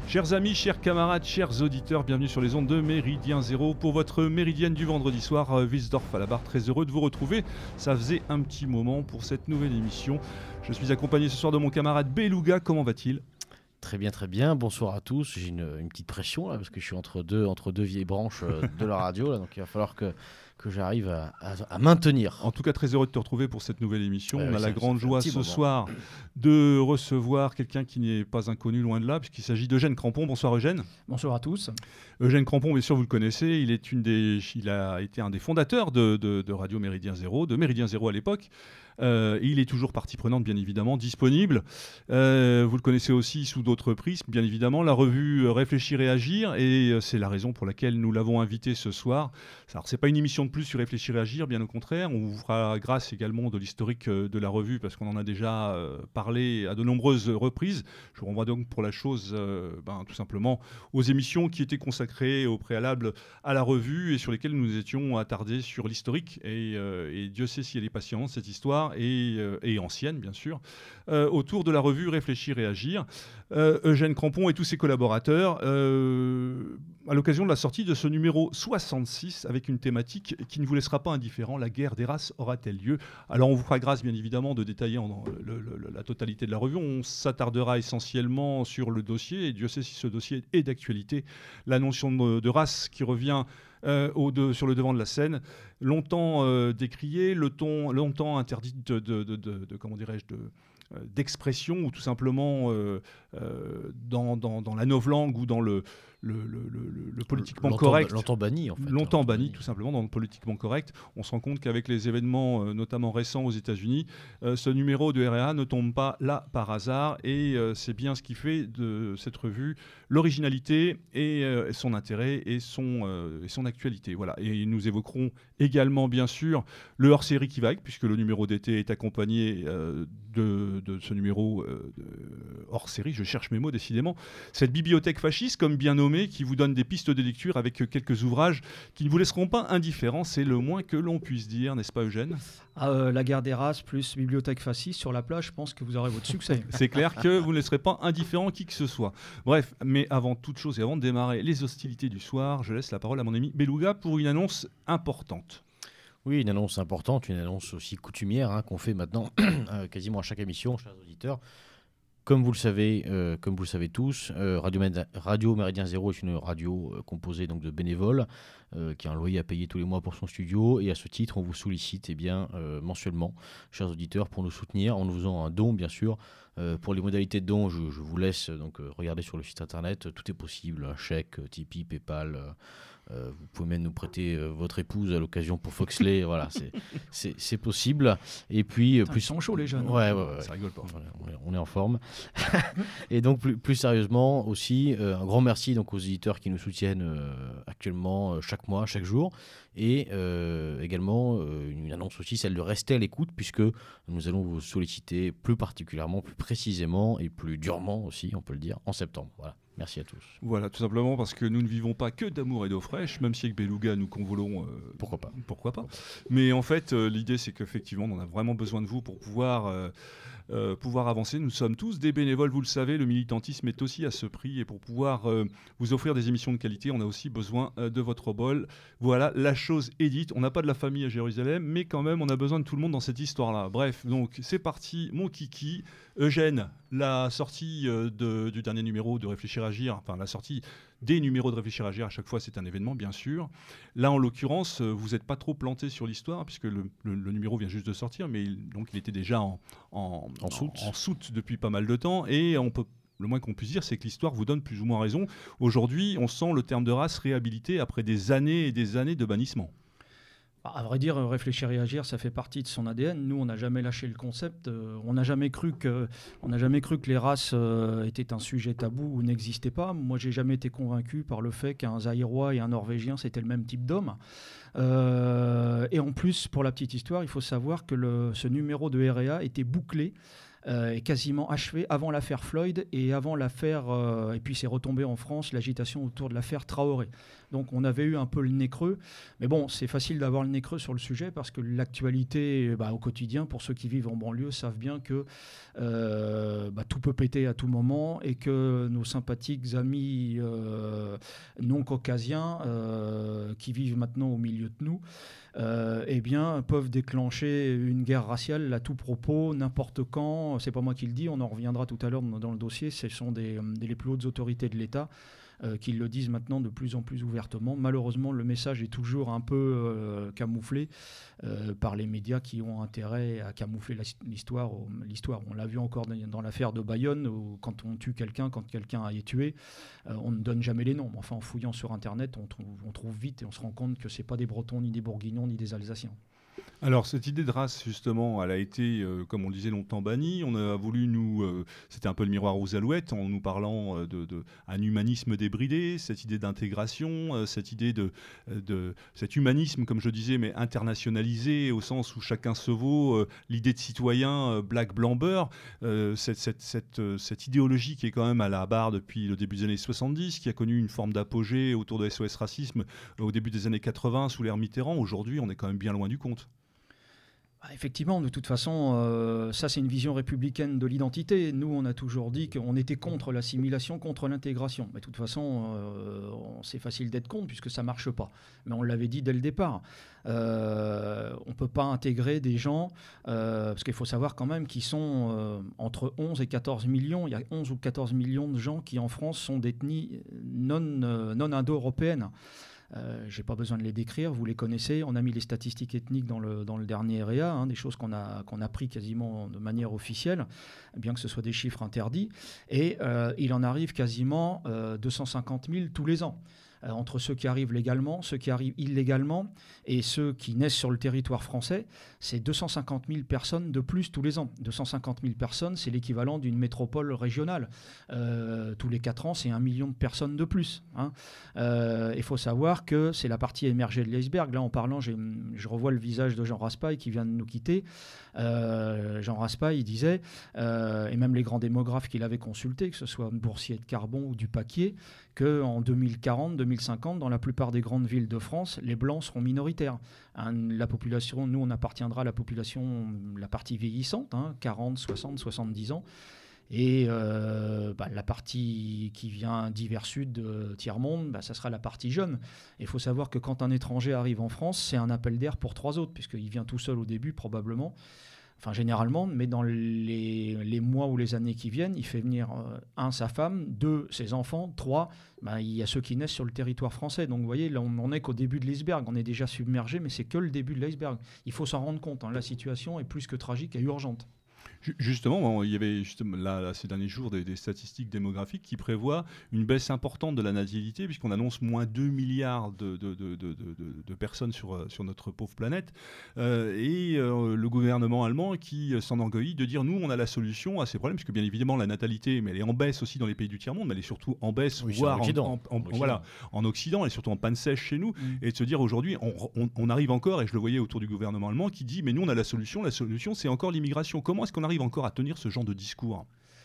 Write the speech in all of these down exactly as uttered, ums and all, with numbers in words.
Chers amis, chers camarades, chers auditeurs, bienvenue sur les ondes de Méridien Zéro pour votre méridienne du vendredi soir. Wilsdorf à la barre, très heureux de vous retrouver. Ça faisait un petit moment pour cette nouvelle émission. Je suis accompagné ce soir de mon camarade Beluga. Comment va-t-il ? Très bien, très bien. Bonsoir à tous. J'ai une, une petite pression là parce que je suis entre deux, entre deux vieilles branches euh, de la radio. Là, donc il va falloir que, que j'arrive à, à, à maintenir. En tout cas, très heureux de te retrouver pour cette nouvelle émission. Ouais, On a ça, la grande joie ce moment. soir de recevoir quelqu'un qui n'est pas inconnu loin de là, puisqu'il s'agit d'Eugène Crampon. Bonsoir Eugène. Bonsoir à tous. Eugène Crampon, bien sûr, vous le connaissez. Il, est une des, il a été un des fondateurs de, de, de Radio Méridien Zéro, de Méridien Zéro à l'époque. Euh, il est toujours partie prenante, bien évidemment, disponible. Euh, vous le connaissez aussi sous d'autres prismes, bien évidemment. La revue Réfléchir et Agir, et euh, c'est la raison pour laquelle nous l'avons invité ce soir. Alors, c'est pas une émission de plus sur Réfléchir et Agir, bien au contraire. On vous fera grâce également de l'historique euh, de la revue, parce qu'on en a déjà euh, parlé à de nombreuses reprises. Je vous renvoie donc pour la chose, euh, ben, tout simplement, aux émissions qui étaient consacrées au préalable à la revue et sur lesquelles nous étions attardés sur l'historique. Et, euh, et Dieu sait si elle est patiente, cette histoire. Et, euh, et ancienne, bien sûr, euh, autour de la revue Réfléchir et Agir. Euh, Eugène Crampon et tous ses collaborateurs, euh, à l'occasion de la sortie de ce numéro soixante-six, avec une thématique qui ne vous laissera pas indifférent, la guerre des races aura-t-elle lieu ? Alors on vous fera grâce, bien évidemment, de détailler en, le, le, la totalité de la revue. On s'attardera essentiellement sur le dossier, et Dieu sait si ce dossier est d'actualité. La notion de, de race qui revient Euh, au de, sur le devant de la scène, longtemps euh, décrié, le ton, longtemps interdit de, de, de, de, de comment dirais-je, de, euh, d'expression, ou tout simplement euh, euh, dans, dans, dans la novlangue ou dans le, le, le, le, le politiquement longtemps, correct. Longtemps banni, en fait. Longtemps banni, tout simplement, dans le politiquement correct. On se rend compte qu'avec les événements, euh, notamment récents aux États-Unis, euh, ce numéro de R et A ne tombe pas là par hasard, et euh, c'est bien ce qui fait de cette revue l'originalité et euh, son intérêt et son, euh, et son actualité. Voilà. Et nous évoquerons également, bien sûr, le hors-série qui va avec, puisque le numéro d'été est accompagné euh, de, de ce numéro euh, de hors-série. Je cherche mes mots, décidément. Cette bibliothèque fasciste, comme bien nommée, qui vous donne des pistes de lecture avec quelques ouvrages qui ne vous laisseront pas indifférents. C'est le moins que l'on puisse dire, n'est-ce pas, Eugène ? Ah, euh, la guerre des races plus bibliothèque fasciste sur la plage, je pense que vous aurez votre succès. C'est clair que vous ne laisserez pas indifférent qui que ce soit. Bref, mais avant toute chose et avant de démarrer les hostilités du soir, je laisse la parole à mon ami Beluga pour une annonce importante. Oui, une annonce importante, une annonce aussi coutumière hein, qu'on fait maintenant euh, quasiment à chaque émission, chers auditeurs. Comme vous le savez, euh, comme vous le savez tous, euh, Radio, Méd- Radio Méridien Zéro est une radio euh, composée donc de bénévoles euh, qui a un loyer à payer tous les mois pour son studio, et à ce titre, on vous sollicite eh bien, euh, mensuellement, chers auditeurs, pour nous soutenir en nous faisant un don, bien sûr. Euh, pour les modalités de don, je, je vous laisse donc euh, regarder sur le site internet, tout est possible, un chèque, Tipeee, Paypal. Euh, Euh, vous pouvez même nous prêter euh, votre épouse à l'occasion pour Foxley, voilà, c'est, c'est, c'est possible. Et puis, euh, Putain, plus... ils sont chauds les jeunes. Ouais, ouais, ouais. Ça rigole pas. Voilà, on, est, on est en forme. Et donc, plus, plus sérieusement aussi, euh, un grand merci donc, aux éditeurs qui nous soutiennent euh, actuellement, euh, chaque mois, chaque jour. Et euh, également, euh, une annonce aussi, celle de rester à l'écoute, puisque nous allons vous solliciter plus particulièrement, plus précisément et plus durement aussi, on peut le dire, en septembre. Voilà. Merci à tous. Voilà, tout simplement parce que nous ne vivons pas que d'amour et d'eau fraîche, même si avec Beluga nous convolons. Euh, Pourquoi pas. Pourquoi pas. Mais en fait, euh, l'idée, c'est qu'effectivement, on a vraiment besoin de vous pour pouvoir, euh, euh, pouvoir avancer. Nous sommes tous des bénévoles, vous le savez, le militantisme est aussi à ce prix. Et pour pouvoir euh, vous offrir des émissions de qualité, on a aussi besoin euh, de votre bol. Voilà, la chose est dite. On n'a pas de la famille à Jérusalem, mais quand même, on a besoin de tout le monde dans cette histoire-là. Bref, donc c'est parti, mon kiki. Eugène, la sortie euh, de, du dernier numéro de Réfléchir à Agir, enfin la sortie des numéros de Réfléchir à Agir, à chaque fois c'est un événement bien sûr. Là en l'occurrence, euh, vous n'êtes pas trop planté sur l'histoire puisque le, le, le numéro vient juste de sortir, mais il, donc il était déjà en, en, En soute. en, en soute depuis pas mal de temps, et on peut, le moins qu'on puisse dire, c'est que l'histoire vous donne plus ou moins raison. Aujourd'hui, on sent le terme de race réhabilité après des années et des années de bannissement. À vrai dire, Réfléchir et Agir, ça fait partie de son A D N. Nous, on n'a jamais lâché le concept. Euh, on n'a jamais cru que, on n'a jamais cru que les races euh, étaient un sujet tabou ou n'existaient pas. Moi, j'ai jamais été convaincu par le fait qu'un Zaïrois et un Norvégien, c'était le même type d'homme. Euh, et en plus, pour la petite histoire, il faut savoir que le, ce numéro de R et A était bouclé euh, est quasiment achevé avant l'affaire Floyd et avant l'affaire, euh, et puis c'est retombé en France, l'agitation autour de l'affaire Traoré. Donc on avait eu un peu le nez creux, mais bon, c'est facile d'avoir le nez creux sur le sujet parce que l'actualité, bah, au quotidien, pour ceux qui vivent en banlieue, savent bien que euh, bah, tout peut péter à tout moment et que nos sympathiques amis euh, non caucasiens euh, qui vivent maintenant au milieu de nous, euh, eh bien, peuvent déclencher une guerre raciale à tout propos, n'importe quand. C'est pas moi qui le dis, on en reviendra tout à l'heure dans, dans le dossier. Ce sont des, des, les plus hautes autorités de l'État euh, qui le disent maintenant de plus en plus ouvertement. Malheureusement, le message est toujours un peu euh, camouflé euh, par les médias qui ont intérêt à camoufler la, l'histoire, l'histoire. On l'a vu encore dans, dans l'affaire de Bayonne, où quand on tue quelqu'un, quand quelqu'un a été tué, euh, on ne donne jamais les noms. Enfin, en fouillant sur Internet, on trouve, on trouve vite et on se rend compte que ce n'est pas des Bretons, ni des Bourguignons, ni des Alsaciens. Alors, cette idée de race, justement, elle a été, euh, comme on le disait, longtemps bannie. On a voulu nous... Euh, c'était un peu le miroir aux alouettes, en nous parlant euh, de, de un humanisme débridé, cette idée d'intégration, euh, cette idée de, de... cet humanisme, comme je disais, mais internationalisé, au sens où chacun se vaut, euh, l'idée de citoyen, euh, black, blanc, beurre, euh, cette, cette, cette, euh, cette idéologie qui est quand même à la barre depuis le début des années soixante-dix, qui a connu une forme d'apogée autour de S O S Racisme euh, au début des années quatre-vingts, sous l'ère Mitterrand. Aujourd'hui, on est quand même bien loin du compte. Effectivement, de toute façon, euh, ça c'est une vision républicaine de l'identité. Nous, on a toujours dit qu'on était contre l'assimilation, contre l'intégration. Mais de toute façon, euh, c'est facile d'être contre puisque ça ne marche pas. Mais on l'avait dit dès le départ. Euh, on ne peut pas intégrer des gens, euh, parce qu'il faut savoir quand même qu'ils sont euh, entre onze et quatorze millions. Il y a onze ou quatorze millions de gens qui en France sont d'ethnie non, euh, non indo-européenne. Euh, je n'ai pas besoin de les décrire, vous les connaissez. On a mis les statistiques ethniques dans le, dans le dernier R E A, hein, des choses qu'on a, qu'on a pris quasiment de manière officielle, bien que ce soit des chiffres interdits. Et euh, il en arrive quasiment euh, deux cent cinquante mille tous les ans. Euh, entre ceux qui arrivent légalement, ceux qui arrivent illégalement et ceux qui naissent sur le territoire français, c'est deux cent cinquante mille personnes de plus tous les ans. deux cent cinquante mille personnes, c'est l'équivalent d'une métropole régionale. Euh, tous les quatre ans, c'est un million de personnes de plus. Hein. Euh, il faut savoir que c'est la partie émergée de l'iceberg. Là, en parlant, j'ai, je revois le visage de Jean Raspail qui vient de nous quitter. Euh, Jean Raspail, il disait, euh, et même les grands démographes qu'il avait consultés, que ce soit Boursier de Carbon ou Dupaquier, qu'en deux mille quarante, deux mille cinquante, dans la plupart des grandes villes de France, les Blancs seront minoritaires. Hein, la population, nous, on appartiendra à la population, la partie vieillissante, hein, quarante, soixante, soixante-dix ans. Et euh, bah, la partie qui vient d'hiver sud, de tiers-monde, bah, ça sera la partie jeune. Il faut savoir que quand un étranger arrive en France, c'est un appel d'air pour trois autres, puisqu'il vient tout seul au début, probablement. Enfin, généralement, mais dans les, les mois ou les années qui viennent, il fait venir, euh, un, sa femme, deux, ses enfants, trois, ben, il y a ceux qui naissent sur le territoire français. Donc, vous voyez, là, on n'en est qu'au début de l'iceberg. On est déjà submergé, mais c'est que le début de l'iceberg. Il faut s'en rendre compte. Hein. La situation est plus que tragique et urgente. Justement, il y avait justement, là, là, ces derniers jours des, des statistiques démographiques qui prévoient une baisse importante de la natalité, puisqu'on annonce moins deux milliards de, de, de, de, de, de personnes sur, sur notre pauvre planète. Euh, et euh, le gouvernement allemand qui s'enorgueillit de dire nous, on a la solution à ces problèmes, puisque bien évidemment, la natalité, mais elle est en baisse aussi dans les pays du tiers-monde, mais elle est surtout en baisse, oui, voire en Occident. En, en, en, en, Occident. Voilà, en Occident, et surtout en panne sèche chez nous. Mmh. Et de se dire aujourd'hui, on, on, on arrive encore, et je le voyais autour du gouvernement allemand, qui dit mais nous, on a la solution, la solution, c'est encore l'immigration. Comment est-ce qu'on arrive encore à tenir ce genre de discours?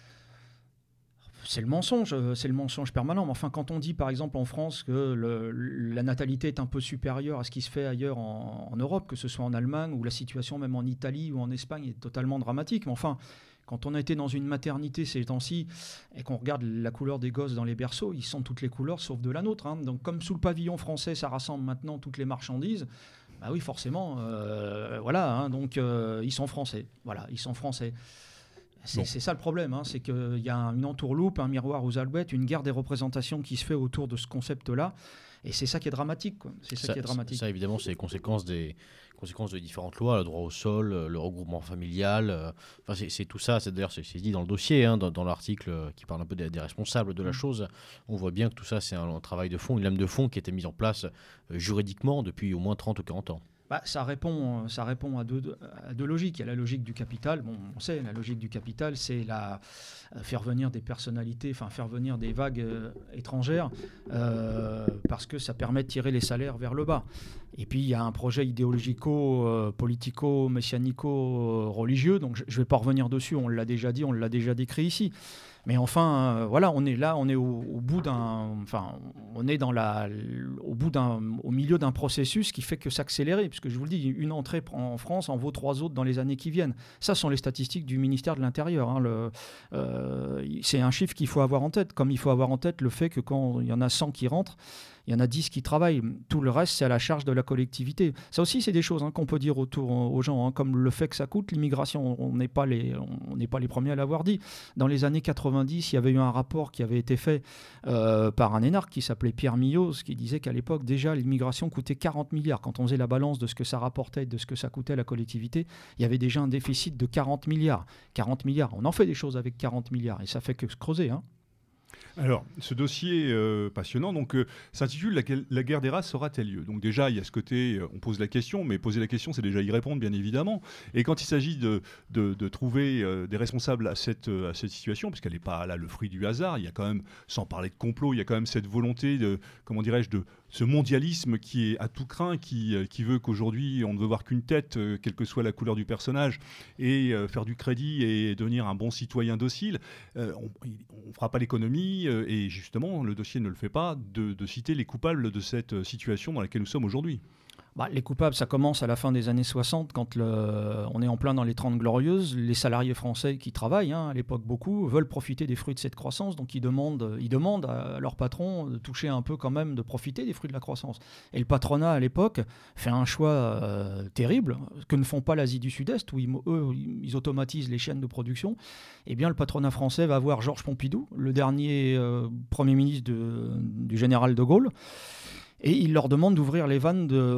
C'est le mensonge, c'est le mensonge permanent. Mais enfin, quand on dit par exemple en France que le, la natalité est un peu supérieure à ce qui se fait ailleurs en, en Europe, que ce soit en Allemagne ou la situation même en Italie ou en Espagne est totalement dramatique. Mais enfin, quand on a été dans une maternité ces temps-ci et qu'on regarde la couleur des gosses dans les berceaux, ils sont toutes les couleurs sauf de la nôtre. Hein. Donc comme sous le pavillon français, ça rassemble maintenant toutes les marchandises. Bah oui, forcément, euh, voilà. Hein, donc euh, ils sont français. Voilà, ils sont français. C'est, bon. c'est ça le problème, hein, c'est qu'il y a une entourloupe, un miroir aux alouettes, une guerre des représentations qui se fait autour de ce concept-là. Et c'est ça qui est dramatique. Quoi. C'est ça, ça qui est dramatique. Ça, évidemment, c'est les conséquences des conséquences de différentes lois, le droit au sol, le regroupement familial. Euh, enfin, c'est, c'est tout ça. C'est, d'ailleurs, c'est, c'est dit dans le dossier, hein, dans, dans l'article qui parle un peu des, des responsables de la mmh. chose. On voit bien que tout ça, c'est un, un travail de fond, une lame de fond qui a été mise en place euh, juridiquement depuis au moins trente ou quarante ans. Bah, ça répond, ça répond à, deux, à deux logiques. Il y a la logique du capital. Bon, on sait, la logique du capital, c'est la, faire venir des personnalités, enfin faire venir des vagues euh, étrangères, euh, parce que ça permet de tirer les salaires vers le bas. Et puis, il y a un projet idéologico, euh, politico, messianico, religieux. Donc, je ne vais pas revenir dessus. On l'a déjà dit, on l'a déjà décrit ici. Mais enfin, euh, voilà, on est là, on est au, au bout d'un, enfin, on est dans la, au bout d'un, au milieu d'un processus qui fait que s'accélérer, puisque je vous le dis, une entrée en France en vaut trois autres dans les années qui viennent. Ça sont les statistiques du ministère de l'Intérieur. Hein, le, euh, c'est un chiffre qu'il faut avoir en tête, comme il faut avoir en tête le fait que quand il y en a cent qui rentrent, il y en a dix qui travaillent. Tout le reste, c'est à la charge de la collectivité. Ça aussi, c'est des choses hein, qu'on peut dire autour aux gens, hein, comme le fait que ça coûte l'immigration. On n'est pas les, on n'est pas les premiers à l'avoir dit. Dans les années quatre-vingt-dix, il y avait eu un rapport qui avait été fait euh, par un énarque qui s'appelait Pierre Millot, qui disait qu'à l'époque, déjà, l'immigration coûtait quarante milliards. Quand on faisait la balance de ce que ça rapportait et de ce que ça coûtait à la collectivité, il y avait déjà un déficit de quarante milliards. quarante milliards, on en fait des choses avec quarante milliards et ça fait que se creuser, hein. Alors, ce dossier euh, passionnant donc, euh, s'intitule la, la guerre des races aura-t-elle lieu ? Donc déjà, il y a ce côté, euh, on pose la question, mais poser la question, c'est déjà y répondre, bien évidemment. Et quand il s'agit de, de, de trouver euh, des responsables à cette, euh, à cette situation, parce qu'elle n'est pas là le fruit du hasard, il y a quand même, sans parler de complot, il y a quand même cette volonté de, comment dirais-je, de ce mondialisme qui est à tout craint, qui, euh, qui veut qu'aujourd'hui, on ne veut voir qu'une tête, euh, quelle que soit la couleur du personnage, et euh, faire du crédit et devenir un bon citoyen docile. Euh, on ne fera pas l'économie, et justement, le dossier ne le fait pas, de, de citer les coupables de cette situation dans laquelle nous sommes aujourd'hui. Bah, les coupables, ça commence à la fin des années soixante, quand le, on est en plein dans les trente glorieuses. Les salariés français qui travaillent, hein, à l'époque beaucoup, veulent profiter des fruits de cette croissance, donc ils demandent, ils demandent à leur patron de toucher un peu quand même, de profiter des fruits de la croissance. Et le patronat, à l'époque, fait un choix euh, terrible, que ne font pas l'Asie du Sud-Est, où ils, eux, ils automatisent les chaînes de production. Eh bien, le patronat français va voir Georges Pompidou, le dernier euh, Premier ministre de, du général de Gaulle, et il leur demande d'ouvrir les vannes de,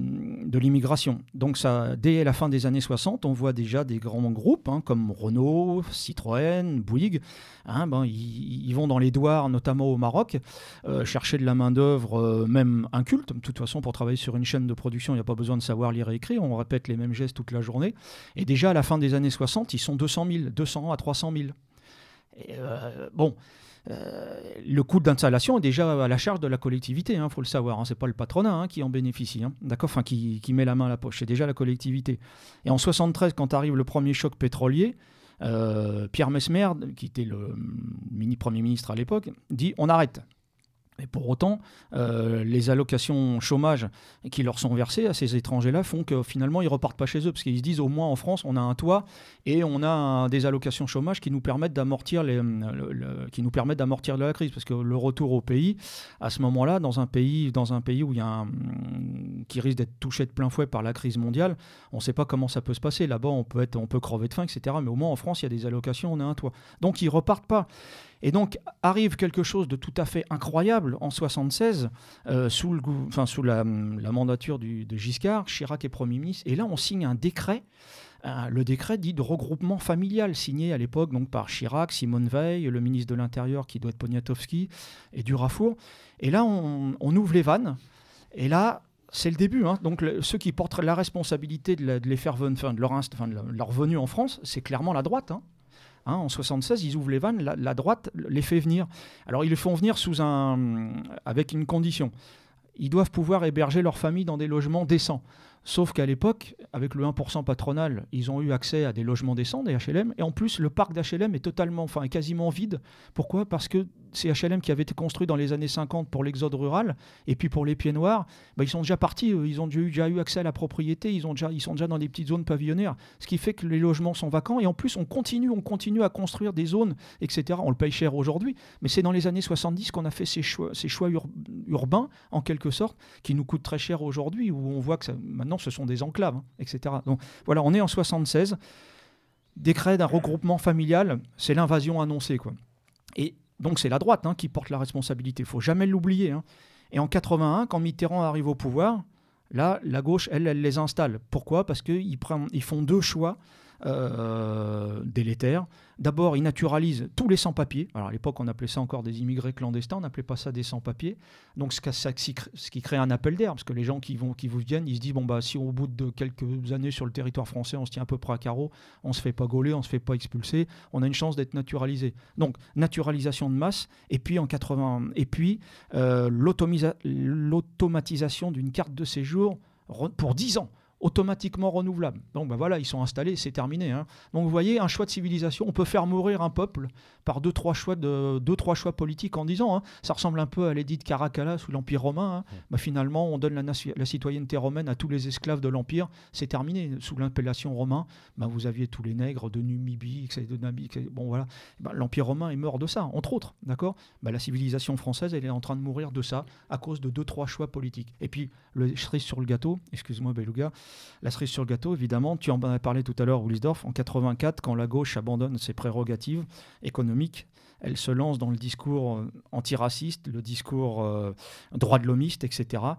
de l'immigration. Donc ça, dès la fin des années soixante, on voit déjà des grands groupes hein, comme Renault, Citroën, Bouygues. Hein, ben, ils, ils vont dans les douars, notamment au Maroc, euh, chercher de la main-d'œuvre, euh, même inculte. De toute façon, pour travailler sur une chaîne de production, il n'y a pas besoin de savoir lire et écrire. On répète les mêmes gestes toute la journée. Et déjà, à la fin des années soixante, ils sont deux cent mille, deux cents à trois cent mille. Et, euh, bon... Euh, le coût d'installation est déjà à la charge de la collectivité, il hein, faut le savoir. Hein, c'est pas le patronat hein, qui en bénéficie, hein, d'accord, enfin qui, qui met la main à la poche. C'est déjà la collectivité. Et en soixante-treize, quand arrive le premier choc pétrolier, euh, Pierre Messmer, qui était le mini premier ministre à l'époque, dit on arrête. Et pour autant, euh, les allocations chômage qui leur sont versées à ces étrangers-là font que finalement, ils ne repartent pas chez eux, parce qu'ils se disent au moins en France, on a un toit et on a un, des allocations chômage qui nous permettent d'amortir les, le, le, qui nous permettent d'amortir la crise, parce que le retour au pays, à ce moment-là, dans un pays, dans un pays où il y a un, qui risque d'être touché de plein fouet par la crise mondiale, on ne sait pas comment ça peut se passer. Là-bas, on peut être, on peut crever de faim, et cetera. Mais au moins en France, il y a des allocations, on a un toit. Donc ils ne repartent pas. Et donc arrive quelque chose de tout à fait incroyable en soixante-seize, euh, sous, le, enfin, sous la, la mandature du, de Giscard. Chirac est Premier ministre, et là on signe un décret. Euh, le décret dit de regroupement familial, signé à l'époque donc, par Chirac, Simone Veil, le ministre de l'Intérieur qui doit être Poniatowski, et Durafour. Et là on, on ouvre les vannes, et là c'est le début. Hein. Donc le, ceux qui portent la responsabilité de, la, de les faire venir, enfin, de leur, enfin, de leur venue en France, c'est clairement la droite. Hein. Hein, en soixante-seize, ils ouvrent les vannes, la, la droite les fait venir. Alors ils les font venir sous un, avec une condition. Ils doivent pouvoir héberger leur famille dans des logements décents. Sauf qu'à l'époque, avec le un pour cent patronal, ils ont eu accès à des logements décents, des H L M, et en plus, le parc d'H L M est totalement, enfin, quasiment vide. Pourquoi ? Parce que ces H L M qui avaient été construits dans les années cinquante pour l'exode rural, et puis pour les pieds noirs, bah, ils sont déjà partis, ils ont déjà eu accès à la propriété, ils, ont déjà, ils sont déjà dans des petites zones pavillonnaires, ce qui fait que les logements sont vacants, et en plus, on continue, on continue à construire des zones, et cetera. On le paye cher aujourd'hui, mais c'est dans les années soixante-dix qu'on a fait ces choix, ces choix ur- urbains, en quelque sorte, qui nous coûtent très cher aujourd'hui, où on voit que ça, maintenant, ce sont des enclaves, hein, et cetera. Donc voilà, on est en soixante-seize, décret d'un regroupement familial, c'est l'invasion annoncée, quoi. Et donc c'est la droite hein, qui porte la responsabilité, il ne faut jamais l'oublier. Hein. Et en quatre-vingt-un, quand Mitterrand arrive au pouvoir, là, la gauche, elle, elle les installe. Pourquoi ? Parce qu'ils prennent, ils font deux choix euh, délétères. D'abord, ils naturalisent tous les sans-papiers. Alors à l'époque, on appelait ça encore des immigrés clandestins, on n'appelait pas ça des sans-papiers. Donc ce, ça, ce qui crée un appel d'air, parce que les gens qui, vont, qui vous viennent, ils se disent, bon, bah, si au bout de quelques années sur le territoire français, on se tient à peu près à carreau, on ne se fait pas gauler, on ne se fait pas expulser, on a une chance d'être naturalisé. Donc naturalisation de masse, et puis en quatre-vingts, et puis euh, l'automatisation d'une carte de séjour pour dix ans. Automatiquement renouvelable. Donc ben voilà, ils sont installés, c'est terminé. Hein. Donc vous voyez, un choix de civilisation, on peut faire mourir un peuple par deux, trois choix, de, deux, trois choix politiques en dix ans. Hein. Ça ressemble un peu à l'édit de Caracalla sous l'Empire romain. Hein. Ben finalement, on donne la, nation, la citoyenneté romaine à tous les esclaves de l'Empire, c'est terminé. Sous l'appellation romain, ben vous aviez tous les nègres de Numibie, de Namibie. Bon voilà, ben, l'Empire romain est mort de ça, entre autres. D'accord. Ben, la civilisation française, elle est en train de mourir de ça à cause de deux, trois choix politiques. Et puis, le cerise sur le gâteau, excuse-moi Beluga, la cerise sur le gâteau, évidemment, tu en as parlé tout à l'heure, Wilsdorf, en quatre-vingt-quatre, quand la gauche abandonne ses prérogatives économiques, elle se lance dans le discours antiraciste, le discours euh, droit de l'homiste, et cetera.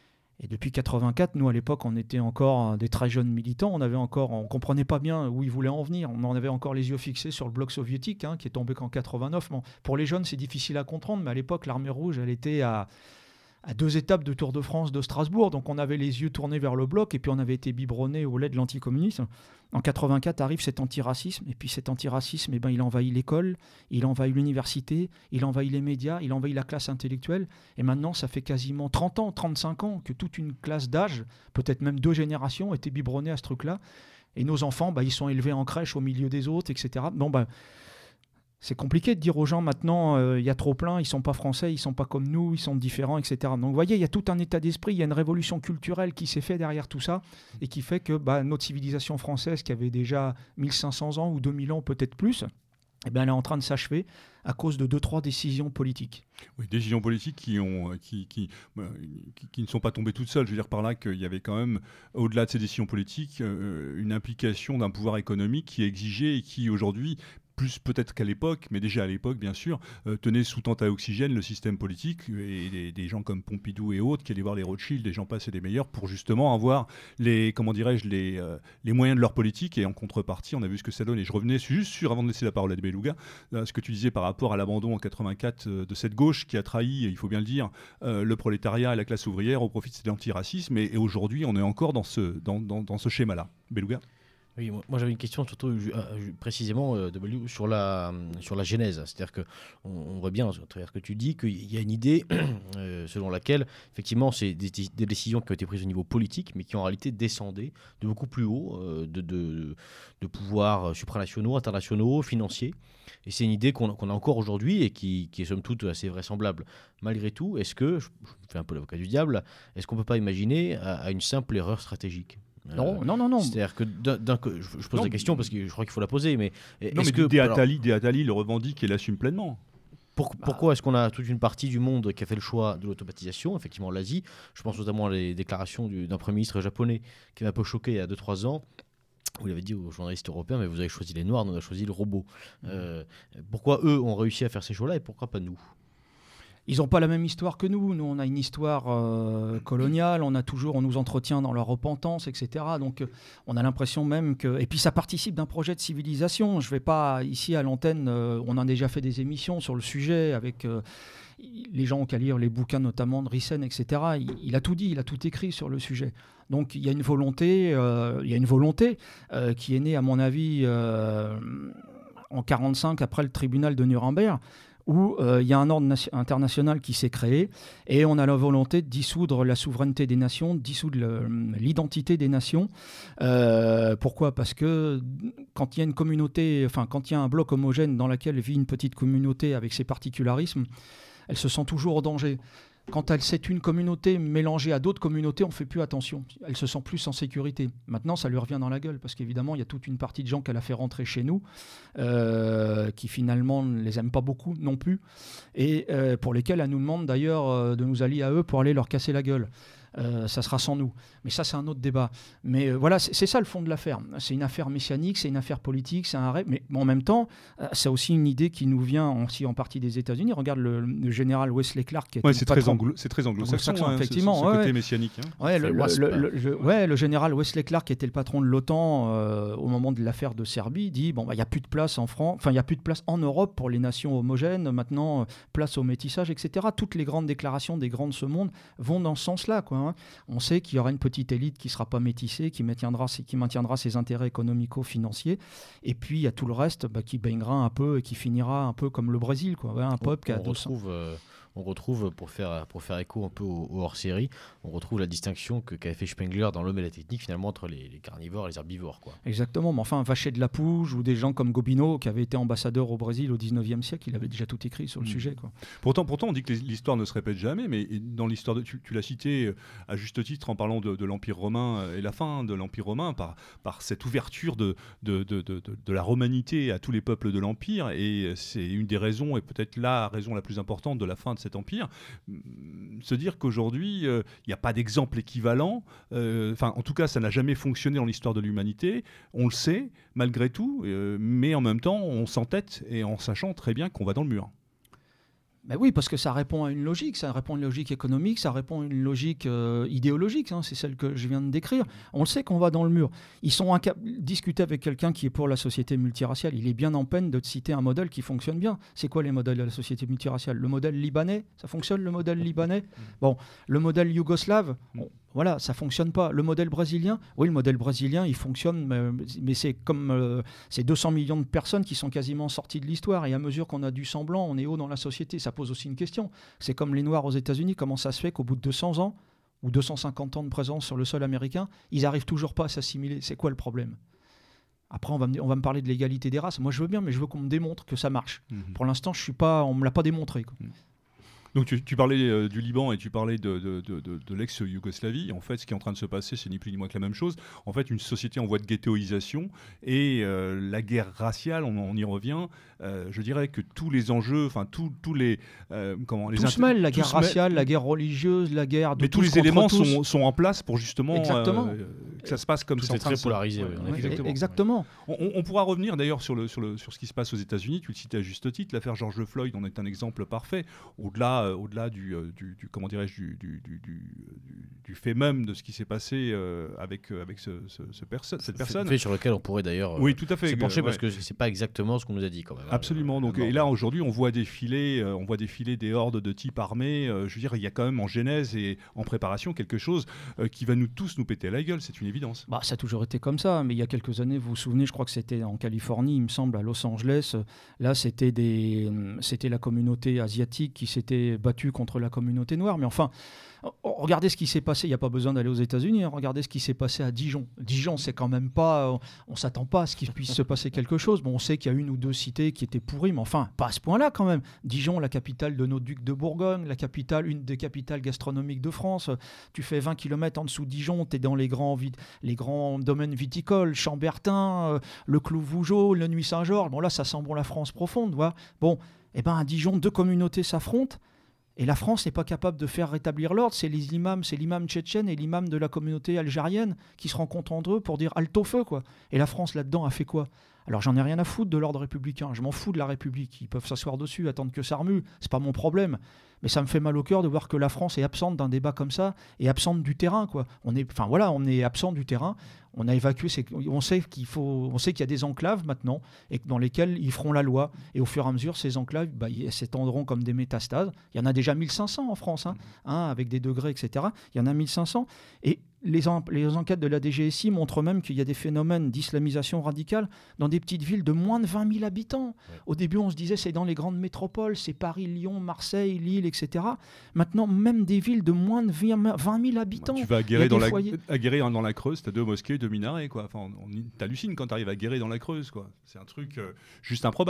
Et depuis quatre-vingt-quatre, nous, à l'époque, on était encore des très jeunes militants, on avait encore, on comprenait pas bien où ils voulaient en venir, on en avait encore les yeux fixés sur le bloc soviétique, hein, qui est tombé qu'en quatre-vingt-neuf. Bon, pour les jeunes, c'est difficile à comprendre, mais à l'époque, l'armée rouge, elle était à... à deux étapes de Tour de France de Strasbourg, donc on avait les yeux tournés vers le bloc et puis on avait été biberonné au lait de l'anticommunisme. En quatre-vingt-quatre arrive cet antiracisme, et puis cet antiracisme, eh ben, il envahit l'école, il envahit l'université, il envahit les médias, il envahit la classe intellectuelle, et maintenant ça fait quasiment trente ans, trente-cinq ans que toute une classe d'âge, peut-être même deux générations, était biberonnée à ce truc-là, et nos enfants, bah, ils sont élevés en crèche au milieu des autres, et cetera. Bon, bah, c'est compliqué de dire aux gens maintenant, il euh, y a trop plein, ils ne sont pas français, ils ne sont pas comme nous, ils sont différents, et cetera. Donc vous voyez, il y a tout un état d'esprit, il y a une révolution culturelle qui s'est faite derrière tout ça et qui fait que bah, notre civilisation française, qui avait déjà mille cinq cents ans ou deux mille ans, peut-être plus, eh bien, elle est en train de s'achever à cause de deux, trois décisions politiques. Oui, décisions politiques qui, ont, qui, qui, qui, qui ne sont pas tombées toutes seules. Je veux dire par là qu'il y avait quand même, au-delà de ces décisions politiques, euh, une implication d'un pouvoir économique qui exigeait et qui aujourd'hui, plus peut-être qu'à l'époque, mais déjà à l'époque, bien sûr, euh, tenait sous tente à oxygène le système politique et des, des gens comme Pompidou et autres qui allaient voir les Rothschild, des gens passés des meilleurs, pour justement avoir les, comment dirais-je, les, euh, les moyens de leur politique. Et en contrepartie, on a vu ce que ça donne. Et je revenais juste sur, avant de laisser la parole à Beluga, euh, ce que tu disais par rapport à l'abandon en quatre-vingt-quatre euh, de cette gauche qui a trahi, il faut bien le dire, euh, le prolétariat et la classe ouvrière au profit de cet antiracisme. Et, et aujourd'hui, on est encore dans ce, dans, dans, dans ce schéma-là. Beluga ? Oui, moi j'avais une question surtout euh, précisément euh, W, sur, la, sur la genèse. C'est-à-dire qu'on on voit bien à travers ce que tu dis qu'il y a une idée euh, selon laquelle effectivement c'est des, des décisions qui ont été prises au niveau politique mais qui en réalité descendaient de beaucoup plus haut, euh, de, de, de pouvoirs supranationaux, internationaux, financiers. Et c'est une idée qu'on, qu'on a encore aujourd'hui et qui, qui est somme toute assez vraisemblable. Malgré tout, est-ce que, je, je fais un peu l'avocat du diable, est-ce qu'on ne peut pas imaginer à, à une simple erreur stratégique ? Non, euh, non, non, non. C'est-à-dire que d'un, d'un, je, je pose non, la question parce que je crois qu'il faut la poser, mais non, est-ce mais que Dé Attali, Dé Attali le revendique et l'assume pleinement. Pour, bah, pourquoi est-ce qu'on a toute une partie du monde qui a fait le choix de l'automatisation, effectivement l'Asie. Je pense notamment à les déclarations du, d'un Premier ministre japonais qui m'a un peu choqué il y a deux trois ans. Vous l'avez dit aux journalistes européens, mais vous avez choisi les Noirs, nous on a choisi le robot. Euh, pourquoi eux ont réussi à faire ces choix-là et pourquoi pas nous ? Ils n'ont pas la même histoire que nous. Nous, on a une histoire euh, coloniale. On a toujours, on nous entretient dans la repentance, et cetera. Donc, euh, on a l'impression même que. Et puis, ça participe d'un projet de civilisation. Je ne vais pas ici à l'antenne. Euh, on a déjà fait des émissions sur le sujet avec euh, les gens qui ont qu'à lire les bouquins, notamment de Rissen, et cetera. Il, il a tout dit, il a tout écrit sur le sujet. Donc, il y a une volonté, euh, il y a une volonté euh, qui est née, à mon avis, euh, en quarante-cinq après le tribunal de Nuremberg, où euh, il y a un ordre nation- international qui s'est créé et on a la volonté de dissoudre la souveraineté des nations, de dissoudre le, l'identité des nations. Euh, pourquoi ? Parce que quand il y a une communauté, enfin quand il y a un bloc homogène dans lequel vit une petite communauté avec ses particularismes, elle se sent toujours en danger. Quand elle, c'est une communauté mélangée à d'autres communautés, on ne fait plus attention. Elle se sent plus en sécurité. Maintenant, ça lui revient dans la gueule, parce qu'évidemment, il y a toute une partie de gens qu'elle a fait rentrer chez nous, euh, qui finalement ne les aiment pas beaucoup non plus, et euh, pour lesquels elle nous demande d'ailleurs euh, de nous allier à eux pour aller leur casser la gueule. euh, ça sera sans nous. Mais ça, c'est un autre débat. Mais euh, voilà, c'est, c'est ça le fond de l'affaire. C'est une affaire messianique, c'est une affaire politique, c'est un rêve. Mais, mais en même temps, euh, c'est aussi une idée qui nous vient aussi en partie des États-Unis. Regarde le, le général Wesley Clark. Qui ouais, c'est, très anglo- c'est très anglo-saxon, anglo-saxon hein, effectivement. Ce, ce ouais, côté ouais. messianique. Hein. Ouais, le, le, le, le, ouais, le général Wesley Clark, qui était le patron de l'OTAN euh, au moment de l'affaire de Serbie, dit bon, il bah, n'y a plus de place en France, enfin, il n'y a plus de place en Europe pour les nations homogènes. Maintenant, euh, place au métissage, et cetera. Toutes les grandes déclarations des grands de ce monde vont dans ce sens-là, quoi, hein. On sait qu'il y aura une petite élite qui ne sera pas métissée, qui maintiendra, qui maintiendra ses intérêts économico-financiers. Et puis, il y a tout le reste bah, qui baignera un peu et qui finira un peu comme le Brésil, quoi. Ouais, un peuple qui a deux cents... retrouve, euh, on retrouve, pour faire, pour faire écho un peu au, au hors-série, on retrouve la distinction que, qu'avait fait Spengler dans L'homme et la technique, finalement, entre les, les carnivores et les herbivores, quoi. Exactement, mais enfin, Vacher de la Pouge ou des gens comme Gobineau, qui avait été ambassadeur au Brésil au dix-neuvième siècle, il avait déjà tout écrit sur le mmh. sujet, quoi. Pourtant, pourtant, on dit que l'histoire ne se répète jamais, mais dans l'histoire, de, tu, tu l'as cité à juste titre en parlant de, de l'Empire romain et la fin de l'Empire romain, par, par cette ouverture de, de, de, de, de, de la romanité à tous les peuples de l'Empire, et c'est une des raisons, et peut-être la raison la plus importante de la fin de cet empire. Se dire qu'aujourd'hui, il euh, n'y a pas d'exemple équivalent, euh, enfin, en tout cas, ça n'a jamais fonctionné dans l'histoire de l'humanité, on le sait, malgré tout, euh, mais en même temps, on s'entête, et en sachant très bien qu'on va dans le mur. Ben oui, parce que ça répond à une logique, ça répond à une logique économique, ça répond à une logique euh, idéologique, hein, c'est celle que je viens de décrire. On le sait qu'on va dans le mur. Ils sont incapables de discuter avec quelqu'un qui est pour la société multiraciale. Il est bien en peine de te citer un modèle qui fonctionne bien. C'est quoi les modèles de la société multiraciale ? Le modèle libanais, ça fonctionne le modèle libanais ? Bon, le modèle yougoslave, bon, voilà, ça fonctionne pas. Le modèle brésilien, oui, le modèle brésilien, il fonctionne, mais, mais c'est comme euh, c'est deux cents millions de personnes qui sont quasiment sorties de l'histoire. Et à mesure qu'on a du sang blanc, on est haut dans la société. Ça pose aussi une question. C'est comme les Noirs aux États-Unis. Comment ça se fait qu'au bout de deux cents ans ou deux cent cinquante ans de présence sur le sol américain, ils n'arrivent toujours pas à s'assimiler ? C'est quoi le problème ? Après, on va, me, on va me parler de l'égalité des races. Moi, je veux bien, mais je veux qu'on me démontre que ça marche. Mmh. Pour l'instant, je suis pas, on me l'a pas démontré, quoi. Mmh. Donc tu, tu parlais euh, du Liban et tu parlais de, de, de, de, de l'ex-Yougoslavie. En fait, ce qui est en train de se passer, c'est ni plus ni moins que la même chose. En fait, une société en voie de ghettoisation et euh, la guerre raciale, on, on y revient. Euh, je dirais que tous les enjeux, enfin tous tous les euh, comment les tout se mêle, la guerre raciale, la guerre religieuse, la guerre de mais tous les éléments tous. Sont, sont en place pour justement exactement. Euh, que ça se passe comme tout ça. C'est très polarisé. Ouais, ouais, exactement. exactement. On, on pourra revenir d'ailleurs sur le sur le sur ce qui se passe aux États-Unis. Tu le citais à juste titre. L'affaire George Floyd en est un exemple parfait. Au-delà euh, au-delà du Du, du, comment dirais-je, du, du, du, du, du fait même de ce qui s'est passé euh, avec, euh, avec ce, ce, ce perso- cette personne. Fait sur lequel on pourrait d'ailleurs euh, oui, tout à fait, se pencher euh, parce ouais. que c'est pas exactement ce qu'on nous a dit quand même. Absolument. Donc, et là, aujourd'hui, on voit défiler, euh, on voit défiler des hordes de types armés. Euh, je veux dire, il y a quand même en genèse et en préparation quelque chose euh, qui va nous tous nous péter à la gueule, c'est une évidence. Bah, ça a toujours été comme ça, mais il y a quelques années, vous vous souvenez, je crois que c'était en Californie, il me semble, à Los Angeles. Là, c'était, des, c'était la communauté asiatique qui s'était battue contre la communauté noire. Mais enfin, regardez ce qui s'est passé. Il n'y a pas besoin d'aller aux États-Unis. Hein. Regardez ce qui s'est passé à Dijon. Dijon, c'est quand même pas. On ne s'attend pas à ce qu'il puisse se passer quelque chose. Bon, on sait qu'il y a une ou deux cités qui étaient pourries, mais enfin, pas à ce point-là quand même. Dijon, la capitale de nos ducs de Bourgogne, la capitale, une des capitales gastronomiques de France. Tu fais vingt kilomètres en dessous de Dijon, tu es dans les grands, vi- les grands domaines viticoles, Chambertin, euh, le Clos Vougeot, le Nuit Saint-Georges. Bon, là, ça sent bon la France profonde. Voilà. Bon, eh ben, à Dijon, deux communautés s'affrontent. Et la France n'est pas capable de faire rétablir l'ordre. C'est les imams, c'est l'imam tchétchène et l'imam de la communauté algérienne qui se rencontrent entre eux pour dire halte au feu, quoi. Et la France, là-dedans, a fait quoi ? Alors, j'en ai rien à foutre de l'ordre républicain. Je m'en fous de la République. Ils peuvent s'asseoir dessus, attendre que ça remue. C'est pas mon problème. Mais ça me fait mal au cœur de voir que la France est absente d'un débat comme ça et absente du terrain, quoi. On est, enfin voilà, on est absent du terrain. On a évacué, ces, on sait qu'il faut, on sait qu'il y a des enclaves maintenant et dans lesquelles ils feront la loi. Et au fur et à mesure, ces enclaves, bah, ils s'étendront comme des métastases. Il y en a déjà mille cinq cents en France, hein, hein, avec des degrés, et cetera. Il y en a mille cinq cents. Et les, en, les enquêtes de la D G S I montrent même qu'il y a des phénomènes d'islamisation radicale dans des petites villes de moins de vingt mille habitants. Ouais. Au début, on se disait c'est dans les grandes métropoles, c'est Paris, Lyon, Marseille, Lille, et cetera. Maintenant, même des villes de moins de vingt mille habitants. Tu vas à Guéret dans, dans la Creuse, tu as deux mosquées, deux minarets, quoi. Enfin, on, on t'hallucines quand tu arrives à Guéret dans la Creuse, quoi. C'est un truc euh, juste improbable.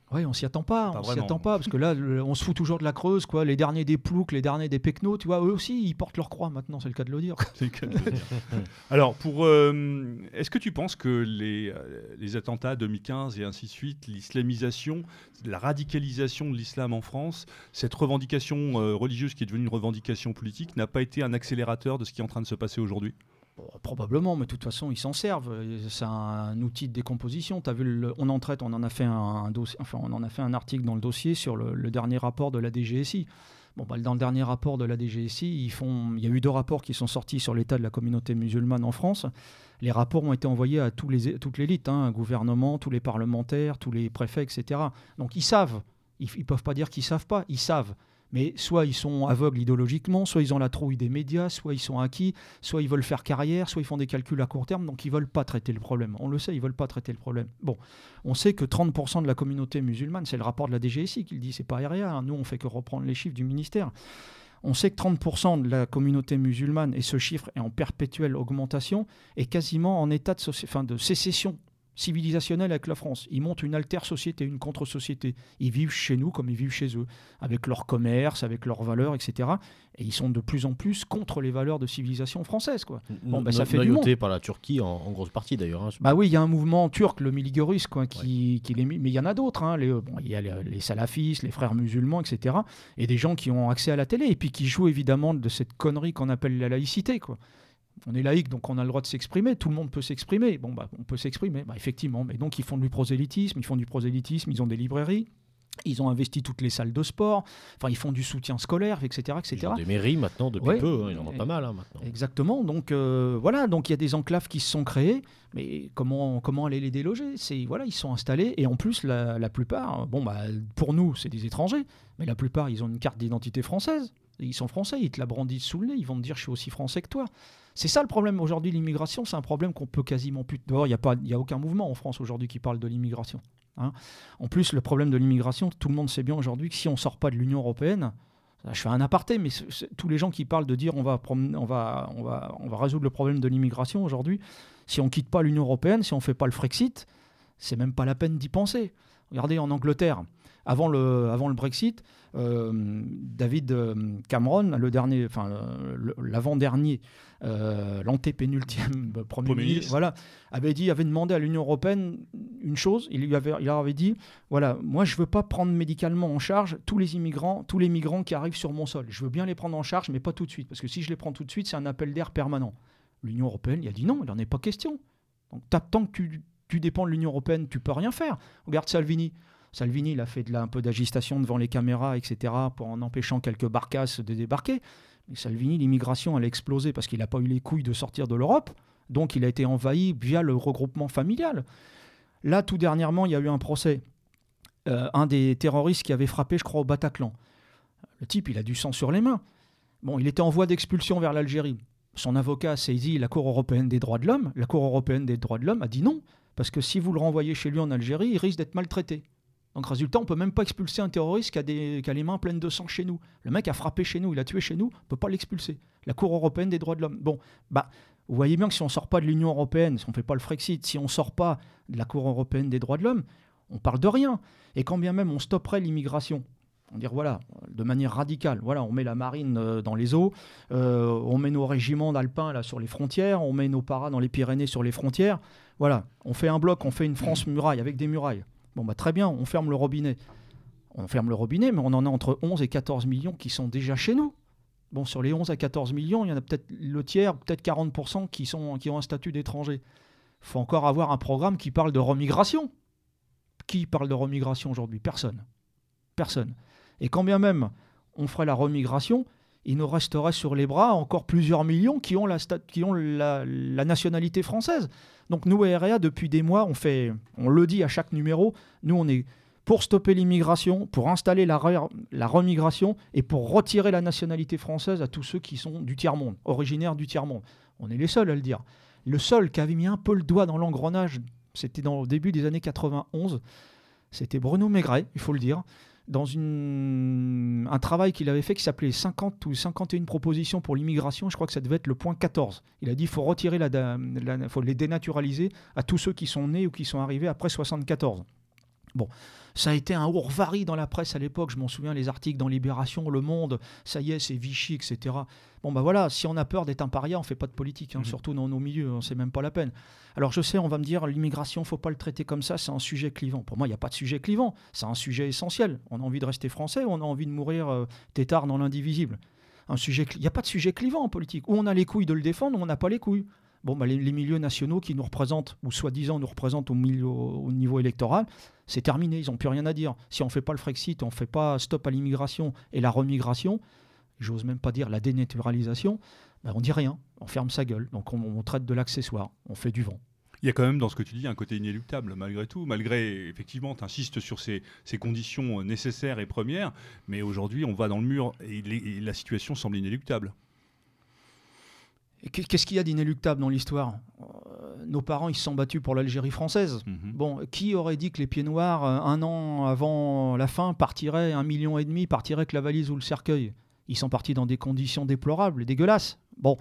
Oui, on s'y attend pas, Pas on s'y vraiment. attend pas, parce que là, le- on se fout toujours de la Creuse, quoi. Les derniers des Ploucs, les derniers des Pecnos, tu vois, eux aussi, ils portent leur croix maintenant, c'est le cas de le dire. C'est le cas de le dire. Alors, pour, euh, est-ce que tu penses que les, euh, les attentats deux mille quinze et ainsi de suite, l'islamisation, la radicalisation de l'islam en France, cette revendication euh, religieuse qui est devenue une revendication politique, n'a pas été un accélérateur de ce qui est en train de se passer aujourd'hui ? Bon, probablement, mais de toute façon, ils s'en servent. C'est un outil de décomposition. T'as vu, le- on en traite, on en a fait un, un dossier, enfin, on en a fait un article dans le dossier sur le, le dernier rapport de la D G S I. Bon, bah, dans le dernier rapport de la D G S I, ils font, il y a eu deux rapports qui sont sortis sur l'état de la communauté musulmane en France. Les rapports ont été envoyés à tous les, toute l'élite, hein, gouvernement, tous les parlementaires, tous les préfets, et cetera. Donc ils savent. Ils ne peuvent pas dire qu'ils ne savent pas. Ils savent. Mais soit ils sont aveugles idéologiquement, soit ils ont la trouille des médias, soit ils sont acquis, soit ils veulent faire carrière, soit ils font des calculs à court terme, donc ils ne veulent pas traiter le problème. On le sait, ils ne veulent pas traiter le problème. Bon, on sait que trente pour cent de la communauté musulmane, c'est le rapport de la D G S I qui le dit, c'est pas R I A, hein. Nous on fait que reprendre les chiffres du ministère. On sait que trente pour cent de la communauté musulmane, et ce chiffre est en perpétuelle augmentation, est quasiment en état de, soci- enfin, de sécession civilisationnelle avec la France. Ils montent une alter-société, une contre-société. Ils vivent chez nous comme ils vivent chez eux, avec leur commerce, avec leurs valeurs, et cetera. Et ils sont de plus en plus contre les valeurs de civilisation française, quoi. Bon, bah, ça fait du Noyauté monde. par la Turquie en, en grosse partie d'ailleurs. Hein. Bah oui, il y a un mouvement turc, le Miligorus, quoi, qui, qui les, mais il y en a d'autres. Hein, les, bon, il y a les, les salafistes, les frères musulmans, et cetera. Et des gens qui ont accès à la télé et puis qui jouent évidemment de cette connerie qu'on appelle la laïcité, quoi. On est laïque, donc on a le droit de s'exprimer. Tout le monde peut s'exprimer. Bon, bah, on peut s'exprimer, bah, effectivement. Mais donc, ils font du prosélytisme. Ils font du prosélytisme. Ils ont des librairies. Ils ont investi toutes les salles de sport. Enfin, ils font du soutien scolaire, et cetera, et Ils cetera. ont des mairies maintenant depuis Ouais. peu. Hein. Ils en ont pas mal hein, maintenant. Exactement. Donc euh, voilà. Donc il y a des enclaves qui se sont créées. Mais comment comment aller les déloger ? C'est voilà, ils sont installés et en plus la, la plupart, bon bah pour nous c'est des étrangers, mais la plupart ils ont une carte d'identité française. Ils sont français, ils te la brandissent sous le nez, ils vont te dire je suis aussi français que toi. C'est ça le problème aujourd'hui, l'immigration, c'est un problème qu'on peut quasiment plus. D'abord, il n'y a pas, il y a aucun mouvement en France aujourd'hui qui parle de l'immigration. Hein. En plus, le problème de l'immigration, tout le monde sait bien aujourd'hui que si on ne sort pas de l'Union européenne, je fais un aparté, mais c'est, c'est, tous les gens qui parlent de dire on va, on va, on va, on va résoudre le problème de l'immigration aujourd'hui, si on ne quitte pas l'Union européenne, si on ne fait pas le Frexit, c'est même pas la peine d'y penser. Regardez en Angleterre, avant le, avant le Brexit, euh, David Cameron, le dernier, enfin le, l'avant-dernier, euh, l'antépénultième Premier, Premier ministre, ministre. voilà, avait dit, avait demandé à l'Union européenne une chose. Il lui avait, il leur avait dit, voilà, moi je veux pas prendre médicalement en charge tous les immigrants, tous les migrants qui arrivent sur mon sol. Je veux bien les prendre en charge, mais pas tout de suite, parce que si je les prends tout de suite, c'est un appel d'air permanent. L'Union européenne, il a dit non, il n'en est pas question. Donc tant que tu, tu dépends de l'Union européenne, tu peux rien faire. Regarde Salvini. Salvini, il a fait de la, un peu d'agitation devant les caméras, et cetera, pour en empêchant quelques barcasses de débarquer. Mais Salvini, l'immigration, elle a explosé parce qu'il n'a pas eu les couilles de sortir de l'Europe. Donc il a été envahi via le regroupement familial. Là, tout dernièrement, il y a eu un procès. Euh, un des terroristes qui avait frappé, je crois, au Bataclan. Le type, il a du sang sur les mains. Bon, il était en voie d'expulsion vers l'Algérie. Son avocat a saisi la Cour européenne des droits de l'homme. La Cour européenne des droits de l'homme a dit non, parce que si vous le renvoyez chez lui en Algérie, il risque d'être maltraité. Donc résultat, on ne peut même pas expulser un terroriste qui a, des, qui a les mains pleines de sang chez nous. Le mec a frappé chez nous, il a tué chez nous, on ne peut pas l'expulser. La Cour européenne des droits de l'homme. Bon, bah, vous voyez bien que si on ne sort pas de l'Union européenne, si on ne fait pas le Frexit, si on ne sort pas de la Cour européenne des droits de l'homme, on parle de rien. Et quand bien même on stopperait l'immigration, on dire voilà, de manière radicale, voilà, on met la marine euh, dans les eaux, euh, on met nos régiments d'alpins là sur les frontières, on met nos paras dans les Pyrénées sur les frontières, voilà, on fait un bloc, on fait une France muraille avec des murailles. Bon bah très bien, on ferme le robinet. On ferme le robinet, mais on en a entre onze et quatorze millions qui sont déjà chez nous. Bon, sur les onze à quatorze millions, il y en a peut-être le tiers, peut-être quarante pour cent qui, sont, qui ont un statut d'étranger. Il faut encore avoir un programme qui parle de remigration. Qui parle de remigration aujourd'hui ? Personne. Personne. Et quand bien même on ferait la remigration, il nous resterait sur les bras encore plusieurs millions qui ont la, stat- qui ont la, la nationalité française. Donc nous, à R I A, depuis des mois, on, fait, on le dit à chaque numéro, nous on est pour stopper l'immigration, pour installer la, re- la remigration et pour retirer la nationalité française à tous ceux qui sont du tiers-monde, originaires du tiers-monde. On est les seuls à le dire. Le seul qui avait mis un peu le doigt dans l'engrenage, c'était dans, au début des années quatre-vingt-onze, c'était Bruno Maigret, il faut le dire, dans une, un travail qu'il avait fait qui s'appelait cinquante ou cinquante et une propositions pour l'immigration, je crois que ça devait être le point quatorze. Il a dit qu'il faut retirer la, la, faut les dénaturaliser à tous ceux qui sont nés ou qui sont arrivés après soixante-quatorze. Bon, ça a été un ourvari dans la presse à l'époque. Je m'en souviens, les articles dans Libération, Le Monde, ça y est, c'est Vichy, et cetera. Bon, ben voilà, si on a peur d'être un paria, on ne fait pas de politique, hein, mmh. surtout dans nos milieux, hein, c'est même pas la peine. Alors je sais, on va me dire, l'immigration, il ne faut pas le traiter comme ça, c'est un sujet clivant. Pour moi, il n'y a pas de sujet clivant, c'est un sujet essentiel. On a envie de rester français ou on a envie de mourir euh, tétard dans l'indivisible. Un sujet, il n'y a pas de sujet clivant en politique. Ou on a les couilles de le défendre, ou on n'a pas les couilles. Bon, bah, les, les milieux nationaux qui nous représentent, ou soi-disant nous représentent au, milieu, au, au niveau électoral, c'est terminé, ils n'ont plus rien à dire. Si on ne fait pas le Frexit, on ne fait pas stop à l'immigration et la remigration, j'ose même pas dire la dénaturalisation, bah, on dit rien, on ferme sa gueule. Donc on, on traite de l'accessoire, on fait du vent. Il y a quand même dans ce que tu dis un côté inéluctable malgré tout, malgré effectivement tu insistes sur ces, ces conditions nécessaires et premières, mais aujourd'hui on va dans le mur et, les, et la situation semble inéluctable. Qu'est-ce qu'il y a d'inéluctable dans l'histoire ? euh, Nos parents, ils se sont battus pour l'Algérie française. Mmh. Bon, qui aurait dit que les Pieds Noirs, un an avant la fin, partiraient, un million et demi, partiraient avec la valise ou le cercueil ? Ils sont partis dans des conditions déplorables et dégueulasses. Bon,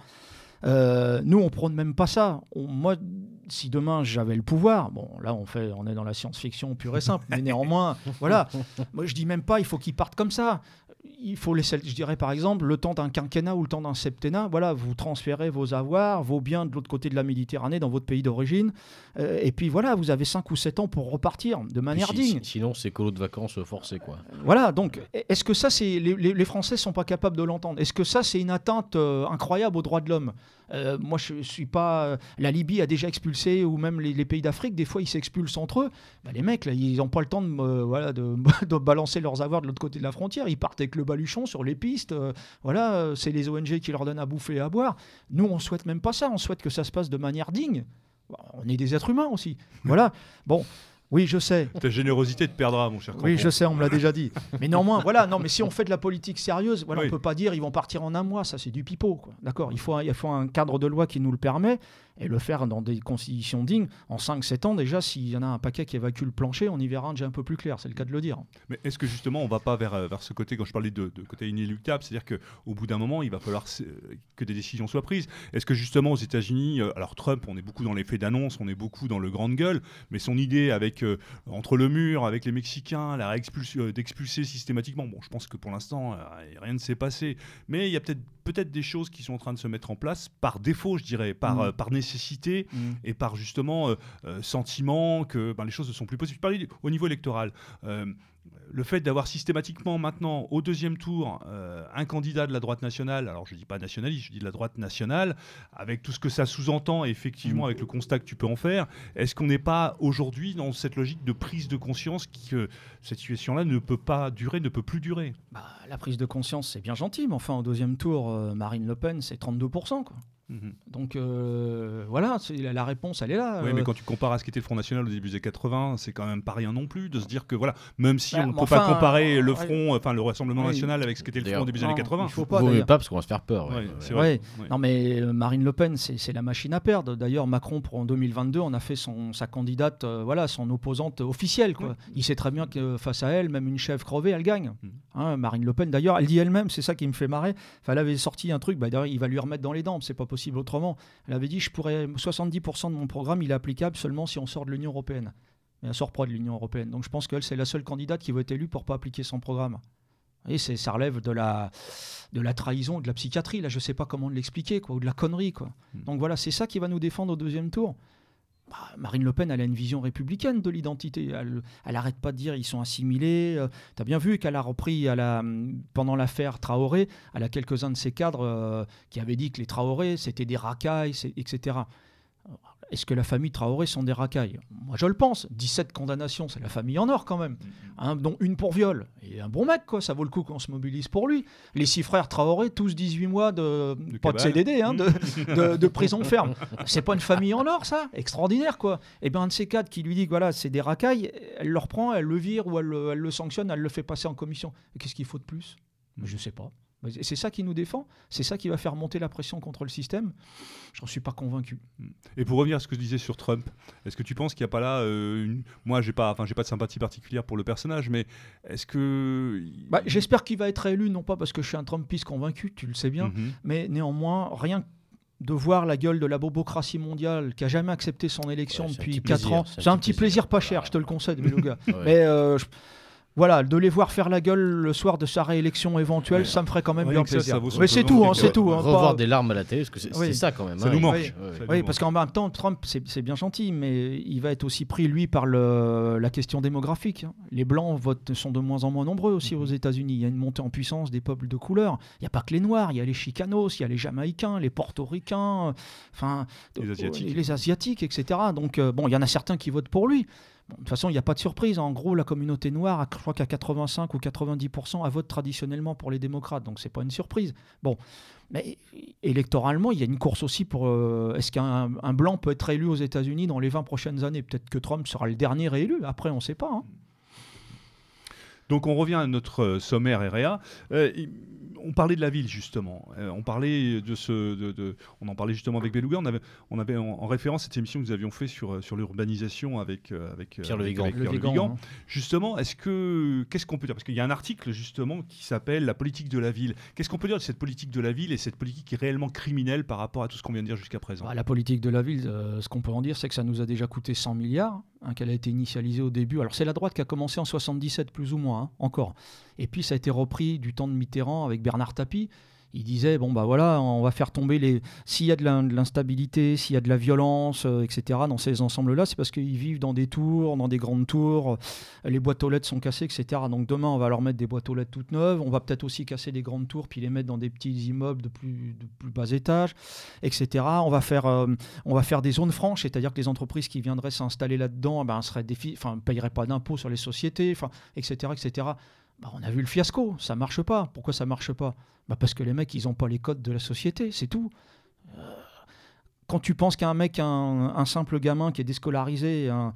euh, nous, on prône même pas ça. On, moi, si demain j'avais le pouvoir, bon, là, on, fait, on est dans la science-fiction pure et simple, mais néanmoins, voilà. Moi, je dis même pas, il faut qu'ils partent comme ça. Il faut laisser, je dirais par exemple, le temps d'un quinquennat ou le temps d'un septennat, voilà, vous transférez vos avoirs, vos biens de l'autre côté de la Méditerranée, dans votre pays d'origine, euh, et puis voilà, vous avez cinq ou sept ans pour repartir de manière si, digne. Si, sinon, c'est colo de vacances forcées, quoi. Euh, voilà, donc, est-ce que ça, c'est les, les, les Français ne sont pas capables de l'entendre ? Est-ce que ça, c'est une atteinte euh, incroyable aux droits de l'homme ? euh, Moi, je suis pas... La Libye a déjà expulsé, ou même les, les pays d'Afrique, des fois, ils s'expulsent entre eux. Ben, les mecs, là, ils n'ont pas le temps de, euh, voilà, de, de balancer leurs avoirs de l'autre côté de la frontière. Ils partent avec le baluchon sur les pistes. Euh, voilà, euh, c'est les O N G qui leur donnent à bouffer et à boire. Nous, on souhaite même pas ça. On souhaite que ça se passe de manière digne. Bon, on est des êtres humains aussi. Voilà. Bon. Oui, je sais. Ta générosité te perdra, mon cher Crampon. Oui, je sais, on me l'a déjà dit. Mais néanmoins, voilà, non, mais si on fait de la politique sérieuse, voilà, oui. On ne peut pas dire ils vont partir en un mois, ça c'est du pipeau, quoi. D'accord, il faut, un, il faut un cadre de loi qui nous le permet et le faire dans des conditions dignes. En cinq sept ans, déjà, s'il y en a un paquet qui évacue le plancher, on y verra un déjà un peu plus clair, c'est le cas de le dire. Mais est-ce que justement, on ne va pas vers, vers ce côté, quand je parlais de, de côté inéluctable, c'est-à-dire qu'au bout d'un moment, il va falloir que des décisions soient prises. Est-ce que justement, aux États-Unis, alors Trump, on est beaucoup dans l'effet d'annonce, on est beaucoup dans le grande gueule, mais son idée avec, euh, entre le mur, avec les Mexicains, la euh, d'expulser systématiquement, bon, je pense que pour l'instant, euh, rien ne s'est passé, mais il y a peut-être peut-être des choses qui sont en train de se mettre en place par défaut, je dirais, par, mmh. euh, par nécessité mmh. et par justement euh, euh, sentiment que ben, les choses ne sont plus possibles. Je parlais au niveau électoral. Euh, le fait d'avoir systématiquement maintenant au deuxième tour euh, un candidat de la droite nationale, alors je ne dis pas nationaliste, je dis de la droite nationale, avec tout ce que ça sous-entend et effectivement mmh. avec le constat que tu peux en faire, est-ce qu'on n'est pas aujourd'hui dans cette logique de prise de conscience que cette situation-là ne peut pas durer, ne peut plus durer ? Bah, la prise de conscience, c'est bien gentil, mais enfin au deuxième tour, euh, Marine Le Pen, c'est trente-deux pour cent, quoi. Mmh. Donc euh, voilà, c'est, la, la réponse elle est là. Oui, euh... mais quand tu compares à ce qu'était le Front National au début des années quatre-vingts, c'est quand même pas rien non plus de se dire que voilà, même si bah, on ne peut enfin, pas comparer euh, le Front, ouais. enfin le Rassemblement ouais. National avec ce qu'était le Front au début des années quatre-vingts. Il faut pas, Vaut pas parce qu'on va se faire peur. Ouais. Ouais, ouais. C'est vrai. Ouais. Ouais. Non mais euh, Marine Le Pen, c'est, c'est la machine à perdre. D'ailleurs, Macron pour en deux mille vingt-deux, on a fait son, sa candidate, euh, voilà, son opposante officielle, quoi. Ouais. Il sait très bien que face à elle, même une chèvre crevée, elle gagne. Mmh. Hein, Marine Le Pen, d'ailleurs, elle dit elle-même, c'est ça qui me fait marrer. Enfin, elle avait sorti un truc, bah, d'ailleurs, il va lui remettre dans les dents, c'est pas possible autrement. Elle avait dit, je pourrais, soixante-dix pour cent de mon programme, il est applicable seulement si on sort de l'Union européenne. Mais elle sort pas de l'Union européenne. Donc je pense qu'elle, c'est la seule candidate qui va être élue pour pas appliquer son programme. Et c'est, ça relève de la, de la trahison, de la psychiatrie. Là, je sais pas comment l'expliquer, quoi, ou de la connerie, quoi. Mmh. Donc voilà, c'est ça qui va nous défendre au deuxième tour. Bah, Marine Le Pen, elle a une vision républicaine de l'identité. Elle, elle arrête pas de dire ils sont assimilés. Euh, tu as bien vu qu'elle a repris à la, pendant l'affaire Traoré, elle a quelques-uns de ses cadres euh, qui avaient dit que les Traoré, c'était des racailles, et cetera. Est-ce que la famille Traoré sont des racailles ? Moi, je le pense. dix-sept condamnations, c'est la famille en or quand même. Hein, dont une pour viol. Et un bon mec, quoi. Ça vaut le coup qu'on se mobilise pour lui. Les six frères Traoré, tous dix-huit mois de... de pas cabane. De C D D, hein, de, de, de prison ferme. C'est pas une famille en or, ça ? Extraordinaire, quoi. Et bien, un de ces cadres qui lui dit que voilà, c'est des racailles, elle le reprend, elle le vire ou elle, elle le sanctionne, elle le fait passer en commission. Et qu'est-ce qu'il faut de plus ? Je sais pas. C'est ça qui nous défend, c'est ça qui va faire monter la pression contre le système. J'en suis pas convaincu. Et pour revenir à ce que je disais sur Trump, est-ce que tu penses qu'il n'y a pas là euh, une... moi j'ai pas, enfin j'ai pas de sympathie particulière pour le personnage, mais est-ce que bah, j'espère qu'il va être réélu, non pas parce que je suis un Trumpiste convaincu, tu le sais bien, mm-hmm. mais néanmoins rien de voir la gueule de la bobocratie mondiale qui a jamais accepté son élection Ouais, depuis quatre ans. C'est un, c'est un petit plaisir, plaisir pas cher, voilà. je te le concède, mais le gars. Ouais. Mais euh, je... voilà, de les voir faire la gueule le soir de sa réélection éventuelle, ouais. ça me ferait quand même ouais, bien ça, plaisir. ça mais c'est tout, hein, c'est tout. Hein, revoir pas... des larmes à la télé, parce que c'est, oui. c'est ça quand même. Ça hein, nous manque. Oui, ouais. oui parce qu'en même temps, Trump, c'est, c'est bien gentil, mais il va être aussi pris, lui, par le, la question démographique. Hein. Les Blancs votent, sont de moins en moins nombreux aussi mm-hmm. aux États-Unis. Il y a une montée en puissance des peuples de couleur. Il n'y a pas que les Noirs, il y a les Chicanos, il y a les Jamaïcains, les Portoricains, enfin, les Asiatiques, les Asiatiques, et cetera. Donc, euh, bon, il y en a certains qui votent pour lui. Bon, de toute façon, il n'y a pas de surprise. En gros, la communauté noire, je crois qu'à quatre-vingt-cinq ou quatre-vingt-dix pour cent, elle vote traditionnellement pour les démocrates. Donc, ce n'est pas une surprise. Bon, mais électoralement, il y a une course aussi pour... Euh, est-ce qu'un un blanc peut être élu aux États-Unis dans les vingt prochaines années ? Peut-être que Trump sera le dernier réélu. Après, on ne sait pas. Hein. Donc, on revient à notre sommaire R E A. Euh, on parlait de la ville, justement. Euh, on parlait de ce... De, de, on en parlait justement avec Beluga. On avait, on avait en, en référence cette émission que nous avions fait sur, sur l'urbanisation avec, avec Pierre Le Vigan. Avec Pierre Le Vigan. Hein. Justement, est-ce que... Qu'est-ce qu'on peut dire ? Parce qu'il y a un article, justement, qui s'appelle « La politique de la ville ». Qu'est-ce qu'on peut dire de cette politique de la ville et cette politique qui est réellement criminelle par rapport à tout ce qu'on vient de dire jusqu'à présent ? Bah, la politique de la ville, euh, ce qu'on peut en dire, c'est que ça nous a déjà coûté cent milliards, hein, qu'elle a été initialisée au début. Alors, c'est la droite qui a commencé en soixante-dix-sept, plus ou moins, hein, encore. Et puis, ça a été repris du temps de Mitterrand avec Bernard Tapie. Il disait, bon, bah voilà, on va faire tomber les... S'il y a de, la, de l'instabilité, s'il y a de la violence, euh, et cetera, dans ces ensembles-là, c'est parce qu'ils vivent dans des tours, dans des grandes tours, euh, les boîtes aux lettres sont cassées, et cetera. Donc demain, on va leur mettre des boîtes aux lettres toutes neuves, on va peut-être aussi casser des grandes tours, puis les mettre dans des petits immeubles de plus, de plus bas étage, et cetera. On va faire, euh, on va faire des zones franches, c'est-à-dire que les entreprises qui viendraient s'installer là-dedans, ben, seraient défi... enfin, ne paieraient pas d'impôts sur les sociétés, enfin, et cetera, et cetera. Bah, on a vu le fiasco, ça ne marche pas. Pourquoi ça ne marche pas ? Bah parce que les mecs, ils n'ont pas les codes de la société, c'est tout. Euh, quand tu penses qu'un mec, un, un simple gamin qui est déscolarisé, un,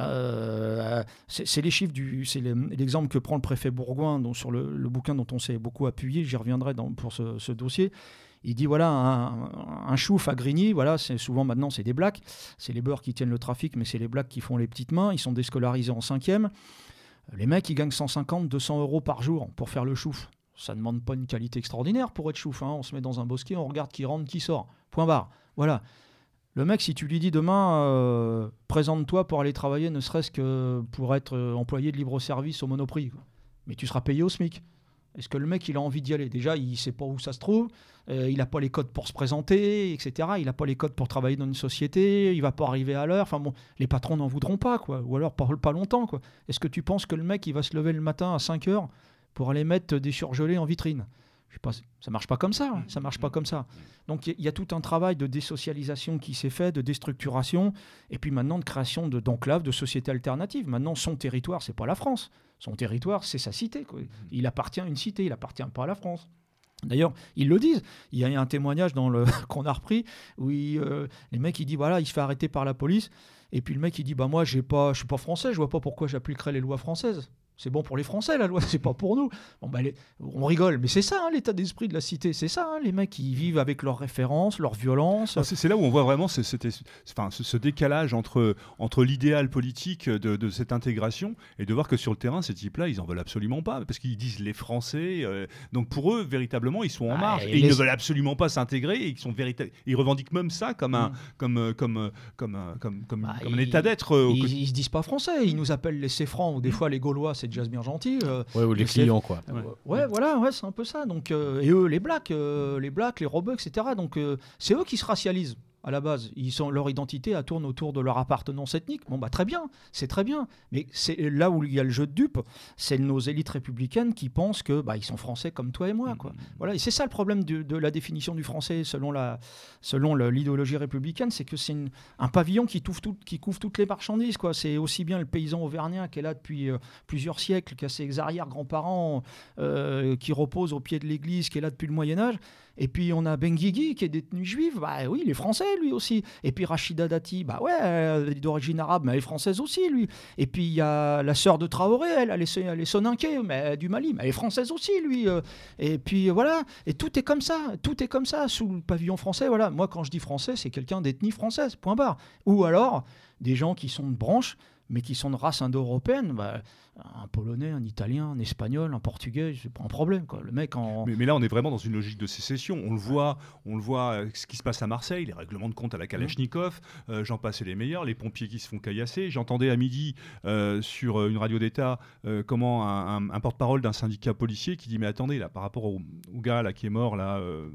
euh, c'est, c'est les chiffres, du, c'est les, l'exemple que prend le préfet Bourgoin donc sur le, le bouquin dont on s'est beaucoup appuyé, j'y reviendrai dans, pour ce, ce dossier. Il dit voilà, un, un chouf à Grigny, voilà, c'est souvent maintenant c'est des blacks, c'est les beurs qui tiennent le trafic, mais c'est les blacks qui font les petites mains, ils sont déscolarisés en cinquième. Les mecs, ils gagnent cent cinquante, deux cents euros par jour pour faire le chouf. Ça ne demande pas une qualité extraordinaire pour être chouf. Hein. On se met dans un bosquet, on regarde qui rentre, qui sort. Point barre. Voilà. Le mec, si tu lui dis demain, euh, présente-toi pour aller travailler, ne serait-ce que pour être euh, employé de libre-service au Monoprix, quoi. Mais tu seras payé au SMIC. Est-ce que le mec, il a envie d'y aller ? Déjà, il ne sait pas où ça se trouve, euh, il n'a pas les codes pour se présenter, et cetera. Il n'a pas les codes pour travailler dans une société, il ne va pas arriver à l'heure. Enfin bon, les patrons n'en voudront pas, quoi. Ou alors pas, pas longtemps, quoi. Est-ce que tu penses que le mec, il va se lever le matin à cinq heures pour aller mettre des surgelés en vitrine ? Je sais pas, ça ne marche pas comme ça, hein. Ça marche pas comme ça. Donc il y, y a tout un travail de désocialisation qui s'est fait, de déstructuration, et puis maintenant de création de, d'enclaves, de sociétés alternatives. Maintenant, son territoire, ce n'est pas la France. Son territoire, c'est sa cité, quoi. Il appartient à une cité, il n'appartient pas à la France. D'ailleurs, ils le disent. Il y a un témoignage dans le qu'on a repris où il, euh, les mecs, il dit voilà, il se fait arrêter par la police, et puis le mec, il dit bah moi, j'ai pas, je suis pas français, je vois pas pourquoi j'appliquerais les lois françaises. C'est bon pour les Français, la loi, c'est pas pour nous. Bon, bah, les... On rigole, mais c'est ça, hein, l'état d'esprit de la cité. C'est ça, hein, les mecs qui vivent avec leurs références, leurs violences. Ah, c'est, c'est là où on voit vraiment ce, ce, enfin, ce, ce décalage entre, entre l'idéal politique de, de cette intégration et de voir que sur le terrain, ces types-là, ils en veulent absolument pas, parce qu'ils disent les Français. Euh, donc pour eux, véritablement, ils sont en marge. Ah, et et les... ils ne veulent absolument pas s'intégrer. Et ils, sont véritable... ils revendiquent même ça comme un, mmh. comme, comme, comme, comme, comme, bah, comme un ils... état d'être. Euh, ils, ils se disent pas français. Ils nous appellent les céfrans, ou des mmh. fois les Gaulois, c'est déjà bien gentil. Euh, ouais, ou les clients, quoi. Euh, ouais, ouais, voilà, ouais, c'est un peu ça. Donc, euh, et eux, les blacks, euh, les blacks, les rebeux, et cetera. Donc, euh, c'est eux qui se racialisent. À la base, ils sont, leur identité elle tourne autour de leur appartenance ethnique. Bon, bah très bien, c'est très bien. Mais c'est là où il y a le jeu de dupes, c'est nos élites républicaines qui pensent que bah, ils sont français comme toi et moi, quoi. Mmh. Voilà, et c'est ça le problème de, de la définition du français selon, la, selon le, l'idéologie républicaine, c'est que c'est une, un pavillon qui, tout, qui couvre toutes les marchandises, quoi. C'est aussi bien le paysan auvergnat qui est là depuis euh, plusieurs siècles, qui a ses arrière-grands-parents euh, qui reposent au pied de l'église, qui est là depuis le Moyen-Âge. Et puis on a Benguigui qui est détenu juif, bah oui, il est français lui aussi. Et puis Rachida Dati, bah ouais, elle est d'origine arabe, mais elle est française aussi lui. Et puis il y a la sœur de Traoré, elle, elle est, elle est soninké, mais du Mali, mais elle est française aussi lui. Et puis voilà, et tout est comme ça, tout est comme ça sous le pavillon français. Voilà, moi quand je dis français, c'est quelqu'un d'ethnie française, point barre. Ou alors des gens qui sont de branche, mais qui sont de race indo-européenne. Bah, Un Polonais, un Italien, un Espagnol, un Portugais, c'est pas un problème, quoi. Le mec en... Mais, mais là, on est vraiment dans une logique de sécession. On le voit, on le voit, euh, ce qui se passe à Marseille, les règlements de compte à la Kalachnikov, euh, j'en passe et les meilleurs, les pompiers qui se font caillasser. J'entendais à midi euh, sur euh, une radio d'État euh, comment un, un, un porte-parole d'un syndicat policier qui dit mais attendez là, par rapport au, au gars là qui est mort là euh,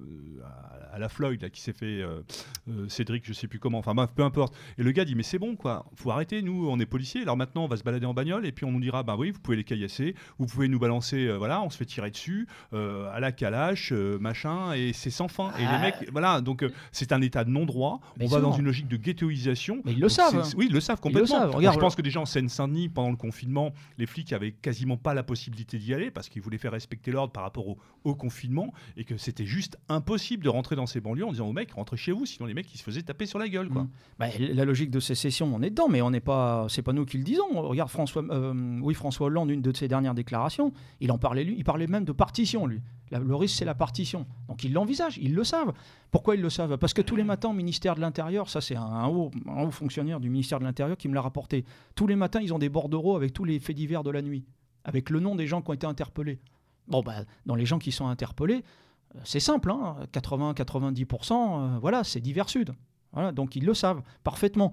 à, à la Floyd là qui s'est fait euh, euh, Cédric, je sais plus comment, enfin bref, peu importe. Et le gars dit mais c'est bon quoi, faut arrêter, nous on est policiers. Alors maintenant on va se balader en bagnole et puis on nous dira bah oui vous pouvez les caillasser, vous pouvez nous balancer, euh, voilà, on se fait tirer dessus euh, à la calache, euh, machin, et c'est sans fin. Et ah. les mecs, voilà, donc euh, c'est un état de non-droit. Mais on va sûr. dans une logique de ghettoisation. Mais ils le Donc, savent. c'est- Oui, ils le savent complètement. savent. Moi, Regarde, je pense que déjà en Seine-Saint-Denis, pendant le confinement, les flics avaient quasiment pas la possibilité d'y aller parce qu'ils voulaient faire respecter l'ordre par rapport au, au confinement et que c'était juste impossible de rentrer dans ces banlieues en disant aux mecs rentrez chez vous, sinon les mecs ils se faisaient taper sur la gueule quoi. Mm. Bah, la logique de sécession, on est dedans, mais on n'est pas, c'est pas nous qui le disons. Regarde François, euh, oui François Hollande, une de ses dernières déclarations, il en parlait lui, il parlait même de partition lui. La, le risque c'est la partition. Donc ils l'envisagent, ils le savent. Pourquoi ils le savent? Parce que tous les matins au ministère de l'Intérieur, ça c'est un, un, haut, un haut fonctionnaire du ministère de l'Intérieur qui me l'a rapporté. Tous les matins ils ont des bordereaux avec tous les faits divers de la nuit, avec le nom des gens qui ont été interpellés. Bon bah dans les gens qui sont interpellés, c'est simple, hein, quatre-vingts à quatre-vingt-dix pour cent, euh, voilà, c'est divers sud. Voilà, donc ils le savent parfaitement.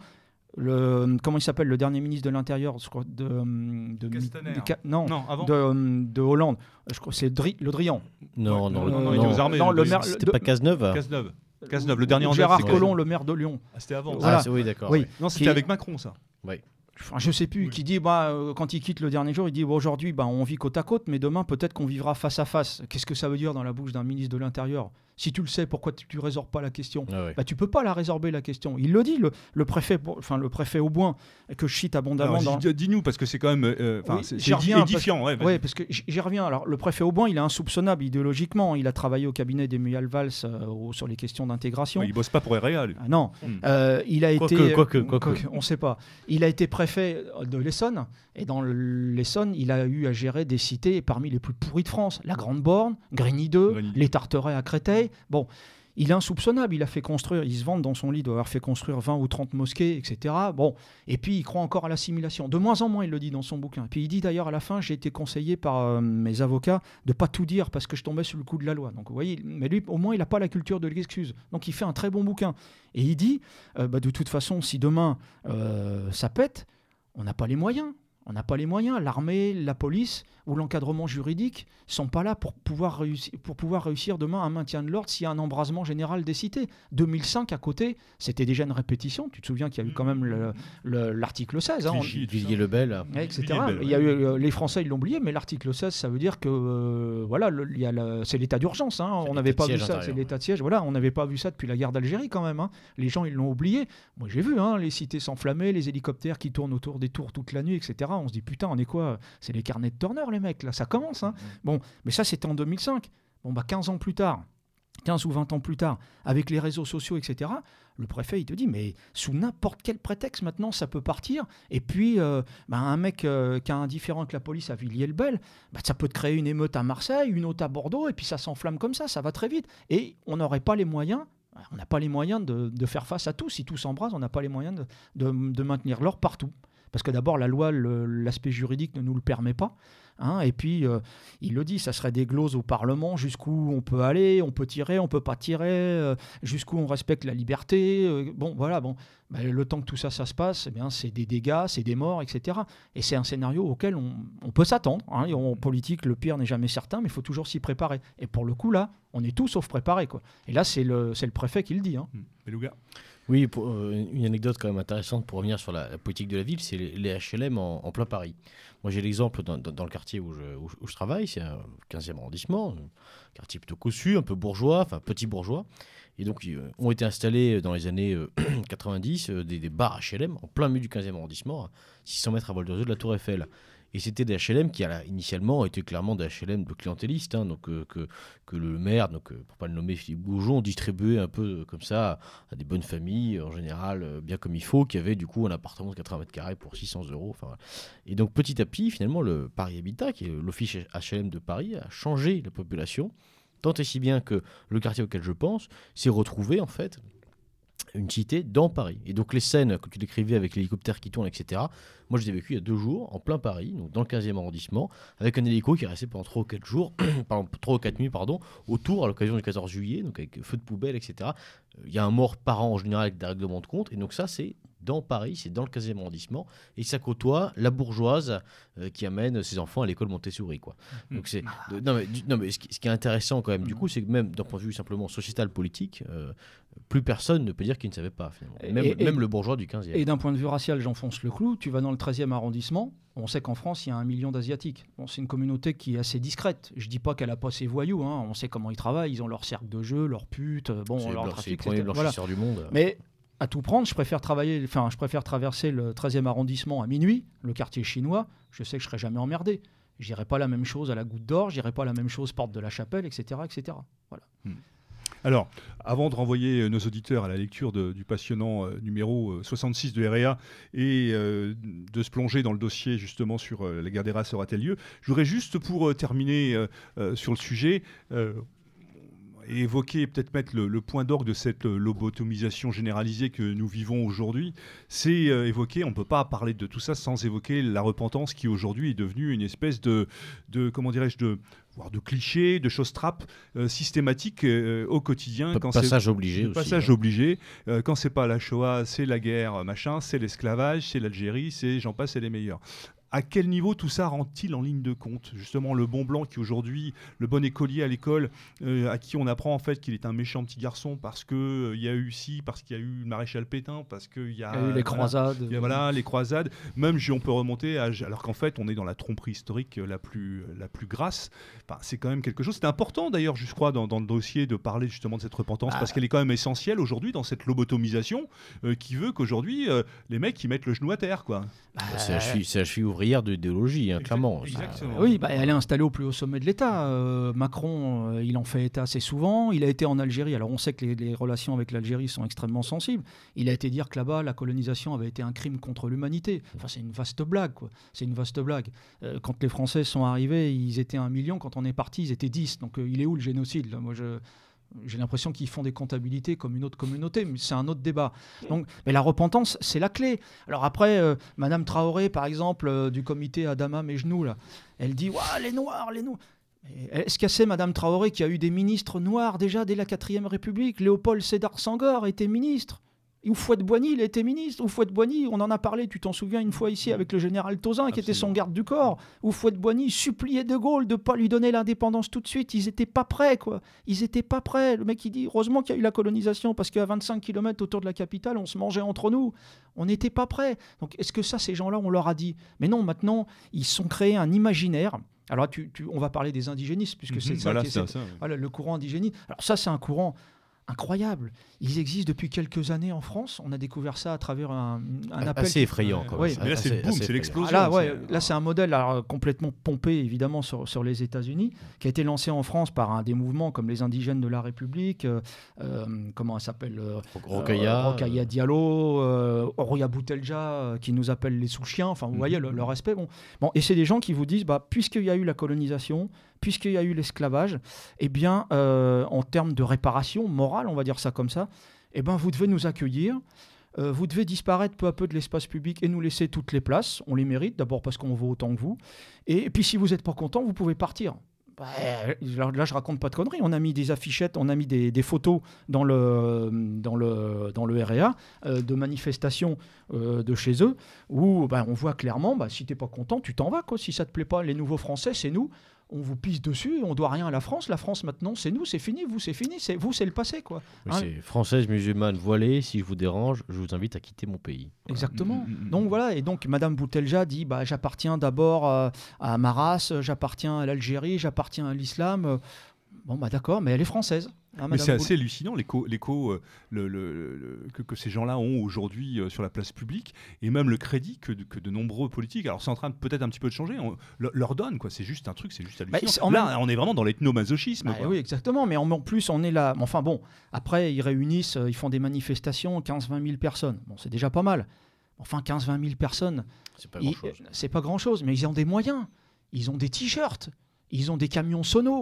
Le, comment il s'appelle le dernier ministre de l'Intérieur je crois, de, de, Castaner. de, de, non, Non, avant. de, de Hollande. Je crois que c'est Dri, Le Drian. Non, Ouais, non, non, le- non, non, il était aux armées. non, le le maire- C'était de- pas Cazeneuve. Cazeneuve. Cazeneuve, le dernier en date, Gérard c'est Collomb, Cazeneuve. le maire de Lyon. Ah, c'était avant. Voilà. Ah, c'est- oui, d'accord. Oui. ouais. Non, c'était Qui- avec Macron ça. Enfin, je sais plus, Oui. qui dit bah, euh, quand il quitte le dernier jour, il dit bon, aujourd'hui bah, on vit côte à côte, mais demain peut-être qu'on vivra face à face. Qu'est-ce que ça veut dire dans la bouche d'un ministre de l'Intérieur? Si tu le sais, pourquoi tu ne résorbes pas la question? Ah ouais. Bah, tu peux pas la résorber la question. Il le dit, le, le préfet, enfin le préfet Auboin, que je cite abondamment Alors, dans. dis- dis-nous parce que c'est quand même, euh, enfin, Oui, c'est j'y c'est reviens parce- édifiant. Ouais, vas-y. Oui, parce que j- j'y reviens. Alors, le préfet Auboin, il est insoupçonnable idéologiquement. Il a travaillé au cabinet d'Emmanuel Valls euh, au- sur les questions d'intégration. Ouais, il bosse pas pour R E A lui. Ah non, Hmm. Euh, il a Quoique, été, quoique, quoique. on ne sait pas. Il a été préfet de l'Essonne, et dans l'Essonne, il a eu à gérer des cités parmi les plus pourries de France. La Grande Borne, Grigny deux, Grigny deux. les Tarterets à Créteil. Bon, il est insoupçonnable. Il a fait construire, il se vante dans son lit d'avoir fait construire vingt ou trente mosquées, et cetera. Bon, et puis il croit encore à l'assimilation. De moins en moins, il le dit dans son bouquin. Puis il dit d'ailleurs à la fin, j'ai été conseillé par euh, mes avocats de pas tout dire parce que je tombais sous le coup de la loi. Donc vous voyez, mais lui, au moins, il n'a pas la culture de l'excuse. Donc il fait un très bon bouquin. Et il dit, euh, bah, de toute façon, si demain euh, ça pète, on n'a pas les moyens. On n'a pas les moyens. L'armée, la police ou l'encadrement juridique ne sont pas là pour pouvoir, réussir, pour pouvoir réussir demain un maintien de l'ordre s'il y a un embrasement général des cités. deux mille cinq, à côté, c'était déjà une répétition. Tu te souviens qu'il y a eu quand même le- le- l'article seize. Hein, on- Clichy et tout ça. Villiers-le-Bel. Ouais, et cetera. Villiers-le-Bel, Il y a eu, euh, les Français ils l'ont oublié, mais l'article seize, ça veut dire que euh, voilà, le- il y a le- c'est l'état d'urgence. Hein. C'est On n'avait l'état pas de vu siège ça. intérieur. C'est l'état de siège. Voilà, on n'avait pas vu ça depuis la guerre d'Algérie quand même. Hein. Les gens ils l'ont oublié. Moi j'ai vu hein, les cités s'enflammer, les hélicoptères qui tournent autour des tours toute la nuit, et cetera. On se dit putain, on est quoi? C'est les carnets de Turner les mecs là. Ça commence. Hein. Bon, mais ça c'était en deux mille cinq. Bon bah quinze ans plus tard. quinze ou vingt ans plus tard, avec les réseaux sociaux, et cetera, le préfet, il te dit, mais sous n'importe quel prétexte, maintenant, ça peut partir. Et puis, euh, bah, un mec euh, qui a un différent avec la police à Villiers-le-Bel, bah, ça peut te créer une émeute à Marseille, une autre à Bordeaux, et puis ça s'enflamme comme ça, ça va très vite. Et on n'aurait pas les moyens, on n'a pas les moyens de, de faire face à tout. Si tout s'embrase, on n'a pas les moyens de, de, de maintenir l'ordre partout. Parce que d'abord, la loi, le- l'aspect juridique ne nous le permet pas. Hein, et puis, euh, il le dit, ça serait des gloses au Parlement, jusqu'où on peut aller, on peut tirer, on peut pas tirer, euh, jusqu'où on respecte la liberté. euh, bon, voilà, bon, bah, le temps que tout ça, ça se passe, eh bien, c'est des dégâts, c'est des morts, et cetera. Et c'est un scénario auquel on, on peut s'attendre. Hein, et en politique, le pire n'est jamais certain, mais il faut toujours s'y préparer. Et pour le coup, là, on est tout sauf préparé, quoi. Et là, c'est le, c'est le préfet qui le dit. Hein. Beluga. Oui, pour, euh, une anecdote quand même intéressante pour revenir sur la, la politique de la ville, c'est les, les H L M en, en plein Paris. Moi, j'ai l'exemple dans, dans, dans le quartier où je, où, où je travaille, c'est un quinzième arrondissement, un quartier plutôt cossu, un peu bourgeois, enfin petit bourgeois. Et donc, ils euh, ont été installés dans les années euh, quatre-vingt-dix euh, des, des bars H L M en plein milieu du quinzième arrondissement, à six cents mètres à vol d'oiseau de la Tour Eiffel. Et c'était des H L M qui, à la- initialement, étaient clairement des H L M de clientélistes, hein, donc, euh, que, que le maire, donc, euh, pour pas le nommer Philippe Goujon, distribuait un peu euh, comme ça à, à des bonnes familles, en général, euh, bien comme il faut, qui avaient du coup un appartement de quatre-vingts mètres carrés pour six cents euros. Enfin, voilà. Et donc, petit à petit, finalement, le Paris Habitat, qui est l'office H L M de Paris, a changé la population, tant et si bien que le quartier auquel je pense s'est retrouvé, en fait, une cité dans Paris. Et donc les scènes que tu décrivais avec l'hélicoptère qui tourne, et cetera, moi je l'ai vécu il y a deux jours, en plein Paris, donc dans le quinzième arrondissement, avec un hélico qui est resté pendant trois ou quatre jours, pardon, trois ou quatre nuits, pardon, autour à l'occasion du quatorze juillet, donc avec feu de poubelle, et cetera. Il y a un mort par an en général avec des règlements de compte, et donc ça c'est dans Paris, c'est dans le quinzième arrondissement, et ça côtoie la bourgeoise euh, qui amène ses enfants à l'école Montessori, quoi. Donc c'est de, non mais, du, non mais ce, qui, ce qui est intéressant quand même du coup, c'est que même d'un point de vue simplement sociétal politique, euh, plus personne ne peut dire qu'il ne savait pas finalement. Même, et, même et, le bourgeois du quinzième. Et d'un point de vue racial, j'enfonce le clou. Tu vas dans le treizième arrondissement. On sait qu'en France, il y a un million d'Asiatiques. Bon, c'est une communauté qui est assez discrète. Je dis pas qu'elle a pas ses voyous. Hein. On sait comment ils travaillent. Ils ont leur cercle de jeu, leur pute, bon, c'est leur blanc, trafic. C'est les premiers blanchisseurs voilà. du monde. Mais à tout prendre, je préfère travailler. Enfin, je préfère traverser le treizième arrondissement à minuit, le quartier chinois. Je sais que je serai jamais emmerdé. J'irai pas la même chose à la Goutte d'Or. J'irai pas la même chose porte de la Chapelle, et cetera, et cetera. Voilà. Hmm. Alors, avant de renvoyer nos auditeurs à la lecture de, du passionnant euh, numéro euh, soixante-six de R E A et euh, de se plonger dans le dossier justement sur euh, la guerre des races aura-t-elle lieu, je voudrais juste pour euh, terminer euh, euh, sur le sujet euh, et évoquer, peut-être mettre le, le point d'orgue de cette euh, lobotomisation généralisée que nous vivons aujourd'hui, c'est euh, évoquer, on ne peut pas parler de tout ça sans évoquer la repentance qui aujourd'hui est devenue une espèce de, de comment dirais-je, de voire de clichés, de choses trappes euh, systématiques euh, au quotidien. P- quand passage c'est, obligé aussi. Passage hein. obligé. Euh, quand c'est pas la Shoah, c'est la guerre, machin, c'est l'esclavage, c'est l'Algérie, c'est j'en passe, c'est les meilleurs. À quel niveau tout ça rentre-t-il en ligne de compte ? Justement, le bon blanc qui aujourd'hui, le bon écolier à l'école, euh, à qui on apprend en fait qu'il est un méchant petit garçon parce qu'il euh, y a eu ci, parce qu'il y a eu le maréchal Pétain, parce qu'il y a, il y a eu les croisades. Voilà, y a, voilà, les croisades. Même on peut remonter, à, alors qu'en fait, on est dans la tromperie historique la plus, la plus grasse. Enfin, c'est quand même quelque chose. C'est important d'ailleurs, je crois, dans, dans le dossier de parler justement de cette repentance ah. parce qu'elle est quand même essentielle aujourd'hui dans cette lobotomisation euh, qui veut qu'aujourd'hui, euh, les mecs, ils mettent le genou à terre, quoi. Bah, c'est la cheville, c'est la cheville ouvrière de l'idéologie, hein, clairement. Exactement. Euh, oui, bah, elle est installée au plus haut sommet de l'État. Euh, Macron, euh, il en fait état assez souvent. Il a été en Algérie. Alors, on sait que les, les relations avec l'Algérie sont extrêmement sensibles. Il a été dire que là-bas, la colonisation avait été un crime contre l'humanité. Enfin, c'est une vaste blague, quoi. C'est une vaste blague. Euh, quand les Français sont arrivés, ils étaient un million. Quand on est parti, ils étaient dix. Donc, euh, il est où le génocide là ? Moi, je... J'ai l'impression qu'ils font des comptabilités comme une autre communauté, mais c'est un autre débat. Donc, mais la repentance, c'est la clé. Alors après, euh, Madame Traoré, par exemple, euh, du comité Adama mes genoux, là, elle dit « les Noirs, les Noirs ». Est-ce qu'elle sait, Madame Traoré, qu'il y a eu des ministres noirs déjà dès la quatrième République ? Léopold Sédar Senghor était ministre. Houphouët-Boigny, il était ministre. Houphouët-Boigny, on en a parlé, tu t'en souviens, une fois ici avec le général Tauzin, qui Absolument. Était son garde du corps. Houphouët-Boigny suppliait De Gaulle de ne pas lui donner l'indépendance tout de suite. Ils n'étaient pas prêts, quoi. Ils n'étaient pas prêts. Le mec, il dit, heureusement qu'il y a eu la colonisation, parce qu'à vingt-cinq kilomètres autour de la capitale, on se mangeait entre nous. On n'était pas prêts. Donc, est-ce que ça, ces gens-là, on leur a dit ? Mais non, maintenant, ils se sont créés un imaginaire. Alors, tu, tu, on va parler des indigénistes, puisque mmh, c'est ça voilà, qui est... C'est ça, oui. Voilà, le courant indigéniste. Alors ça, c'est un courant... incroyable. Ils existent depuis quelques années en France. On a découvert ça à travers un, un appel. Assez effrayant, euh, quand ouais. même. Mais là, c'est assez, le boom, c'est l'explosion. Ah là, ouais, c'est... là, c'est un modèle alors, complètement pompé, évidemment, sur, sur les États-Unis, qui a été lancé en France par un des mouvements comme les Indigènes de la République, euh, euh, comment elle s'appelle euh, Rokhaya, euh, Rokhaya Diallo, euh, Oria Boutelja, euh, qui nous appelle les sous-chiens. Enfin, vous mmh. voyez le, le respect. Bon. Bon, et c'est des gens qui vous disent, bah, puisqu'il y a eu la colonisation, puisqu'il y a eu l'esclavage, eh bien, euh, en termes de réparation morale, on va dire ça comme ça, eh ben, vous devez nous accueillir, euh, vous devez disparaître peu à peu de l'espace public et nous laisser toutes les places. On les mérite, d'abord parce qu'on vaut autant que vous. Et, et puis, si vous n'êtes pas content, vous pouvez partir. Bah, là, là, je raconte pas de conneries. On a mis des affichettes, on a mis des, des photos dans le, dans le, dans le R E A euh, de manifestations euh, de chez eux où bah, on voit clairement, bah, si tu n'es pas content, tu t'en vas, quoi. Si ça ne te plaît pas, les nouveaux Français, c'est nous. On vous pisse dessus, on doit rien à la France. La France, maintenant, c'est nous, c'est fini. Vous, c'est fini. C'est, vous, c'est le passé, quoi. Oui, hein c'est française, musulmane, voilée. Si je vous dérange, je vous invite à quitter mon pays. Exactement. Mmh, mmh. Donc voilà. Et donc, Madame Boutelja dit bah, j'appartiens d'abord euh, à ma race, j'appartiens à l'Algérie, j'appartiens à l'islam. Bon, bah d'accord, mais elle est française. Hein, mais c'est Boul... assez hallucinant l'écho, l'écho euh, le, le, le, que, que ces gens-là ont aujourd'hui euh, sur la place publique et même le crédit que de, que de nombreux politiques, alors c'est en train de peut-être un petit peu de changer, on le, leur donne, quoi. C'est juste un truc, c'est juste hallucinant. Bah, là, même... on est vraiment dans l'ethnomasochisme. Bah, oui, exactement, mais en, en plus, on est là. Enfin bon, après, ils réunissent, ils font des manifestations, quinze à vingt mille personnes. Bon, c'est déjà pas mal. Enfin, quinze à vingt mille personnes, c'est pas grand-chose. Ils, c'est pas grand-chose, mais ils ont des moyens. Ils ont des t-shirts, ils ont des camions sonos.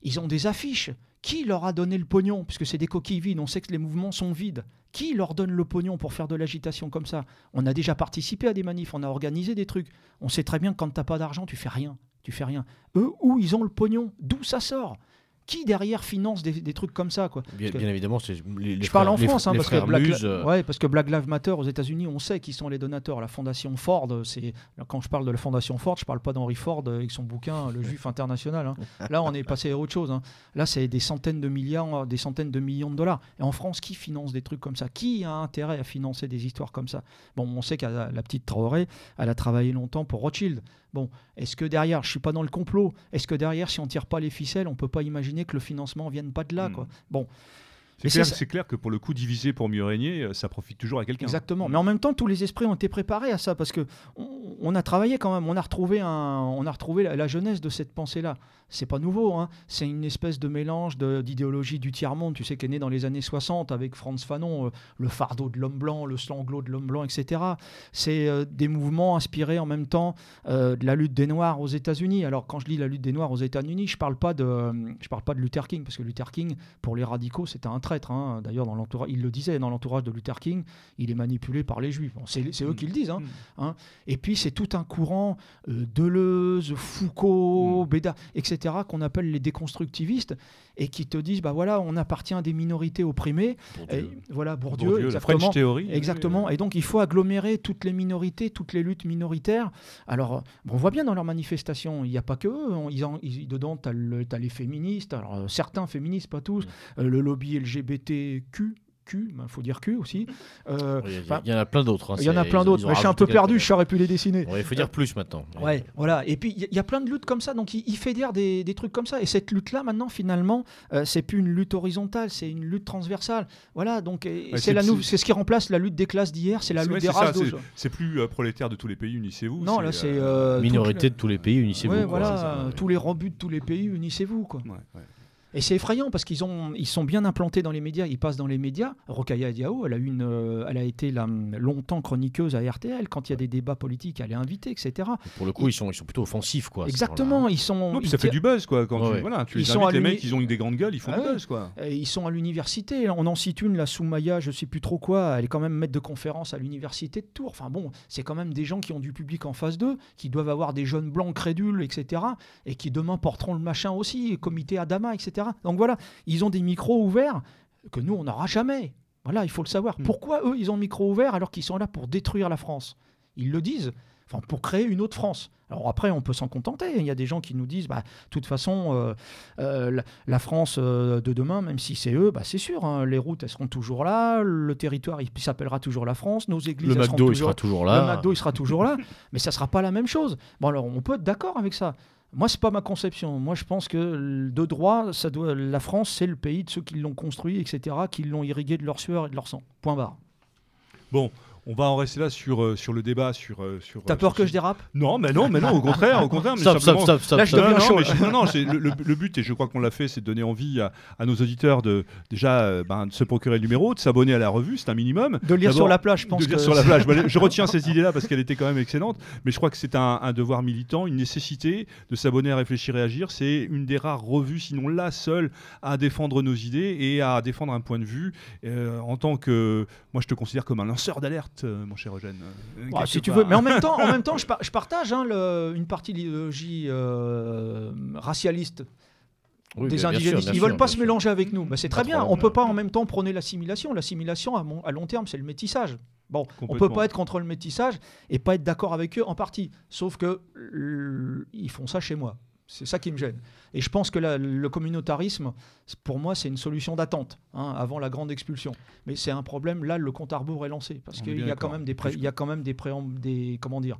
Ils ont des affiches. Qui leur a donné le pognon? Puisque c'est des coquilles vides, on sait que les mouvements sont vides. Qui leur donne le pognon pour faire de l'agitation comme ça? On a déjà participé à des manifs, on a organisé des trucs. On sait très bien que quand tu n'as pas d'argent, tu fais rien. Tu fais rien. Eux, où ils ont le pognon? D'où ça sort? Qui derrière finance des, des trucs comme ça quoi? Bien, que, bien évidemment, c'est les, les je frères, parle en les, France, hein, les parce, que frères Black, Muse, euh... ouais, parce que Black Lives Matter aux États-Unis, on sait qui sont les donateurs. La fondation Ford, c'est quand je parle de la fondation Ford, je parle pas d'Henry Ford avec son bouquin Le Juif international. Hein. Là, on est passé à autre chose. Hein. Là, c'est des centaines de milliards, des centaines de millions de dollars. Et en France, qui finance des trucs comme ça? Qui a intérêt à financer des histoires comme ça? Bon, on sait que la, la petite Traoré, elle a travaillé longtemps pour Rothschild. Bon, est-ce que derrière, je ne suis pas dans le complot, est-ce que derrière, si on ne tire pas les ficelles, on ne peut pas imaginer que le financement ne vienne pas de là, quoi. Bon. C'est clair, c'est clair que pour le coup, diviser pour mieux régner, ça profite toujours à quelqu'un. Exactement. Mais en même temps, tous les esprits ont été préparés à ça parce que on, on a travaillé quand même. On a retrouvé, un, on a retrouvé la, la jeunesse de cette pensée-là. C'est pas nouveau. Hein. C'est une espèce de mélange de, d'idéologie du tiers-monde, tu sais, qui est né dans les années soixante avec Frantz Fanon, euh, le fardeau de l'homme blanc, le sanglot de l'homme blanc, et cetera. C'est euh, des mouvements inspirés en même temps euh, de la lutte des Noirs aux États-Unis. Alors, quand je dis la lutte des Noirs aux États-Unis, je parle pas de, euh, je parle pas de Luther King parce que Luther King, pour les radicaux, c'était un traître. Hein. D'ailleurs, dans l'entourage, il le disait, dans l'entourage de Luther King, il est manipulé par les Juifs. Bon, c'est, c'est eux qui le disent. Hein, mmh. hein. Et puis, c'est tout un courant, euh, Deleuze, Foucault, mmh. Béda, et cetera, qu'on appelle les déconstructivistes, et qui te disent, bah voilà, on appartient à des minorités opprimées. Bourdieu. Et, voilà, Bourdieu, Bourdieu, exactement. la French Theory. Exactement. Et donc, il faut agglomérer toutes les minorités, toutes les luttes minoritaires. Alors, bon, on voit bien dans leurs manifestations, il n'y a pas que eux. Ils en, ils, dedans, tu as les féministes, alors euh, certains féministes, pas tous, mmh. euh, le lobby L G B T Q. Il ben, faut dire Q aussi. Euh, il, y a, il y en a plein d'autres. Hein, il y en a plein d'autres. Mais je suis un peu perdu, je saurais plus les dessiner. Ouais, il faut dire plus maintenant. Ouais, ouais, voilà. Et puis il y, y a plein de luttes comme ça, donc il, il fédère des, des trucs comme ça. Et cette lutte-là, maintenant, finalement, euh, c'est plus une lutte horizontale, c'est une lutte transversale. Voilà, donc ouais, c'est, c'est, la nou- c'est ce qui remplace la lutte des classes d'hier, c'est la c'est lutte vrai, des races d'aujourd'hui. C'est, c'est plus euh, prolétaires de tous les pays, unissez-vous. Non, c'est, là, c'est euh, minorité de tous les pays, unissez-vous. Ouais, quoi, voilà, ça, ouais. tous les rebuts de tous les pays, unissez-vous, quoi. Ouais, ouais. Et c'est effrayant parce qu'ils ont, ils sont bien implantés dans les médias, ils passent dans les médias. Rokhaya Diallo, elle a, une, euh, elle a été la, longtemps chroniqueuse à R T L. Quand il y a des débats politiques, elle est invitée, et cetera. Et pour le coup, et, ils, sont, ils sont plutôt offensifs, quoi. Exactement, ils sont. Non, puis ça fait du buzz, quoi. Quand ouais, tu, voilà, tu ils les sont invites, les l'uni... mecs, ils ont des grandes gueules, ils font ah, du buzz, quoi. Ils sont à l'université. On en cite une, la Soumaya, je sais plus trop quoi. Elle est quand même maître de conférence à l'université de Tours. Enfin bon, c'est quand même des gens qui ont du public en face d'eux, qui doivent avoir des jeunes blancs crédules, et cetera. Et qui demain porteront le machin aussi, comité Adama, et cetera. Donc voilà. Ils ont des micros ouverts que nous, on n'aura jamais. Voilà, il faut le savoir. Mmh. Pourquoi eux, ils ont le micro ouvert alors qu'ils sont là pour détruire la France? Ils le disent, enfin, pour créer une autre France. Alors après, on peut s'en contenter. Il y a des gens qui nous disent, bah, de toute façon, euh, euh, la, la France euh, de demain, même si c'est eux, bah, c'est sûr, hein, les routes, elles seront toujours là, le territoire, il s'appellera toujours la France, nos églises, le elles McDo, seront il toujours, sera toujours là. Le McDo, il sera toujours là, mais ça ne sera pas la même chose. Bon, alors, on peut être d'accord avec ça. Moi, c'est pas ma conception. Moi, je pense que de droit, ça doit, la France, c'est le pays de ceux qui l'ont construit, et cetera, qui l'ont irrigué de leur sueur et de leur sang. Point barre. Bon. On va en rester là sur, euh, sur le débat. Sur, euh, sur, T'as euh, peur sur que ce... je dérape? Non, mais non, mais non, au contraire. Au contraire mais stop, simplement... stop, stop, stop. Là, je deviens non, chaud. Non, mais, non, non c'est le, le, le but, et je crois qu'on l'a fait, c'est de donner envie à, à nos auditeurs de, déjà, euh, ben, de se procurer le numéro, de s'abonner à la revue, c'est un minimum. De lire D'abord, sur la plage, je pense. De lire que... sur la plage. Je retiens cette idée-là parce qu'elle était quand même excellente, mais je crois que c'est un, un devoir militant, une nécessité de s'abonner à Réfléchir et Agir. C'est une des rares revues, sinon la seule, à défendre nos idées et à défendre un point de vue. Euh, en tant que, moi, je te considère comme un lanceur d'alerte, euh, mon cher Eugène. Euh, ouais, si tu veux, mais en même temps, en même temps, je, par- je partage hein, le, une partie de l'idéologie euh, racialiste. Oui, des indigénistes, sûr, ils ne veulent pas se sûr. mélanger avec nous. Bah, c'est très pas bien. On ne peut pas en même temps prôner l'assimilation. L'assimilation, à, mon, à long terme, c'est le métissage. Bon, on ne peut pas être contre le métissage et pas être d'accord avec eux en partie. Sauf que euh, ils font ça chez moi. C'est ça qui me gêne. Et je pense que la, le communautarisme, pour moi, c'est une solution d'attente, hein, avant la grande expulsion. Mais c'est un problème, là, le compte à rebours est lancé. Parce qu'il y a quand même des, pré- il y a quand même des, pré- des comment dire,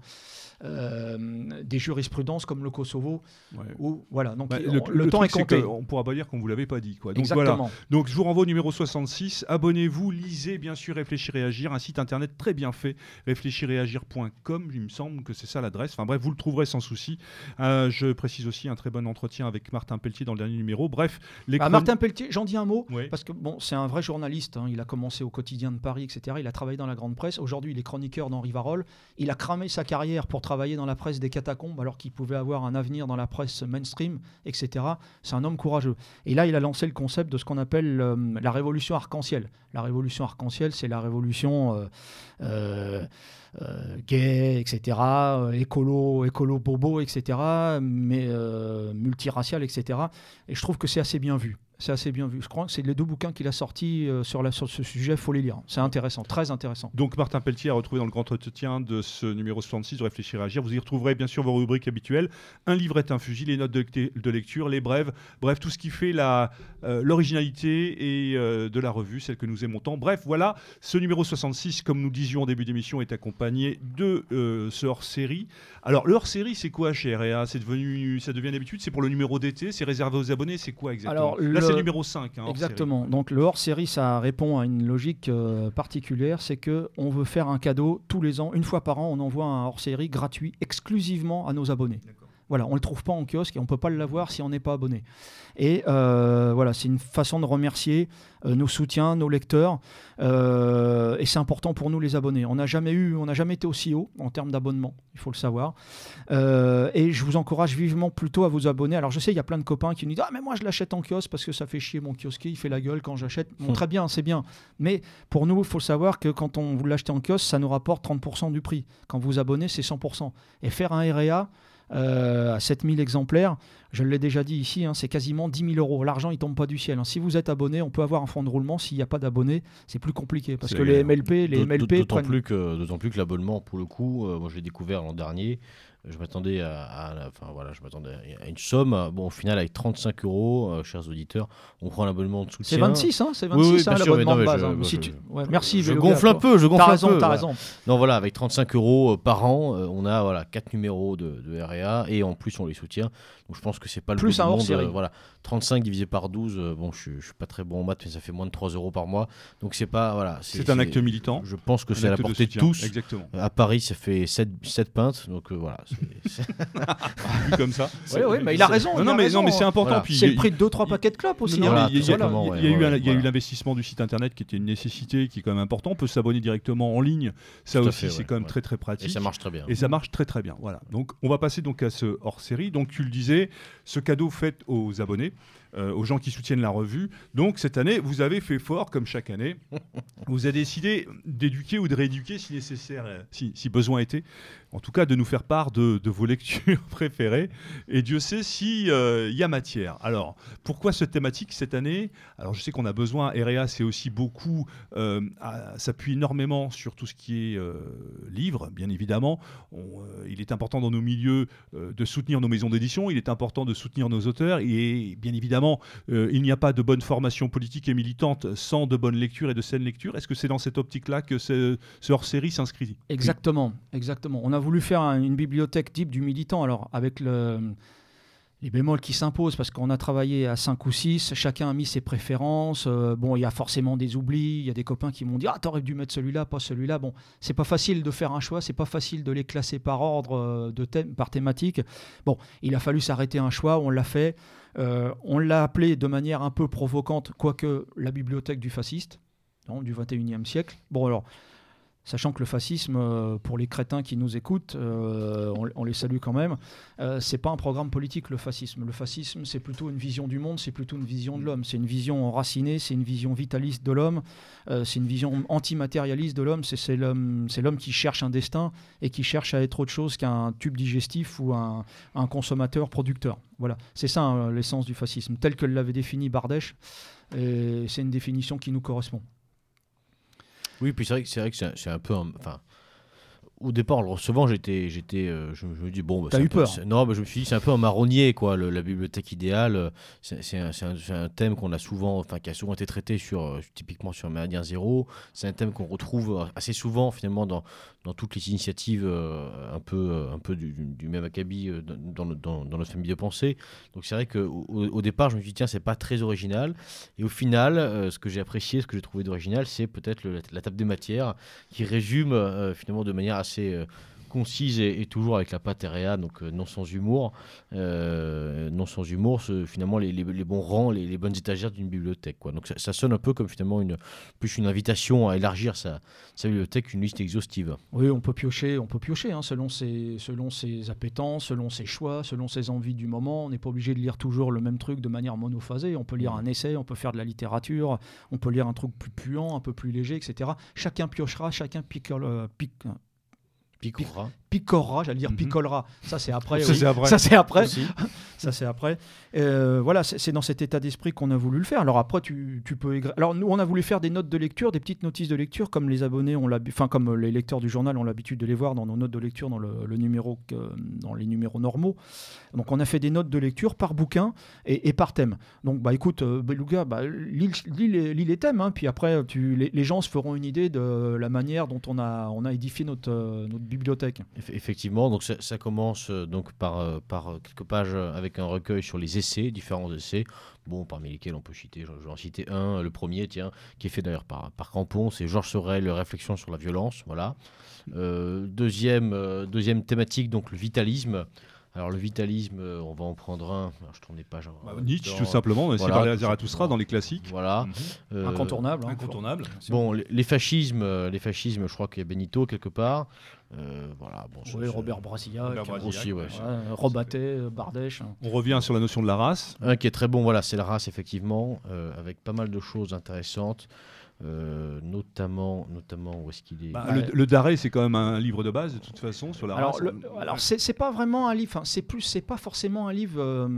euh, des jurisprudences comme le Kosovo. Ouais. Où, voilà, donc bah, on, le, le, le temps truc, est compté. On ne pourra pas dire qu'on ne vous l'avait pas dit. Quoi. Donc, exactement. Voilà. Donc je vous renvoie au numéro soixante-six. Abonnez-vous, lisez bien sûr Réfléchir et Agir, un site internet très bien fait, réfléchir et agir point com. Il me semble que c'est ça l'adresse. Enfin bref, vous le trouverez sans souci. Euh, je précise aussi aussi un très bon entretien avec Martin Pelletier dans le dernier numéro. Bref, les ah, chron... Martin Pelletier, j'en dis un mot, oui. parce que bon, c'est un vrai journaliste. Hein, il a commencé au Quotidien de Paris, et cetera. Il a travaillé dans la grande presse. Aujourd'hui, il est chroniqueur dans Rivarol. Il a cramé sa carrière pour travailler dans la presse des catacombes, alors qu'il pouvait avoir un avenir dans la presse mainstream, et cetera. C'est un homme courageux. Et là, il a lancé le concept de ce qu'on appelle euh, la révolution arc-en-ciel. La révolution arc-en-ciel, c'est la révolution euh, euh, euh, gay, et cetera, euh, écolo, écolo bobo, et cetera, mais euh, multiracial, et cetera. Et je trouve que c'est assez bien vu. C'est assez bien vu. Je crois que c'est les deux bouquins qu'il a sortis euh, sur, la, sur ce sujet, il faut les lire. C'est intéressant, très intéressant. Donc Martin Pelletier a retrouvé dans le grand entretien de ce numéro soixante-six de Réfléchir et Agir. Vous y retrouverez bien sûr vos rubriques habituelles. Un livre est un fusil, les notes de, de lecture, les brèves, bref, tout ce qui fait la, euh, l'originalité et, euh, de la revue, celle que nous aimons tant. Bref, voilà, ce numéro soixante-six, comme nous disions en début d'émission, est accompagné de euh, ce hors-série. Alors, le hors-série, c'est quoi chez R E A ? C'est devenu, ça devient d'habitude, c'est pour le numéro d'été, c'est réservé aux abonnés, c'est quoi exactement ? Alors, Là, le... c'est le numéro cinq. Hein, exactement. hors-série. Donc, le hors-série, ça répond à une logique euh, particulière, c'est qu'on veut faire un cadeau tous les ans, une fois par an, on envoie un hors-série gratuit exclusivement à nos abonnés. D'accord. Voilà, on ne le trouve pas en kiosque et on ne peut pas l'avoir si on n'est pas abonné. Et euh, voilà, c'est une façon de remercier euh, nos soutiens, nos lecteurs. Euh, et c'est important pour nous, les abonnés. On n'a jamais eu, on n'a jamais été aussi haut en termes d'abonnement, il faut le savoir. Euh, et je vous encourage vivement plutôt à vous abonner. Alors je sais, il y a plein de copains qui nous disent « Ah, mais moi je l'achète en kiosque parce que ça fait chier mon kiosquier, il fait la gueule quand j'achète. » Bon, très bien, c'est bien. Mais pour nous, il faut le savoir que quand on vous l'achetez en kiosque, ça nous rapporte trente pour cent du prix. Quand vous abonnez, c'est cent pour cent. Et faire un R E A... Euh, à sept mille exemplaires, je l'ai déjà dit ici, hein, c'est quasiment dix mille euros. L'argent, il ne tombe pas du ciel. Hein. Si vous êtes abonné, on peut avoir un fonds de roulement. S'il n'y a pas d'abonnés, c'est plus compliqué. Parce c'est que les M L P, les M L P d'autant, prennent... plus que, d'autant plus que l'abonnement, pour le coup, euh, moi je l'ai découvert l'an dernier. Je m'attendais à, à, enfin, voilà, je m'attendais à une somme. Bon, au final, avec trente-cinq euros, euh, chers auditeurs, on prend l'abonnement de soutien. C'est vingt-six, hein, c'est vingt-six, oui, oui, hein, sûr, l'abonnement de base. Je, hein. je, si tu... ouais, merci. Je gonfle un peu, je gonfle t'as un raison, peu. T'as voilà. raison. Non, voilà, avec trente-cinq euros par an, euh, on a voilà quatre numéros de, de R E A et en plus on les soutient. Donc je pense que c'est pas le plus bout un du hors monde. série. Euh, voilà, trente-cinq divisé par douze. Euh, bon, je, je suis pas très bon en maths, mais ça fait moins de trois euros par mois. Donc c'est pas voilà. C'est, c'est un acte militant. Je pense que c'est à la portée de, de tous. Exactement. À Paris, ça fait sept pintes, donc euh, voilà. C'est, c'est... Vu comme ça. Oui, oui, mais il a raison. Non, non, a mais, raison, non mais c'est important. Voilà. Puis c'est le prix de deux trois paquets de clopes aussi. Non, hein. il y a, voilà. il y a, eu, un, il y a eu l'investissement du site internet qui était une nécessité, qui est quand même important. On peut s'abonner directement en ligne. Ça Tout aussi, fait, c'est ouais, quand même ouais. très très pratique. Et ça marche très bien. Et ça marche très très bien. Voilà. Donc, on va passer donc à ce hors-série. Donc, tu le disais, ce cadeau fait aux abonnés. Euh, aux gens qui soutiennent la revue. Donc cette année, vous avez fait fort, comme chaque année. Vous avez décidé d'éduquer ou de rééduquer si nécessaire, euh, si, si besoin était. En tout cas, de nous faire part de, de vos lectures préférées. Et Dieu sait s'il euh, y a matière. Alors, pourquoi cette thématique cette année ? Alors, je sais qu'on a besoin, R E A, c'est aussi beaucoup, euh, à, s'appuie énormément sur tout ce qui est euh, livre, bien évidemment. On, euh, il est important dans nos milieux euh, de soutenir nos maisons d'édition. Il est important de soutenir nos auteurs. Et bien évidemment, Euh, il n'y a pas de bonne formation politique et militante sans de bonnes lectures et de saines lectures. Est-ce que c'est dans cette optique-là que ce, ce hors-série s'inscrit ? Exactement, exactement. On a voulu faire un, une bibliothèque type du militant, alors avec le, les bémols qui s'imposent, parce qu'on a travaillé à cinq ou six, chacun a mis ses préférences. Euh, bon, il y a forcément des oublis, il y a des copains qui m'ont dit « Ah, t'aurais dû mettre celui-là, pas celui-là ». Bon, c'est pas facile de faire un choix, c'est pas facile de les classer par ordre, de thème, par thématique. Bon, il a fallu s'arrêter un choix, on l'a fait. Euh, on l'a appelé de manière un peu provocante, quoique la bibliothèque du fasciste, non, du vingt et unième siècle. Bon alors, sachant que le fascisme, euh, pour les crétins qui nous écoutent, euh, on, on les salue quand même, euh, c'est pas un programme politique le fascisme. Le fascisme, c'est plutôt une vision du monde, c'est plutôt une vision de l'homme. C'est une vision enracinée, c'est une vision vitaliste de l'homme, euh, c'est une vision antimatérialiste de l'homme. C'est, c'est, l'homme, c'est l'homme qui cherche un destin et qui cherche à être autre chose qu'un tube digestif ou un, un consommateur producteur. Voilà, c'est ça hein, l'essence du fascisme, tel que l'avait défini Bardèche, et c'est une définition qui nous correspond. Oui, puis c'est vrai que c'est, vrai que c'est, c'est un peu... Un, enfin, au départ, en le recevant, j'étais, j'étais, euh, je, je me dis bon. Bah, T'as eu peu, peur c'est, Non, bah, je me suis dit c'est un peu un marronnier quoi. Le, la bibliothèque idéale, c'est, c'est, un, c'est, un, c'est un thème qu'on a souvent, enfin qui a souvent été traité sur, euh, typiquement sur Méridien Zéro. C'est un thème qu'on retrouve assez souvent finalement dans dans toutes les initiatives euh, un peu un peu du, du même acabit euh, dans, dans, dans notre famille de pensée. Donc c'est vrai que au, au départ, je me suis dit tiens c'est pas très original. Et au final, euh, ce que j'ai apprécié, ce que j'ai trouvé d'original, c'est peut-être le, la, la table des matières qui résume euh, finalement de manière assez euh, concise et, et toujours avec la patte R E A, donc euh, non sans humour. Euh, non sans humour, ce, finalement, les, les, les bons rangs, les, les bonnes étagères d'une bibliothèque, quoi. Donc ça, ça sonne un peu comme finalement une, plus une invitation à élargir sa, sa bibliothèque qu'une liste exhaustive. Oui, on peut piocher, on peut piocher hein, selon, ses, selon ses appétences, selon ses choix, selon ses envies du moment. On n'est pas obligé de lire toujours le même truc de manière monophasée. On peut lire un essai, on peut faire de la littérature, on peut lire un truc plus puant, un peu plus léger, et cetera. Chacun piochera, chacun picole, euh, pic, Picorera. Picorera, j'allais dire Mhm. picolera. Ça c'est après. Ça, oui. c'est après. Ça c'est après. Aussi. Ça c'est après. Euh, voilà, c'est, c'est dans cet état d'esprit qu'on a voulu le faire. Alors après, tu, tu peux. Égra... Alors nous, on a voulu faire des notes de lecture, des petites notices de lecture, comme les abonnés ont l'habitude, enfin comme les lecteurs du journal ont l'habitude de les voir dans nos notes de lecture, dans le, le numéro, euh, dans les numéros normaux. Donc on a fait des notes de lecture par bouquin et, et par thème. Donc bah écoute, euh, Beluga, bah, lis, lis, les, lis les thèmes, hein, puis après tu, les, les gens se feront une idée de la manière dont on a, on a édifié notre, euh, notre bibliothèque. Eff- Effectivement, donc ça, ça commence euh, donc par, euh, par euh, quelques pages euh, avec un recueil sur les essais, différents essais, bon, parmi lesquels on peut citer, je, je vais en citer un, le premier, tiens, qui est fait d'ailleurs par, par Crampon, c'est Georges Sorel, Réflexion sur la violence, voilà. Euh, deuxième, euh, deuxième thématique, donc le vitalisme. Alors le vitalisme, euh, on va en prendre un, alors, je tourne les pages. Bah, en même Nietzsche, temps. tout simplement, mais Voilà, c'est par les tout Zarathustra simplement. dans les classiques. Voilà. Mhm. Euh, Incontournable. hein. Incontournable. Bon, les, les fascismes, euh, les fascismes, je crois qu'il y a Benito quelque part. Euh, voilà, bon, ça, Oui, c'est- Robert Brasillac, Robert euh, Brasillac, aussi, ouais. ouais, Robatet, euh, Bardèche. hein. On revient sur la notion de la race. Un qui est très bon, voilà, c'est la race, effectivement, euh, avec pas mal de choses intéressantes, euh, notamment, notamment, où est-ce qu'il est, Bah, Ouais. le, le Daré, c'est quand même un livre de base, de toute façon, sur la Alors, race. le- alors c'est, c'est pas vraiment un livre, hein, c'est plus, c'est pas forcément un livre euh,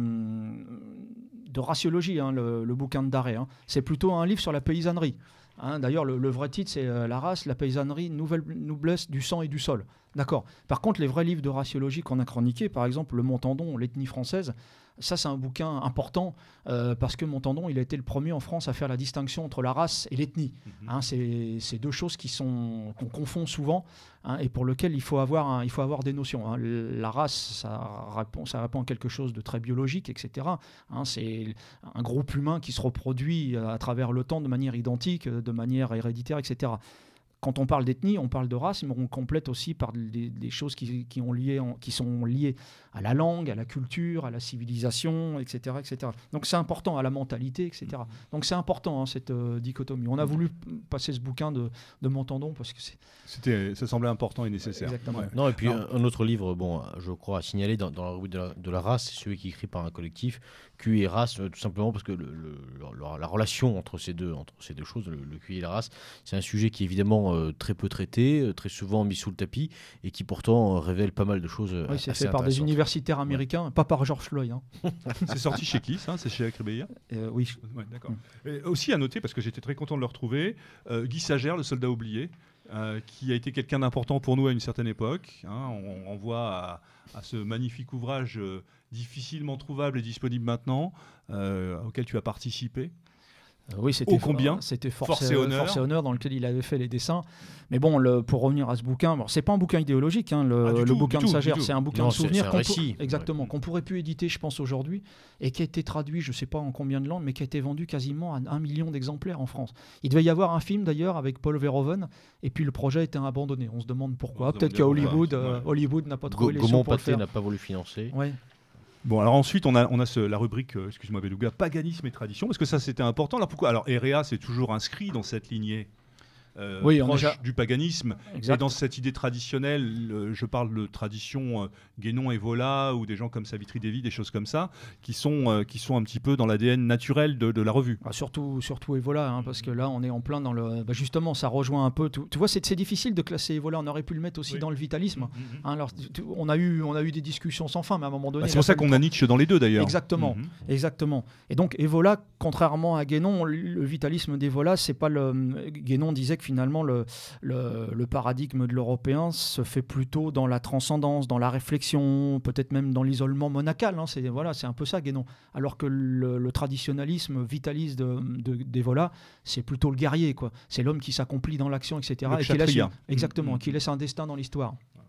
de raciologie, hein, le, le bouquin de Daré. hein. C'est plutôt un livre sur la paysannerie. hein. D'ailleurs, le, le vrai titre, c'est euh, La race, la paysannerie, nouvelle noblesse du sang et du sol. D'accord. Par contre, les vrais livres de raciologie qu'on a chroniqués, par exemple, Le Montandon, l'ethnie française, ça, c'est un bouquin important euh, parce que Montandon, il a été le premier en France à faire la distinction entre la race et l'ethnie. Mhm. Hein, c'est, c'est deux choses qui sont, qu'on confond souvent hein, et pour lesquelles il faut avoir, un- il faut avoir des notions. hein. La race, ça répond, ça répond à quelque chose de très biologique, et cetera. hein. c'est un groupe humain qui se reproduit à travers le temps de manière identique, de manière héréditaire, et cetera. Quand on parle d'ethnie, on parle de race, mais on complète aussi par des, des choses qui, qui, ont lié en- qui sont liées à la langue, à la culture, à la civilisation, et cetera, et cetera. Donc c'est important, à la mentalité, et cetera. Donc c'est important, hein, cette euh, dichotomie. On a voulu passer ce bouquin de, de Montandon parce que c'est C'était, ça semblait important et nécessaire. exactement. Ouais. Non, et puis Non. un, un autre livre, bon, je crois, à signaler dans, dans la rubrique de la, de la race, c'est celui qui est écrit par un collectif, Q I et race, euh, tout simplement parce que le, le- le- la relation entre ces deux, entre ces deux choses, le, le Q I et la race, c'est un sujet qui est évidemment euh, très peu traité, euh, très souvent mis sous le tapis, et qui pourtant euh, révèle pas mal de choses euh, Oui, c'est assez fait par des intéressantes. universitaires américains, pas par George Floyd. hein. C'est sorti chez qui, ça? C'est chez Acribeia? Euh, oui. Ouais, d'accord. Mm. Et aussi à noter, parce que j'étais très content de le retrouver, euh, Guy Sagère, le soldat oublié, euh, qui a été quelqu'un d'important pour nous à une certaine époque. hein. on renvoie à, à ce magnifique ouvrage euh, difficilement trouvable et disponible maintenant, euh, auquel tu as participé. Euh, oui, c'était Ô combien C'était Force, Force et et honneur. Force et honneur dans lequel il avait fait les dessins. Mais bon, le, pour revenir à ce bouquin, bon, c'est pas un bouquin idéologique, hein, le, Ah, du le tout, bouquin du de tout, Sagère, du tout. c'est un bouquin Non, de c'est- souvenirs c'est un qu'on récit, peut- exactement, ouais. qu'on pourrait plus éditer, je pense aujourd'hui, et qui a été traduit, je sais pas en combien de langues, mais qui a été vendu quasiment à un million d'exemplaires en France. Il devait y avoir un film d'ailleurs avec Paul Verhoeven, et puis le projet a été abandonné. On se demande pourquoi. On se Peut-être qu'à demande Hollywood, pourquoi. euh, Ouais. Hollywood n'a pas Go- trouvé les sous Gaumont pour le Pathé faire. n'a pas voulu financer. Ouais. Bon, alors ensuite, on a, on a ce- la rubrique, euh, excuse-moi Beluga, paganisme et tradition, parce que ça c'était important. Alors pourquoi? Alors R E A, c'est toujours inscrit dans cette lignée euh, Oui, on a proche déjà- du paganisme. Exact. Et dans cette idée traditionnelle, euh, je parle de tradition euh, Guénon et Vola, ou des gens comme Savitri Devi, des choses comme ça, qui sont, euh, qui sont un petit peu dans l'A D N naturel de, de la revue. Ah, surtout, surtout Evola, hein, parce que là, on est en plein dans le. Bah, justement, ça rejoint un peu. tout- Tu vois, c'est c'est difficile de classer Evola. On aurait pu le mettre aussi Oui. dans le vitalisme. Mhm. Hein, alors, tu- tu- on, a eu, on a eu des discussions sans fin, mais à un moment donné. Bah, c'est il a pour ça fallu qu'on a Nietzsche dans les deux d'ailleurs. Exactement. Mhm. Exactement. Et donc Evola, contrairement à Guénon, le, le vitalisme d'Evola, c'est pas le. Guénon disait que finalement le, le, le paradigme de l'européen se fait plutôt dans la transcendance, dans la réflexion, peut-être même dans l'isolement monacal. Hein, c'est voilà, c'est un peu ça Guénon. Alors que le, le traditionnalisme vitaliste de, de- d'Evola, c'est plutôt le guerrier, quoi. C'est l'homme qui s'accomplit dans l'action, et cetera. Le Et qui laisse kshatriya. une- exactement, Mhm. qui laisse un destin dans l'histoire.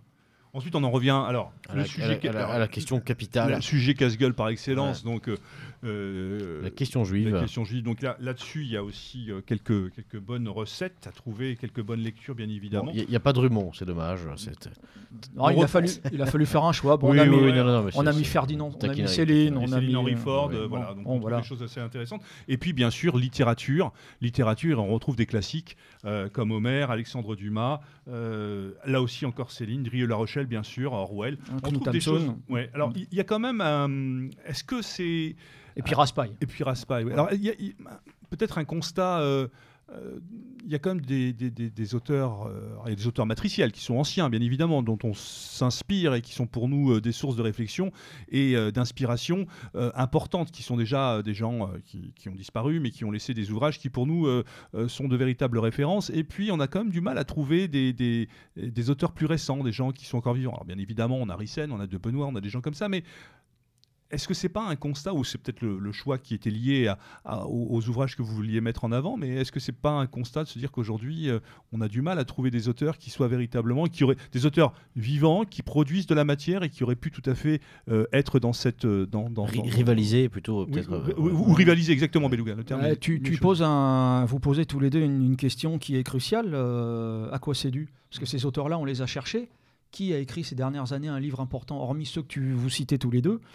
Ensuite, on en revient alors à, le la, sujet, à, la, à, la, à la question capitale. Le sujet casse-gueule par excellence. Ouais. Donc, euh, la question juive. La question juive. Donc là, là-dessus, il y a aussi euh, quelques, quelques bonnes recettes à trouver, quelques bonnes lectures, bien évidemment. Il bon, n'y a, a pas de Drummond, c'est dommage. C'est... Non, il, a fallu, il a fallu faire un choix. Bon, oui, on a mis, oui, non, non, non, on a mis Ferdinand, on a mis Céline, on a mis Henry Ford. Ouais, euh, voilà, donc bon, on trouve voilà. des choses assez intéressantes. Et puis, bien sûr, littérature. Littérature, on retrouve des classiques euh, comme Homère, Alexandre Dumas. Euh, là aussi, encore Céline, Drieux-La Rochelle, bien sûr, Orwell. Un on trouve des choses. Ouais. Alors, il y, y a quand même. Euh, est-ce que c'est Et puis Raspail. Et puis Raspail. Ouais. Alors, il y a, y, peut-être un constat. Euh, euh, il y a quand même des, des, des, des auteurs, euh, il y a des auteurs matriciels qui sont anciens, bien évidemment, dont on s'inspire et qui sont pour nous euh, des sources de réflexion et euh, d'inspiration euh, importantes, qui sont déjà euh, des gens euh, qui, qui ont disparu, mais qui ont laissé des ouvrages qui pour nous euh, euh, sont de véritables références. Et puis on a quand même du mal à trouver des, des, des auteurs plus récents, des gens qui sont encore vivants. Alors bien évidemment, on a Rissen, on a De Benoît, on a des gens comme ça, mais est-ce que c'est pas un constat, ou c'est peut-être le, le choix qui était lié à, à, aux, aux ouvrages que vous vouliez mettre en avant, mais est-ce que c'est pas un constat de se dire qu'aujourd'hui euh, on a du mal à trouver des auteurs qui soient véritablement, qui auraient des auteurs vivants, qui produisent de la matière et qui auraient pu tout à fait euh, être dans cette dans, dans, R- dans rivaliser plutôt oui, peut-être ou, ou, ou, ou rivaliser exactement, Beluga. Le terme ouais, est, tu, tu poses un, vous posez tous les deux une, une question qui est cruciale. Euh, à quoi c'est dû? Parce que ces auteurs-là, on les a cherchés. Qui a écrit ces dernières années un livre important, hormis ceux que tu vous citez tous les deux?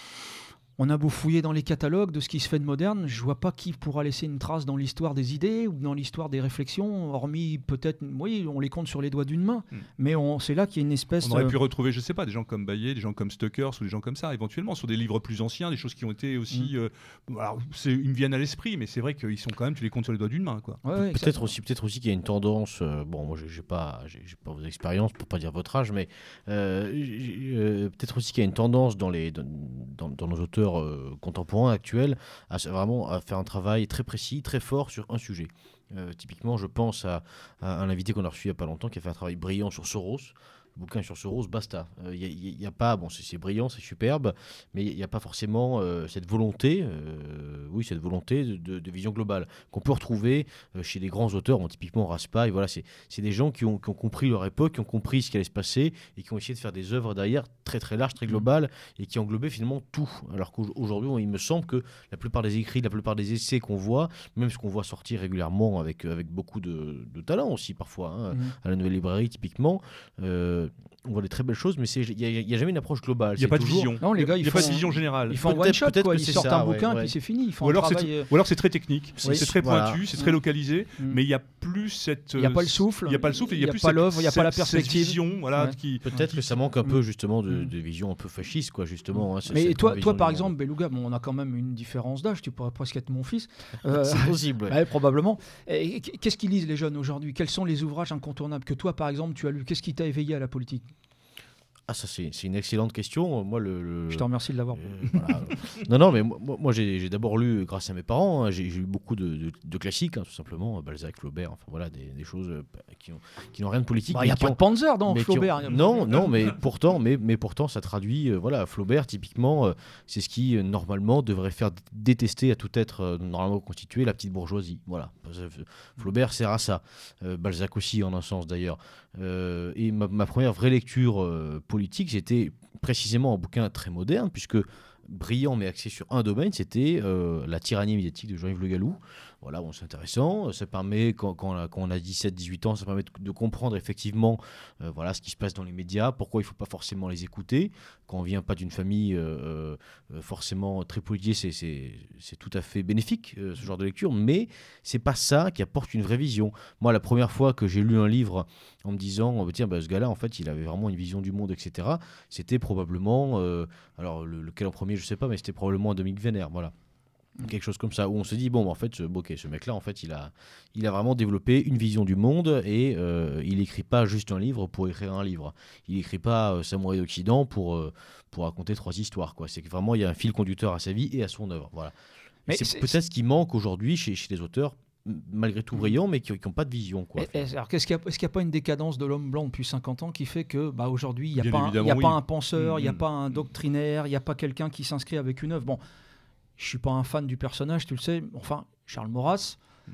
On a beau fouiller dans les catalogues de ce qui se fait de moderne, je vois pas qui pourra laisser une trace dans l'histoire des idées ou dans l'histoire des réflexions, hormis peut-être, oui, on les compte sur les doigts d'une main, mm. mais on, c'est là qu'il y a une espèce... On aurait euh... pu retrouver, je sais pas, des gens comme Bayet, des gens comme Stuckers ou des gens comme ça, éventuellement, sur des livres plus anciens, des choses qui ont été aussi... Mm. Euh, alors, c'est, ils me viennent à l'esprit, mais c'est vrai qu'ils sont quand même, tu les comptes sur les doigts d'une main, quoi. Ouais, ouais, peut-être, aussi, peut-être aussi qu'il y a une tendance, euh, bon, moi j'ai, j'ai, pas, j'ai, j'ai pas vos expériences, pour pas dire votre âge, mais euh, euh, peut-être aussi qu'il y a une tendance dans, les, dans, dans, dans nos auteurs euh, contemporains, actuel, à vraiment à faire un travail très précis, très fort sur un sujet. Euh, typiquement, je pense à, à un invité qu'on a reçu il n'y a pas longtemps qui a fait un travail brillant sur Soros. Le bouquin sur Soros, basta. Il euh, n'y a, a pas, bon, c'est, c'est brillant, c'est superbe, mais il n'y a pas forcément euh, cette volonté, euh, oui, cette volonté de, de, de vision globale qu'on peut retrouver euh, chez les grands auteurs, bon, typiquement Raspail. Voilà, c'est, c'est des gens qui ont, qui ont compris leur époque, qui ont compris ce qui allait se passer et qui ont essayé de faire des œuvres derrière très très larges, très globales et qui englobaient finalement tout. Alors qu'aujourd'hui, il me semble que la plupart des écrits, la plupart des essais qu'on voit, même ce qu'on voit sortir régulièrement avec, avec beaucoup de, de talent aussi parfois, hein, mmh. à la Nouvelle Librairie typiquement, euh, on voit des très belles choses, mais il n'y a, a jamais une approche globale. Il n'y a pas toujours... de vision. Non, les gars, il n'y a font... pas de vision générale. Ils font peut-être, one shot, peut-être quoi. Ils sortent ça, un bouquin, ouais, ouais. Puis c'est fini. Ils font ou, alors un travail... c'est, ou alors c'est très technique, oui. c'est très pointu, voilà. c'est très localisé, mmh. mais il n'y a plus cette... Il n'y a pas le souffle. Il n'y a pas le souffle, il n'y a, a plus pas cette, l'œuvre, il n'y a pas la perspective. Vision, voilà, ouais. qui... Peut-être que ça manque un peu justement de, de vision un peu fasciste, quoi, justement. Hein, mais toi, toi par exemple, Beluga, bon, on a quand même une différence d'âge, tu pourrais presque être mon fils. Euh, c'est possible. Ouais, probablement. Et qu'est-ce qu'ils lisent les jeunes aujourd'hui? Quels sont les ouvrages incontournables que toi, par exemple, tu as lu? Qu'est-ce qui t'a éveillé à la politique? Ah, ça, c'est, c'est une excellente question. Moi, le, le... Je te remercie de l'avoir. Euh, voilà. non, non, mais moi, moi j'ai, j'ai d'abord lu, grâce à mes parents, hein, j'ai, j'ai lu beaucoup de, de, de classiques, hein, tout simplement, Balzac, Flaubert, enfin voilà, des, des choses euh, qui, ont, qui n'ont rien de politique. Il n'y bah, a pas ont... de Panzer dans Flaubert. Ont... Non, non, mais pourtant, mais, mais pourtant, ça traduit, euh, voilà, Flaubert, typiquement, euh, c'est ce qui, euh, normalement, devrait faire détester à tout être euh, normalement constitué la petite bourgeoisie. Voilà. Flaubert sert à ça. Euh, Balzac aussi, en un sens, d'ailleurs. Euh, et ma, ma première vraie lecture euh, politique, c'était précisément un bouquin très moderne, puisque brillant mais axé sur un domaine, c'était euh, La tyrannie médiatique de Jean-Yves Le Gallou. Voilà, bon, c'est intéressant, ça permet, quand, quand, on, a, quand on a dix-sept dix-huit ans, ça permet de, de comprendre effectivement euh, voilà, ce qui se passe dans les médias, pourquoi il ne faut pas forcément les écouter. Quand on ne vient pas d'une famille euh, euh, forcément très politisée, c'est, c'est, c'est tout à fait bénéfique, euh, ce genre de lecture, mais ce n'est pas ça qui apporte une vraie vision. Moi, la première fois que j'ai lu un livre en me disant, oh, tiens, bah, ce gars-là, en fait, il avait vraiment une vision du monde, et cetera, c'était probablement, euh, alors le, lequel en premier, je ne sais pas, mais c'était probablement un Dominique Vénère, voilà. Quelque chose comme ça, où on se dit, bon, bah, en fait, ce, ok, ce mec-là, en fait, il a, il a vraiment développé une vision du monde et euh, il n'écrit pas juste un livre pour écrire un livre. Il n'écrit pas euh, Samouraï d'Occident pour, euh, pour raconter trois histoires, quoi. C'est que vraiment, il y a un fil conducteur à sa vie et à son œuvre. Voilà. Mais c'est, c'est peut-être ce qui manque aujourd'hui chez, chez les auteurs, malgré tout brillants, mais qui n'ont pas de vision, quoi. Et, et, alors, qu'est-ce qu'il y a, est-ce qu'il n'y a pas une décadence de l'homme blanc depuis cinquante ans qui fait que, bah, aujourd'hui, il n'y a, pas un, y a oui. pas un penseur, il mmh. n'y a pas un doctrinaire, il n'y a pas quelqu'un qui s'inscrit avec une œuvre. Bon, je ne suis pas un fan du personnage, tu le sais. Enfin, Charles Maurras,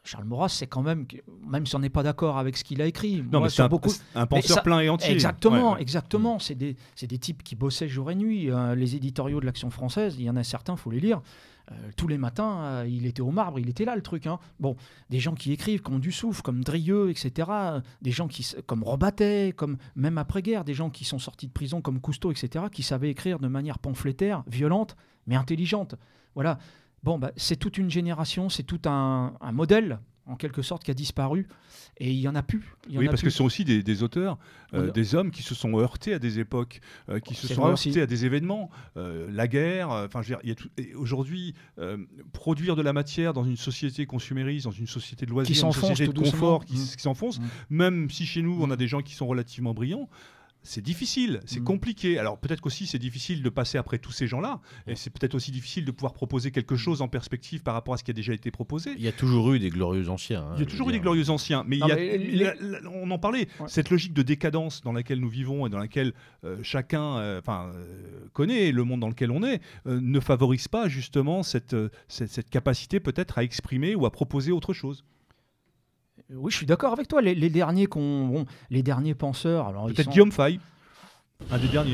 Charles Maurras, c'est quand même, même si on n'est pas d'accord avec ce qu'il a écrit. Non, moi, mais c'est un, beaucoup... un penseur ça... plein et entier. Exactement, ouais, ouais. exactement. Mmh. C'est des, c'est des types qui bossaient jour et nuit. Euh, les éditoriaux de l'Action française, il y en a certains, il faut les lire. Euh, tous les matins, euh, il était au marbre, il était là le truc. Hein. Bon, des gens qui écrivent, qui ont du souffle, comme Drieux, et cetera. Des gens qui, comme Robatet, comme même après-guerre, des gens qui sont sortis de prison comme Cousteau, et cetera, qui savaient écrire de manière pamphlétaire, violente, mais intelligente. Voilà. Bon, bah, c'est toute une génération, c'est tout un, un modèle, en quelque sorte, qui a disparu. Et il n'y en a plus. Y en oui, a parce plus. que ce sont aussi des, des auteurs, euh, oui. des hommes qui se sont heurtés à des époques, euh, qui se sont heurtés aussi. à des événements. Euh, la guerre, enfin, euh, je veux dire, il y a tout, aujourd'hui, euh, produire de la matière dans une société consumériste, dans une société de loisirs, une société de confort qui, mmh. qui s'enfonce, mmh. même si chez nous, mmh. on a des gens qui sont relativement brillants, c'est difficile, c'est mmh. compliqué. Alors peut-être qu'aussi c'est difficile de passer après tous ces gens-là, et c'est peut-être aussi difficile de pouvoir proposer quelque chose en perspective par rapport à ce qui a déjà été proposé. Il y a toujours eu des glorieux anciens. Hein, il y a toujours eu des glorieux anciens, mais, non, il y a, mais les... la, la, on en parlait, ouais. cette logique de décadence dans laquelle nous vivons et dans laquelle euh, chacun euh, euh, connaît le monde dans lequel on est, euh, ne favorise pas justement cette, euh, cette, cette capacité peut-être à exprimer ou à proposer autre chose. Oui, je suis d'accord avec toi. Les, les derniers qu'on, bon, les derniers penseurs. Alors peut-être sont... Guillaume Fay, un des derniers.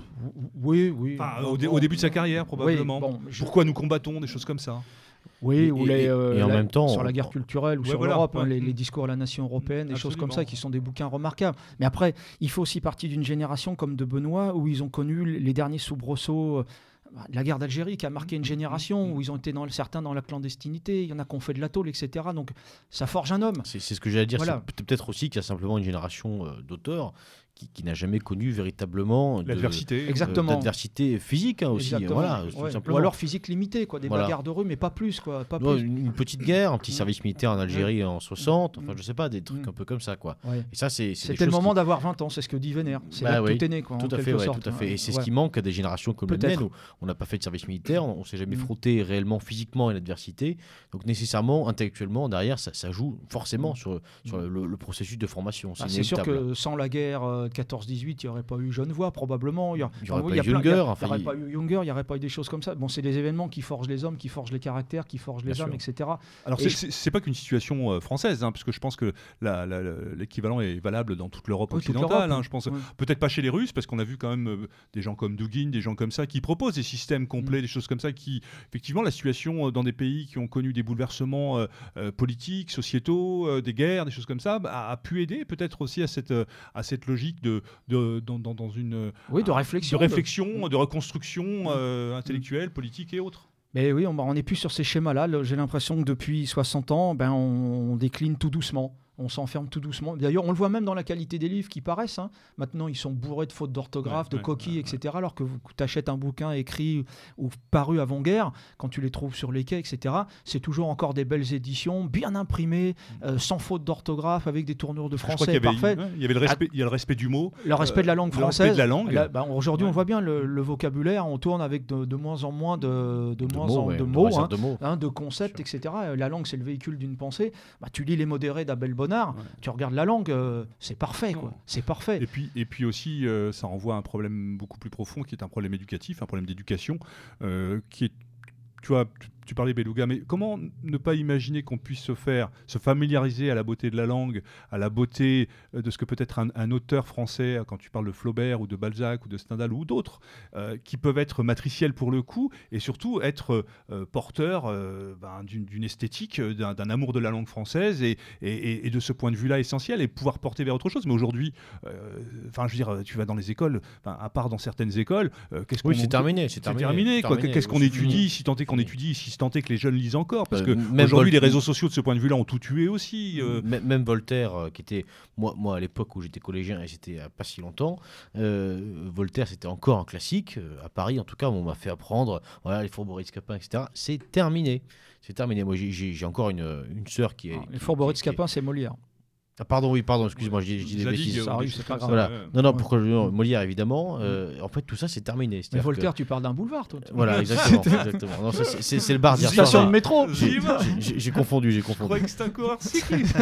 Oui, oui. Enfin, au, dé- au début de sa carrière, probablement. Oui, bon, je... Pourquoi nous combattons, des choses comme ça. Oui, et, ou les, euh, et en la, même temps, sur la guerre culturelle ou ouais, sur voilà, l'Europe, ouais. hein, les, les discours à la nation européenne, des Absolument. choses comme ça qui sont des bouquins remarquables. Mais après, il faut aussi partie d'une génération comme de Benoît où ils ont connu les derniers soubresauts. La guerre d'Algérie qui a marqué une génération où ils ont été dans, certains dans la clandestinité, il y en a qui ont fait de la tôle, et cetera. Donc ça forge un homme. C'est, c'est ce que j'allais dire. Voilà. C'est peut-être aussi qu'il y a simplement une génération euh, d'auteurs qui, qui n'a jamais connu véritablement de, l'adversité, exactement. Euh, d'adversité physique hein, aussi. Voilà, ouais. Ou alors physique limitée, quoi, des voilà. bagarres de rue, mais pas plus. Quoi, pas ouais, plus. Une, une petite guerre, un petit service militaire en Algérie ouais. en soixante, enfin je sais pas, des trucs mmh. un peu comme ça. Quoi. Ouais. Et ça, c'est, c'est C'était le moment qui... d'avoir vingt ans, c'est ce que dit Vénère. C'est bah, là que oui. tout est né. Quoi, tout, à fait, ouais, tout à fait. Et c'est ouais. ce qui manque à des générations comme Peut-être. la mienne où on n'a pas fait de service militaire, on ne s'est jamais mmh. frotté réellement physiquement à l'adversité. Donc nécessairement, intellectuellement, derrière, ça, ça joue forcément mmh. sur, sur mmh. le, le processus de formation. C'est, ah, c'est sûr que sans la guerre euh, quatorze dix-huit, il n'y aurait pas eu Genevois probablement. Il n'y aurait pas eu Junger. Il n'y aurait pas eu Junger, il n'y aurait pas eu des choses comme ça. Bon, c'est des événements qui forgent les hommes, qui forgent les caractères, qui forgent les âmes, et cetera. Alors c'est, je... c'est, c'est pas qu'une situation euh, française, hein, parce que je pense que la, la, la, l'équivalent est valable dans toute l'Europe oui, occidentale. Toute l'Europe, hein, je pense oui. peut-être pas chez les Russes, parce qu'on a vu quand même euh, des gens comme Dugin, des gens comme ça, qui proposent des systèmes complets, mmh. des choses comme ça, qui effectivement la situation euh, dans des pays qui ont connu des bouleversements euh, euh, politiques, sociétaux, euh, des guerres, des choses comme ça, bah, a pu aider peut-être aussi à cette euh, à cette logique de, de dans, dans, dans une oui de réflexion, de réflexion, de, de reconstruction euh, intellectuelle, politique et autres. Mais oui, on n'est plus sur ces schémas-là. J'ai l'impression que depuis soixante ans, ben, on, on décline tout doucement. On s'enferme tout doucement. D'ailleurs, on le voit même dans la qualité des livres qui paraissent. Hein. Maintenant, ils sont bourrés de fautes d'orthographe, ouais, de ouais, coquilles, ouais, et cetera. Ouais. Alors que tu achètes un bouquin écrit ou paru avant-guerre, quand tu les trouves sur les quais, et cetera, c'est toujours encore des belles éditions, bien imprimées, euh, sans faute d'orthographe, avec des tournures de français parfaits. Il y avait le respect, il y a le respect du mot. Le respect euh, de la langue française. Le respect de la langue. Là, bah, aujourd'hui, ouais. on voit bien le, le vocabulaire. On tourne avec de, de moins en moins de, de, de moins mots, en, ouais, de, mots hein, de mots, hein, de concepts, et cetera. La langue, c'est le véhicule d'une pensée. Bah, tu lis Les Modérés d'Abel Bonnard, ouais. tu regardes la langue, euh, c'est parfait, quoi. C'est parfait. Et puis, et puis aussi, euh, ça renvoie à un problème beaucoup plus profond, qui est un problème éducatif, un problème d'éducation, euh, qui est, tu vois, tu, tu parlais Beluga, mais comment ne pas imaginer qu'on puisse se faire, se familiariser à la beauté de la langue, à la beauté de ce que peut être un, un auteur français, quand tu parles de Flaubert ou de Balzac ou de Stendhal ou d'autres, euh, qui peuvent être matriciels pour le coup, et surtout être euh, porteurs euh, ben, d'une, d'une esthétique, d'un, d'un amour de la langue française, et, et, et de ce point de vue-là essentiel, et pouvoir porter vers autre chose. Mais aujourd'hui, enfin, euh, je veux dire, tu vas dans les écoles, à part dans certaines écoles, euh, qu'est-ce oui, qu'on... c'est terminé, c'est, c'est terminé, terminé, c'est quoi. terminé. Qu'est-ce qu'on oui, étudie, si tant est qu'on étudie, si tant est que les jeunes lisent encore, parce euh, que aujourd'hui Vol- les réseaux sociaux de ce point de vue-là ont tout tué aussi. Euh... M- même Voltaire, euh, qui était moi, moi à l'époque où j'étais collégien et c'était euh, pas si longtemps, euh, Voltaire c'était encore un classique euh, à Paris en tout cas. On m'a fait apprendre voilà les Fourberies de Scapin, et cetera. C'est terminé, c'est terminé. Moi j'ai, j'ai, j'ai encore une une sœur qui est. Ah, les Fourberies de Scapin, c'est Molière. Ah, pardon, oui, pardon, excuse-moi, je dis des bêtises. Ça arrive, c'est pas grave. Voilà. Non, non, pourquoi non, Molière, évidemment. Euh, en fait, tout ça, c'est terminé. Mais Voltaire, que... tu parles d'un boulevard, toi. Voilà, exactement. exactement. Non, ça, c'est, c'est, c'est le bar d'hier soir. Station de métro. J'ai, j'ai, j'ai confondu, j'ai confondu. Je croyais que c'était un coureur cycliste.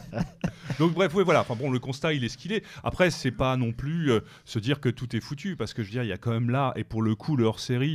Donc, bref, oui, voilà. Enfin, bon, le constat, il est ce qu'il est. Après, c'est pas non plus euh, se dire que tout est foutu, parce que je veux dire, il y a quand même là, et pour le coup, le hors-série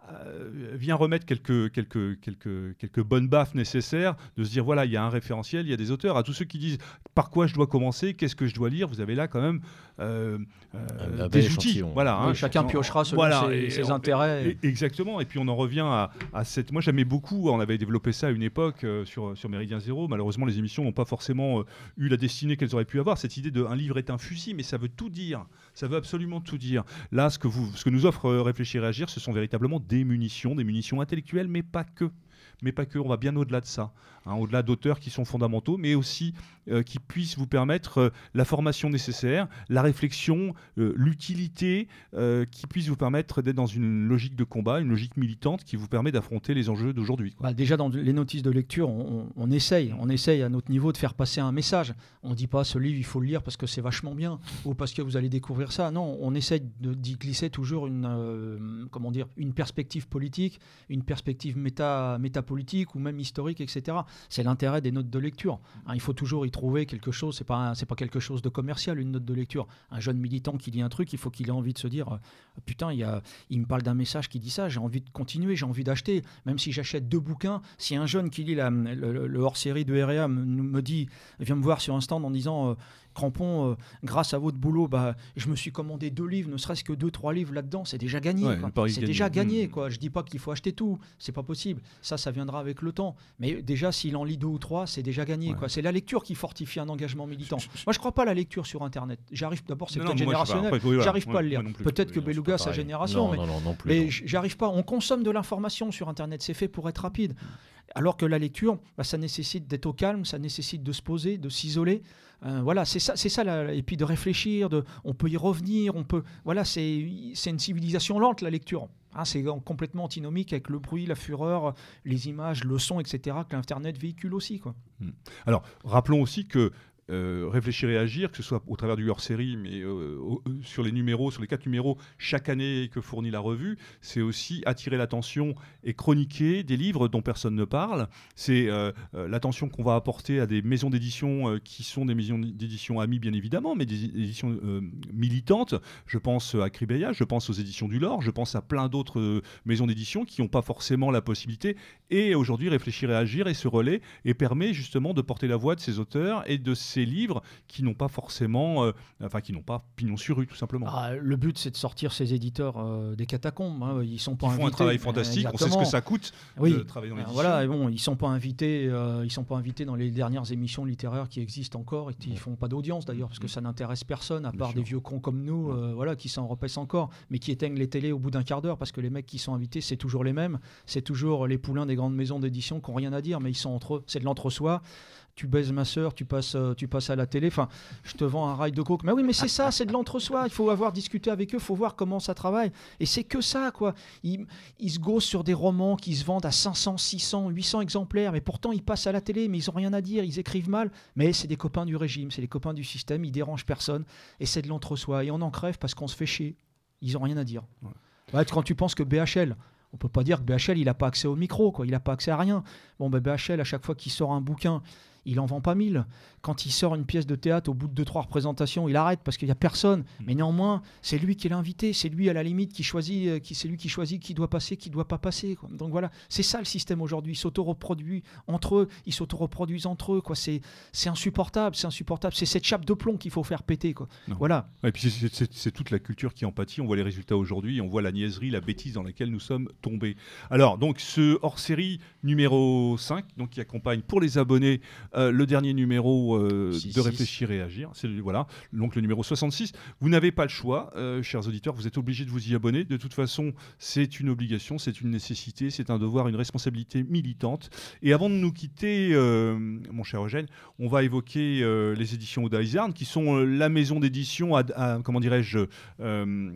euh, vient remettre quelques, quelques, quelques, quelques bonnes baffes nécessaires, de se dire voilà, il y a un référentiel, il y a des auteurs. À tous ceux qui disent par quoi je dois commencer, qu'est-ce que je dois lire, vous avez là quand même euh, euh, un des outils. Voilà, oui, hein, chacun on, piochera selon voilà, ses, et, ses et, intérêts. Et, exactement. Et puis on en revient à, à cette. Moi j'aimais beaucoup, on avait développé ça à une époque euh, sur, sur Méridien Zéro. Malheureusement, les émissions n'ont pas forcément euh, eu la destinée qu'elles auraient pu avoir. Cette idée de un livre est un fusil, mais ça veut tout dire. Ça veut absolument tout dire. Là, ce que, vous, ce que nous offre euh, Réfléchir et Agir, ce sont véritablement des munitions, des munitions intellectuelles, mais pas que. Mais pas que, on va bien au-delà de ça, hein, au-delà d'auteurs qui sont fondamentaux, mais aussi euh, qui puissent vous permettre euh, la formation nécessaire, la réflexion, euh, l'utilité, euh, qui puissent vous permettre d'être dans une logique de combat, une logique militante qui vous permet d'affronter les enjeux d'aujourd'hui. Bah déjà, dans les notices de lecture, on, on, on essaye, on essaye à notre niveau de faire passer un message. On ne dit pas ce livre, il faut le lire parce que c'est vachement bien ou parce que vous allez découvrir ça. Non, on essaye de, d'y glisser toujours une, euh, comment dire, une perspective politique, une perspective méta, métapolitique ou même historique, et cetera. C'est l'intérêt des notes de lecture. Hein, il faut toujours y trouver quelque chose. C'est pas, un, c'est pas quelque chose de commercial, une note de lecture. Un jeune militant qui lit un truc, il faut qu'il ait envie de se dire euh, putain, il, y a, il me parle d'un message qui dit ça, j'ai envie de continuer, j'ai envie d'acheter. Même si j'achète deux bouquins, si un jeune qui lit la, le, le hors-série de R et A me, me dit, vient me voir sur un stand en disant euh, Crampon, euh, grâce à votre boulot, bah, je me suis commandé deux livres, ne serait-ce que deux, trois livres là-dedans, c'est déjà gagné. Ouais, quoi. C'est gagné. déjà gagné. Mmh. Quoi. Je dis pas qu'il faut acheter tout, c'est pas possible. Ça, ça viendra avec le temps. Mais déjà, s'il en lit deux ou trois, c'est déjà gagné. Ouais. Quoi. C'est la lecture qui fortifie un engagement militant. Je, je, moi, je crois pas à la lecture sur Internet. J'arrive d'abord, c'est non, peut-être non, générationnel. Après, oui, voilà. J'arrive ouais, pas à le lire. Peut-être que oui, Beluga, sa génération, non, mais, non, non, non plus, mais non. j'arrive pas. On consomme de l'information sur Internet. C'est fait pour être rapide. Alors que la lecture, bah, ça nécessite d'être au calme, ça nécessite de se poser, de s'isoler. Euh, voilà, c'est ça, c'est ça la, et puis de réfléchir, de, on peut y revenir, on peut, voilà, c'est, c'est une civilisation lente la lecture. Hein, c'est complètement antinomique avec le bruit, la fureur, les images, le son, et cetera que l'Internet véhicule aussi, quoi. Alors, rappelons aussi que Euh, réfléchir et agir, que ce soit au travers du hors-série, mais euh, au, euh, sur les numéros, sur les quatre numéros chaque année que fournit la revue, c'est aussi attirer l'attention et chroniquer des livres dont personne ne parle. C'est euh, euh, l'attention qu'on va apporter à des maisons d'édition euh, qui sont des maisons d'édition amies, bien évidemment, mais des éditions euh, militantes. Je pense à Cribeya, je pense aux éditions du Lore, je pense à plein d'autres euh, maisons d'édition qui n'ont pas forcément la possibilité. Et aujourd'hui, réfléchir et agir et ce relais et permet justement de porter la voix de ces auteurs et de ces livres qui n'ont pas forcément, euh, enfin qui n'ont pas pignon sur rue tout simplement. Ah, le but c'est de sortir ces éditeurs euh, des catacombes. Hein. Ils sont pas ils invités. font un travail fantastique. Euh, on sait ce que ça coûte oui. de travailler dans l'édition. Voilà, et bon, ils sont pas invités. Euh, ils sont pas invités dans les dernières émissions littéraires qui existent encore et qui ouais. font pas d'audience d'ailleurs parce que ça n'intéresse personne à Bien part sûr. Des vieux cons comme nous, euh, voilà, qui s'en repaissent encore, mais qui éteignent les télés au bout d'un quart d'heure parce que les mecs qui sont invités c'est toujours les mêmes, c'est toujours les poulains des grandes maisons d'édition qui ont rien à dire, mais ils sont entre eux. C'est de l'entre-soi. Tu baises ma sœur, tu passes, euh, tu passes à la télé, enfin, je te vends un rail de coke. Mais oui, mais c'est ça, c'est de l'entre-soi. Il faut avoir discuté avec eux, il faut voir comment ça travaille. Et c'est que ça, quoi. Ils, ils se gossent sur des romans qui se vendent à cinq cents, six cents, huit cents exemplaires, mais pourtant ils passent à la télé, mais ils n'ont rien à dire, ils écrivent mal. Mais c'est des copains du régime, c'est des copains du système, ils dérangent personne. Et c'est de l'entre-soi. Et on en crève parce qu'on se fait chier. Ils n'ont rien à dire. Ouais. Ouais, quand tu penses que B H L... On peut pas dire que B H L, il n'a pas accès au micro, quoi. Il n'a pas accès à rien. Bon, ben B H L, à chaque fois qu'il sort un bouquin, il en vend pas mille. Quand il sort une pièce de théâtre, au bout de deux, trois représentations, il arrête parce qu'il n'y a personne. Mais néanmoins, c'est lui qui est l'invité. C'est lui, à la limite, qui choisit, qui, c'est lui qui choisit qui doit passer, qui ne doit pas passer, quoi. Donc voilà, c'est ça le système aujourd'hui. Ils s'auto-reproduisent entre eux. Ils s'auto-reproduisent entre eux, quoi. C'est, c'est insupportable, c'est insupportable. C'est cette chape de plomb qu'il faut faire péter, quoi. Voilà. Et puis c'est, c'est, c'est toute la culture qui en pâtit. On voit les résultats aujourd'hui. On voit la niaiserie, la bêtise dans laquelle nous sommes tombés. Alors, donc, ce hors-série numéro cinq, donc, qui accompagne pour les abonnés euh, le dernier numéro euh, six, de Réfléchir et Agir. C'est, voilà, donc le numéro soixante-six. Vous n'avez pas le choix, euh, chers auditeurs, vous êtes obligés de vous y abonner. De toute façon, c'est une obligation, c'est une nécessité, c'est un devoir, une responsabilité militante. Et avant de nous quitter, euh, mon cher Eugène, on va évoquer euh, les éditions Oda Izard, qui sont euh, la maison d'édition, à, à, comment dirais-je, euh,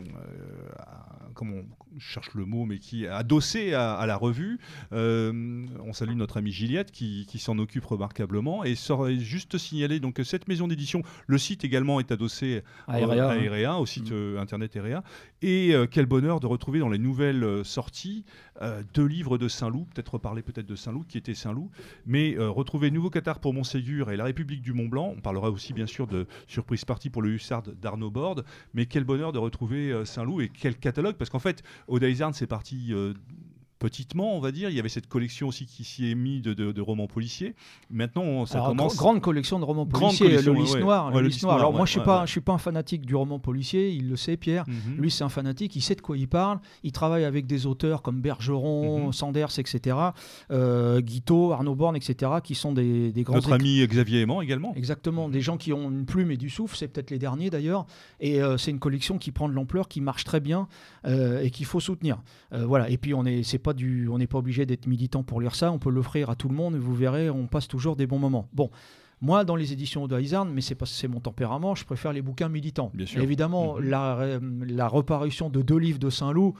à, comment je cherche le mot, mais qui est adossée à, à la revue. Euh, on salue notre amie Giliette qui, qui s'en occupe remarquablement et sort juste signaler donc que cette maison d'édition, le site également est adossé à R et A, euh, à R et A, au site mmh. euh, internet R et A. Et euh, quel bonheur de retrouver dans les nouvelles euh, sorties euh, deux livres de Saint-Loup, peut-être reparler peut-être de Saint-Loup, qui était Saint-Loup, mais euh, retrouver Nouveau Cathare pour Montségur et La République du Mont-Blanc. On parlera aussi bien sûr de Surprise Party pour le Hussard d'Arnaud Borde, mais quel bonheur de retrouver euh, Saint-Loup et quel catalogue, parce qu'en fait, Oda Izard, c'est parti euh, petitement, on va dire. Il y avait cette collection aussi qui s'y est mise de, de, de romans policiers. Maintenant, ça Alors, commence... Grande collection de romans Grande policiers, collection, le Lys ouais, Noir. ouais, le le Lys Lys Noir. Noir, Alors moi, ouais, je ne suis, ouais, pas- ouais. je suis pas un fanatique du roman policier, il le sait, Pierre. Mhm. Lui, c'est un fanatique, il sait de quoi il parle. Il travaille avec des auteurs comme Bergeron, Mhm. Sanders, et cetera. Euh, Guiteau, Arnaud Borne, et cetera, qui sont des, des grands... Notre ami Xavier Aimant également. Exactement, des gens qui ont une plume et du souffle, c'est peut-être les derniers d'ailleurs, et euh, c'est une collection qui prend de l'ampleur, qui marche très bien euh, et qu'il faut soutenir. Euh, voilà. Et puis on est, c'est pas du, on n'est pas obligé d'être militant pour lire ça, on peut l'offrir à tout le monde et vous verrez, on passe toujours des bons moments. Bon. Moi, dans les éditions Oda Izard, mais c'est parce que c'est mon tempérament, je préfère les bouquins militants. Bien sûr. Évidemment, Mhm. la, euh, la reparution de deux livres de Saint-Loup,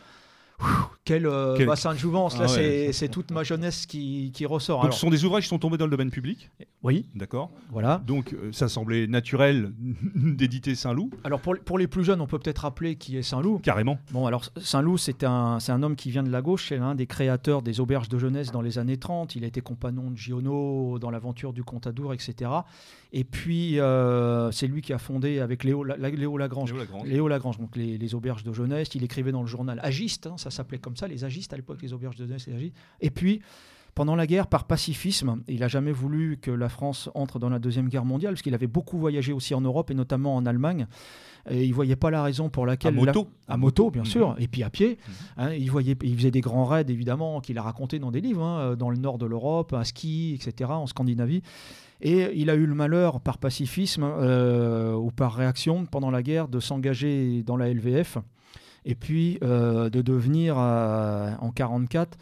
quel, euh, Quel- bassin de jouvence, là, Ah ouais. c'est, c'est toute ma jeunesse qui, qui ressort. Donc Alors, ce sont des ouvrages qui sont tombés dans le domaine public, oui, d'accord. voilà. Donc euh, ça semblait naturel d'éditer Saint-Loup, Alors pour, pour les plus jeunes, on peut peut-être rappeler qui est Saint-Loup. carrément. Bon, alors Saint-Loup, c'est un, c'est un homme qui vient de la gauche, c'est l'un des créateurs des auberges de jeunesse dans les années trente. Il a été compagnon de Giono dans l'aventure du Contadour, et cetera. Et puis, euh, c'est lui qui a fondé avec Léo, La- Léo Lagrange. Léo Lagrange. Léo Lagrange, donc les, les auberges de jeunesse. Il écrivait dans le journal Agiste, hein, ça s'appelait comme ça, les Agistes à l'époque, les auberges de jeunesse, les Agistes. Et puis, pendant la guerre, par pacifisme, il n'a jamais voulu que la France entre dans la Deuxième Guerre mondiale, parce qu'il avait beaucoup voyagé aussi en Europe, et notamment en Allemagne. Et il ne voyait pas la raison pour laquelle... À moto. La... À moto, bien Mhm. sûr, et puis à pied. Mhm. Hein, il, voyait, il faisait des grands raids, évidemment, qu'il a racontés dans des livres, hein, dans le nord de l'Europe, à ski, et cetera, en Scandinavie. Et il a eu le malheur, par pacifisme euh, ou par réaction, pendant la guerre, de s'engager dans la L V F, et puis euh, de devenir, euh, en mille neuf cent quarante-quatre,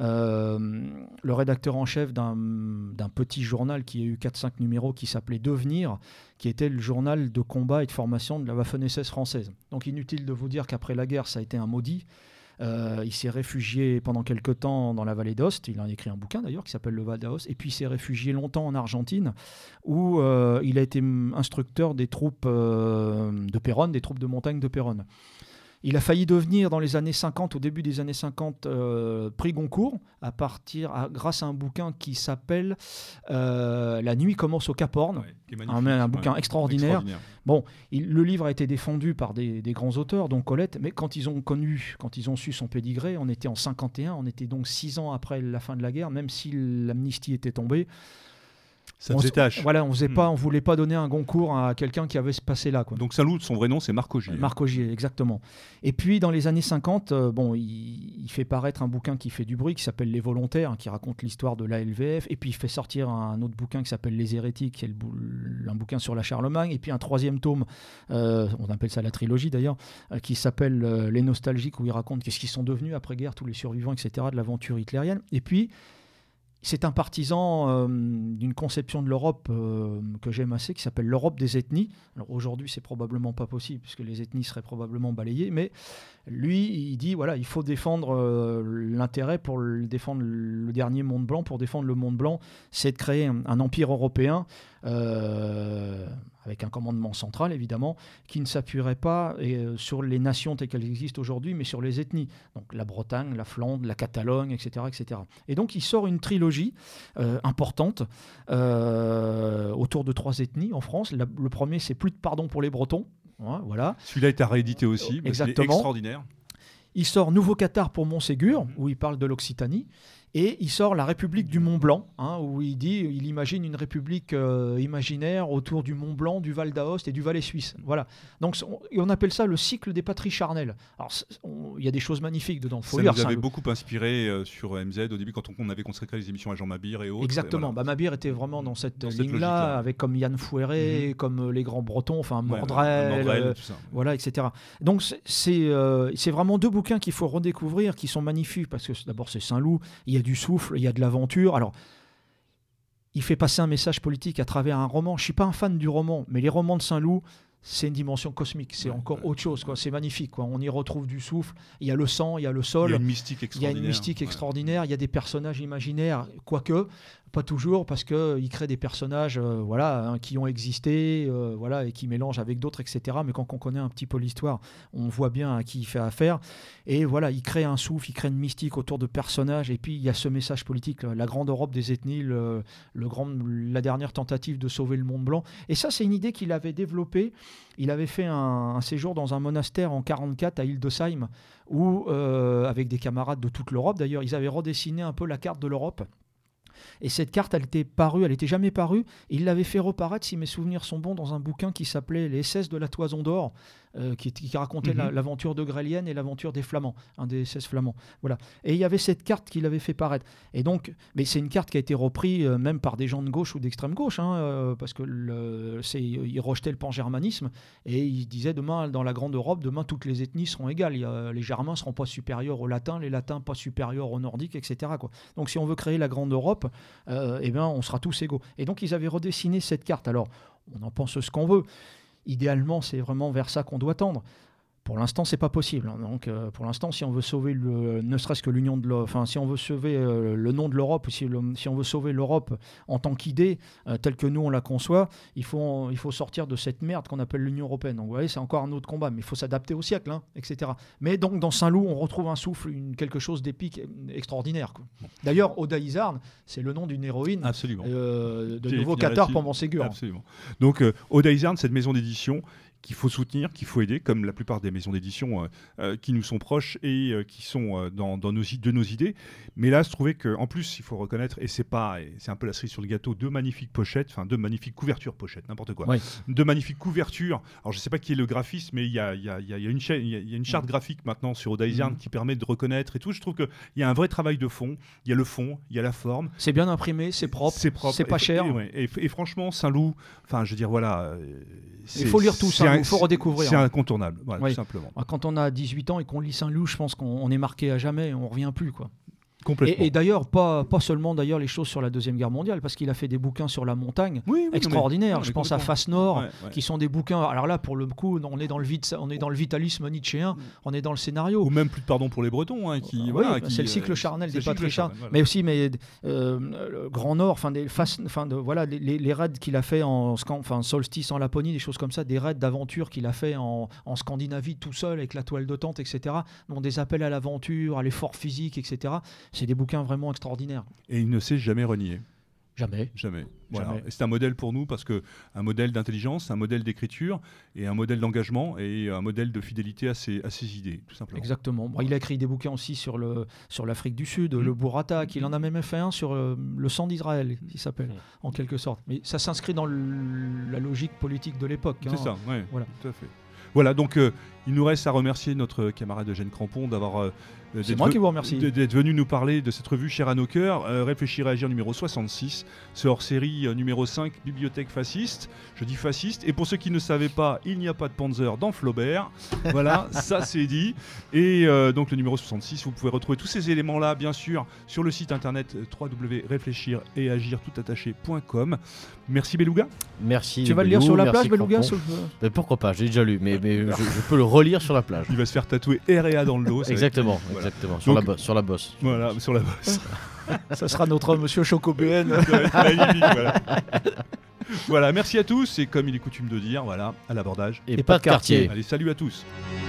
euh, le rédacteur en chef d'un, d'un petit journal qui a eu quatre cinq numéros, qui s'appelait Devenir, qui était le journal de combat et de formation de la Waffen-S S française. Donc inutile de vous dire qu'après la guerre, ça a été un maudit. Euh, il s'est réfugié pendant quelque temps dans la vallée d'Ost. Il a écrit un bouquin d'ailleurs qui s'appelle Le Val d'Aoste. Et puis il s'est réfugié longtemps en Argentine, où euh, il a été instructeur des troupes euh, de Péronne, des troupes de montagne de Péronne. Il a failli devenir, dans les années cinquante, au début des années cinquante, euh, prix Goncourt, à partir, à, grâce à un bouquin qui s'appelle euh, La nuit commence au Cap Horn. Ouais, qui est Un, magnifique. un bouquin Ouais. extraordinaire. Il- le livre a été défendu par des, des grands auteurs, dont Colette, mais quand ils ont connu, quand ils ont su son pédigré, on était en cinquante et un, on était donc six ans après la fin de la guerre, même si l'amnistie était tombée. Ça on faisait s- tâche. Voilà, on faisait Hmm. pas, on voulait pas donner un Goncourt à quelqu'un qui avait ce passé-là, quoi. Donc Saint-Loup, son vrai nom, c'est Marc Augier. Marc Augier, exactement. Et puis dans les années cinquante, euh, bon, il, il fait paraître un bouquin qui fait du bruit, qui s'appelle Les Volontaires, hein, qui raconte l'histoire de l'A L V F. Et puis il fait sortir un autre bouquin qui s'appelle Les Hérétiques, qui est le bou- un bouquin sur la Charlemagne. Et puis un troisième tome, euh, on appelle ça la trilogie d'ailleurs, euh, qui s'appelle euh, Les Nostalgiques, où il raconte qu'est-ce qu'ils sont devenus après-guerre, tous les survivants, et cetera, de l'aventure hitlérienne. Et puis c'est un partisan euh, d'une conception de l'Europe euh, que j'aime assez, qui s'appelle l'Europe des ethnies. Alors aujourd'hui, c'est probablement pas possible, puisque les ethnies seraient probablement balayées, mais lui, il dit, voilà, il faut défendre euh, l'intérêt pour le, défendre le dernier monde blanc, pour défendre le monde blanc, c'est de créer un, un empire européen, euh, avec un commandement central, évidemment, qui ne s'appuierait pas euh, sur les nations telles qu'elles existent aujourd'hui, mais sur les ethnies. Donc la Bretagne, la Flandre, la Catalogne, et cetera, et cetera. Et donc il sort une trilogie euh, importante euh, autour de trois ethnies en France. La- le premier, c'est Plus de pardon pour les Bretons. Ouais, voilà. Celui-là est à rééditer aussi. parce qu'il est Exactement. extraordinaire. Il sort Nouveau Qatar pour Montségur, où il parle de l'Occitanie. Et il sort La République du Mont Blanc, hein, où il dit, il imagine une république euh, imaginaire autour du Mont Blanc, du Val d'Aoste et du Valais suisse. Voilà. Donc on, et on appelle ça le cycle des patries charnelles. Alors c'est- on- il y a des choses magnifiques dedans. Faut Ça lire nous avait ça. beaucoup inspiré euh, sur M Z au début quand on, on avait consacré les émissions à Jean Mabir et autres. Exactement. Et Bah, Mabir était vraiment dans cette, Dans cette ligne-là, logique-là. avec comme Yann Fouéré, Mhm. comme euh, les grands Bretons, enfin voilà. Ouais, Mordrel, Mordrel, euh, tout ça. voilà, et cetera. Donc c'est c'est, euh, c'est vraiment deux bouquins qu'il faut redécouvrir, qui sont magnifiques, parce que c'est- d'abord c'est Saint-Loup, il y a du souffle, il y a de l'aventure. Alors, il fait passer un message politique à travers un roman. Je ne suis pas un fan du roman, mais les romans de Saint-Loup, c'est une dimension cosmique, c'est Ouais, encore ouais, autre chose, quoi. ouais. C'est magnifique, quoi. On y retrouve du souffle, il y a le sang, il y a le Il sol. y a une mystique Il y a extraordinaire. une mystique Ouais. extraordinaire, il y a des personnages imaginaires, quoique, Pas toujours, parce qu'il crée des personnages euh, voilà, hein, qui ont existé euh, voilà, et qui mélangent avec d'autres, et cetera. Mais quand on connaît un petit peu l'histoire, on voit bien à qui il fait affaire. Et voilà, il crée un souffle, il crée une mystique autour de personnages. Et puis, il y a ce message politique, la grande Europe des ethnies, le, le grand, la dernière tentative de sauver le monde blanc. Et ça, c'est une idée qu'il avait développée. Il avait fait un, un séjour dans un monastère en quarante-quatre à Hildesheim, où, euh, avec des camarades de toute l'Europe, d'ailleurs, ils avaient redessiné un peu la carte de l'Europe. Et cette carte, elle était parue, elle n'était jamais parue. Et il l'avait fait reparaître, si mes souvenirs sont bons, dans un bouquin qui s'appelait Les S S de la Toison d'Or, euh, qui, qui racontait mm-hmm. la, l'aventure de Grelienne et l'aventure des Flamands, un des S S flamands. Voilà. Et il y avait cette carte qu'il avait fait paraître. Et donc, mais c'est une carte qui a été reprise euh, même par des gens de gauche ou d'extrême gauche, hein, euh, parce que le, c'est, ils rejetaient le pan-germanisme et ils disaient demain, dans la grande Europe, demain toutes les ethnies seront égales. Il y a, les Germains ne seront pas supérieurs aux Latins, les Latins pas supérieurs aux Nordiques, et cetera, quoi. Donc, si on veut créer la grande Europe, Euh, eh bien, on sera tous égaux. Et donc, ils avaient redessiné cette carte. Alors, on en pense ce qu'on veut. Idéalement, c'est vraiment vers ça qu'on doit tendre. Pour l'instant, c'est pas possible. Donc, euh, pour l'instant, si on veut sauver le, ne serait-ce que l'union de l'Europe, enfin, si on veut sauver euh, le nom de l'Europe, ou si, le, si on veut sauver l'Europe en tant qu'idée, euh, telle que nous on la conçoit, il faut, il faut sortir de cette merde qu'on appelle l'Union européenne. Donc, vous voyez, c'est encore un autre combat, mais il faut s'adapter au siècle, hein, et cetera. Mais donc, dans Saint-Loup, on retrouve un souffle, une, quelque chose d'épique, extraordinaire, quoi. D'ailleurs, Oda Izard, c'est le nom d'une héroïne euh, de Nouveau-Qatar pendant Ségur. Absolument. Donc, euh, Oda Izard, cette maison d'édition qu'il faut soutenir, qu'il faut aider, comme la plupart des maisons d'édition euh, euh, qui nous sont proches et euh, qui sont euh, dans, dans nos, de nos idées. Mais là, je trouvais qu'en plus, il faut reconnaître, et c'est pas, et c'est un peu la cerise sur le gâteau, deux magnifiques pochettes, enfin deux magnifiques couvertures pochettes, n'importe quoi. Oui. Deux magnifiques couvertures. Alors, je sais pas qui est le graphiste, mais il y a, y, a, y, a, y, a une chaîne, y, a, y a une charte graphique maintenant sur Oda Izard mmh. qui permet de reconnaître et tout. Je trouve qu'il y a un vrai travail de fond. Il y a le fond, il y a la forme. C'est bien imprimé, c'est propre, c'est, propre, c'est pas et, cher. Et, ouais, et, et, et franchement, Saint-Loup, enfin, je veux dire, voilà. Il faut lire tout ça, il faut redécouvrir. C'est incontournable, voilà, oui. tout simplement. Quand on a dix-huit ans et qu'on lit Saint-Loup, je pense qu'on est marqué à jamais, on ne revient plus, quoi. Complètement. Et, et d'ailleurs, pas, pas seulement d'ailleurs les choses sur la Deuxième Guerre mondiale, parce qu'il a fait des bouquins sur la montagne oui, oui, extraordinaires. Non, mais, je non, pense à Face Nord, ouais, ouais. qui sont des bouquins. Alors là, pour le coup, on est dans le, vide, on est dans le vitalisme nietzschéen, on est dans le scénario. Ou même plus de pardon pour les Bretons. Hein, qui, oui, voilà, bah, qui, c'est le cycle charnel des patriciens. Voilà. Mais aussi mais, euh, le Grand Nord, enfin, des face, de, voilà, les, les raids qu'il a fait en enfin, solstice en Laponie, des choses comme ça, des raids d'aventure qu'il a fait en, en Scandinavie tout seul avec la toile de tente, et cetera. Donc des appels à l'aventure, à l'effort physique, et cetera. C'est des bouquins vraiment extraordinaires. Et il ne s'est jamais renié. Jamais. Jamais. Voilà. Jamais. Et c'est un modèle pour nous parce que un modèle d'intelligence, un modèle d'écriture et un modèle d'engagement et un modèle de fidélité à ses, à ses idées, tout simplement. Exactement. Bon, il a écrit des bouquins aussi sur, le, sur l'Afrique du Sud, mmh. le Bourratak. Il en a même fait un sur euh, le sang d'Israël, qui s'appelle, mmh. en quelque sorte. Mais ça s'inscrit dans le, la logique politique de l'époque. C'est hein. ça, oui, voilà. Tout à fait. Voilà, donc euh, il nous reste à remercier notre camarade Eugène Crampon d'avoir euh, C'est moi qui vous remercie. d'être venu nous parler de cette revue chère à nos cœurs, euh, Réfléchir et agir numéro soixante-six, ce hors-série euh, numéro cinq, Bibliothèque fasciste. Je dis fasciste, et pour ceux qui ne savaient pas, il n'y a pas de Panzer dans Flaubert. Voilà, ça c'est dit. Et euh, donc le numéro soixante-six, vous pouvez retrouver tous ces éléments-là, bien sûr, sur le site internet w w w point réfléchir et agir tout attaché point com. Merci Beluga. Merci. Tu vas le lire sur la plage, Beluga sur... Mais pourquoi pas, j'ai déjà lu, mais, mais je, je peux le relire sur la plage. Il va se faire tatouer R et A dans le dos. Exactement, voilà. exactement. Sur, donc, la bo- sur la bosse. Voilà, sur la bosse. Ça sera notre monsieur Chocobuen. Magnifique, voilà. Voilà, merci à tous. Et comme il est coutume de dire, voilà, à l'abordage. Et, et pas de quartier. quartier. Allez, salut à tous.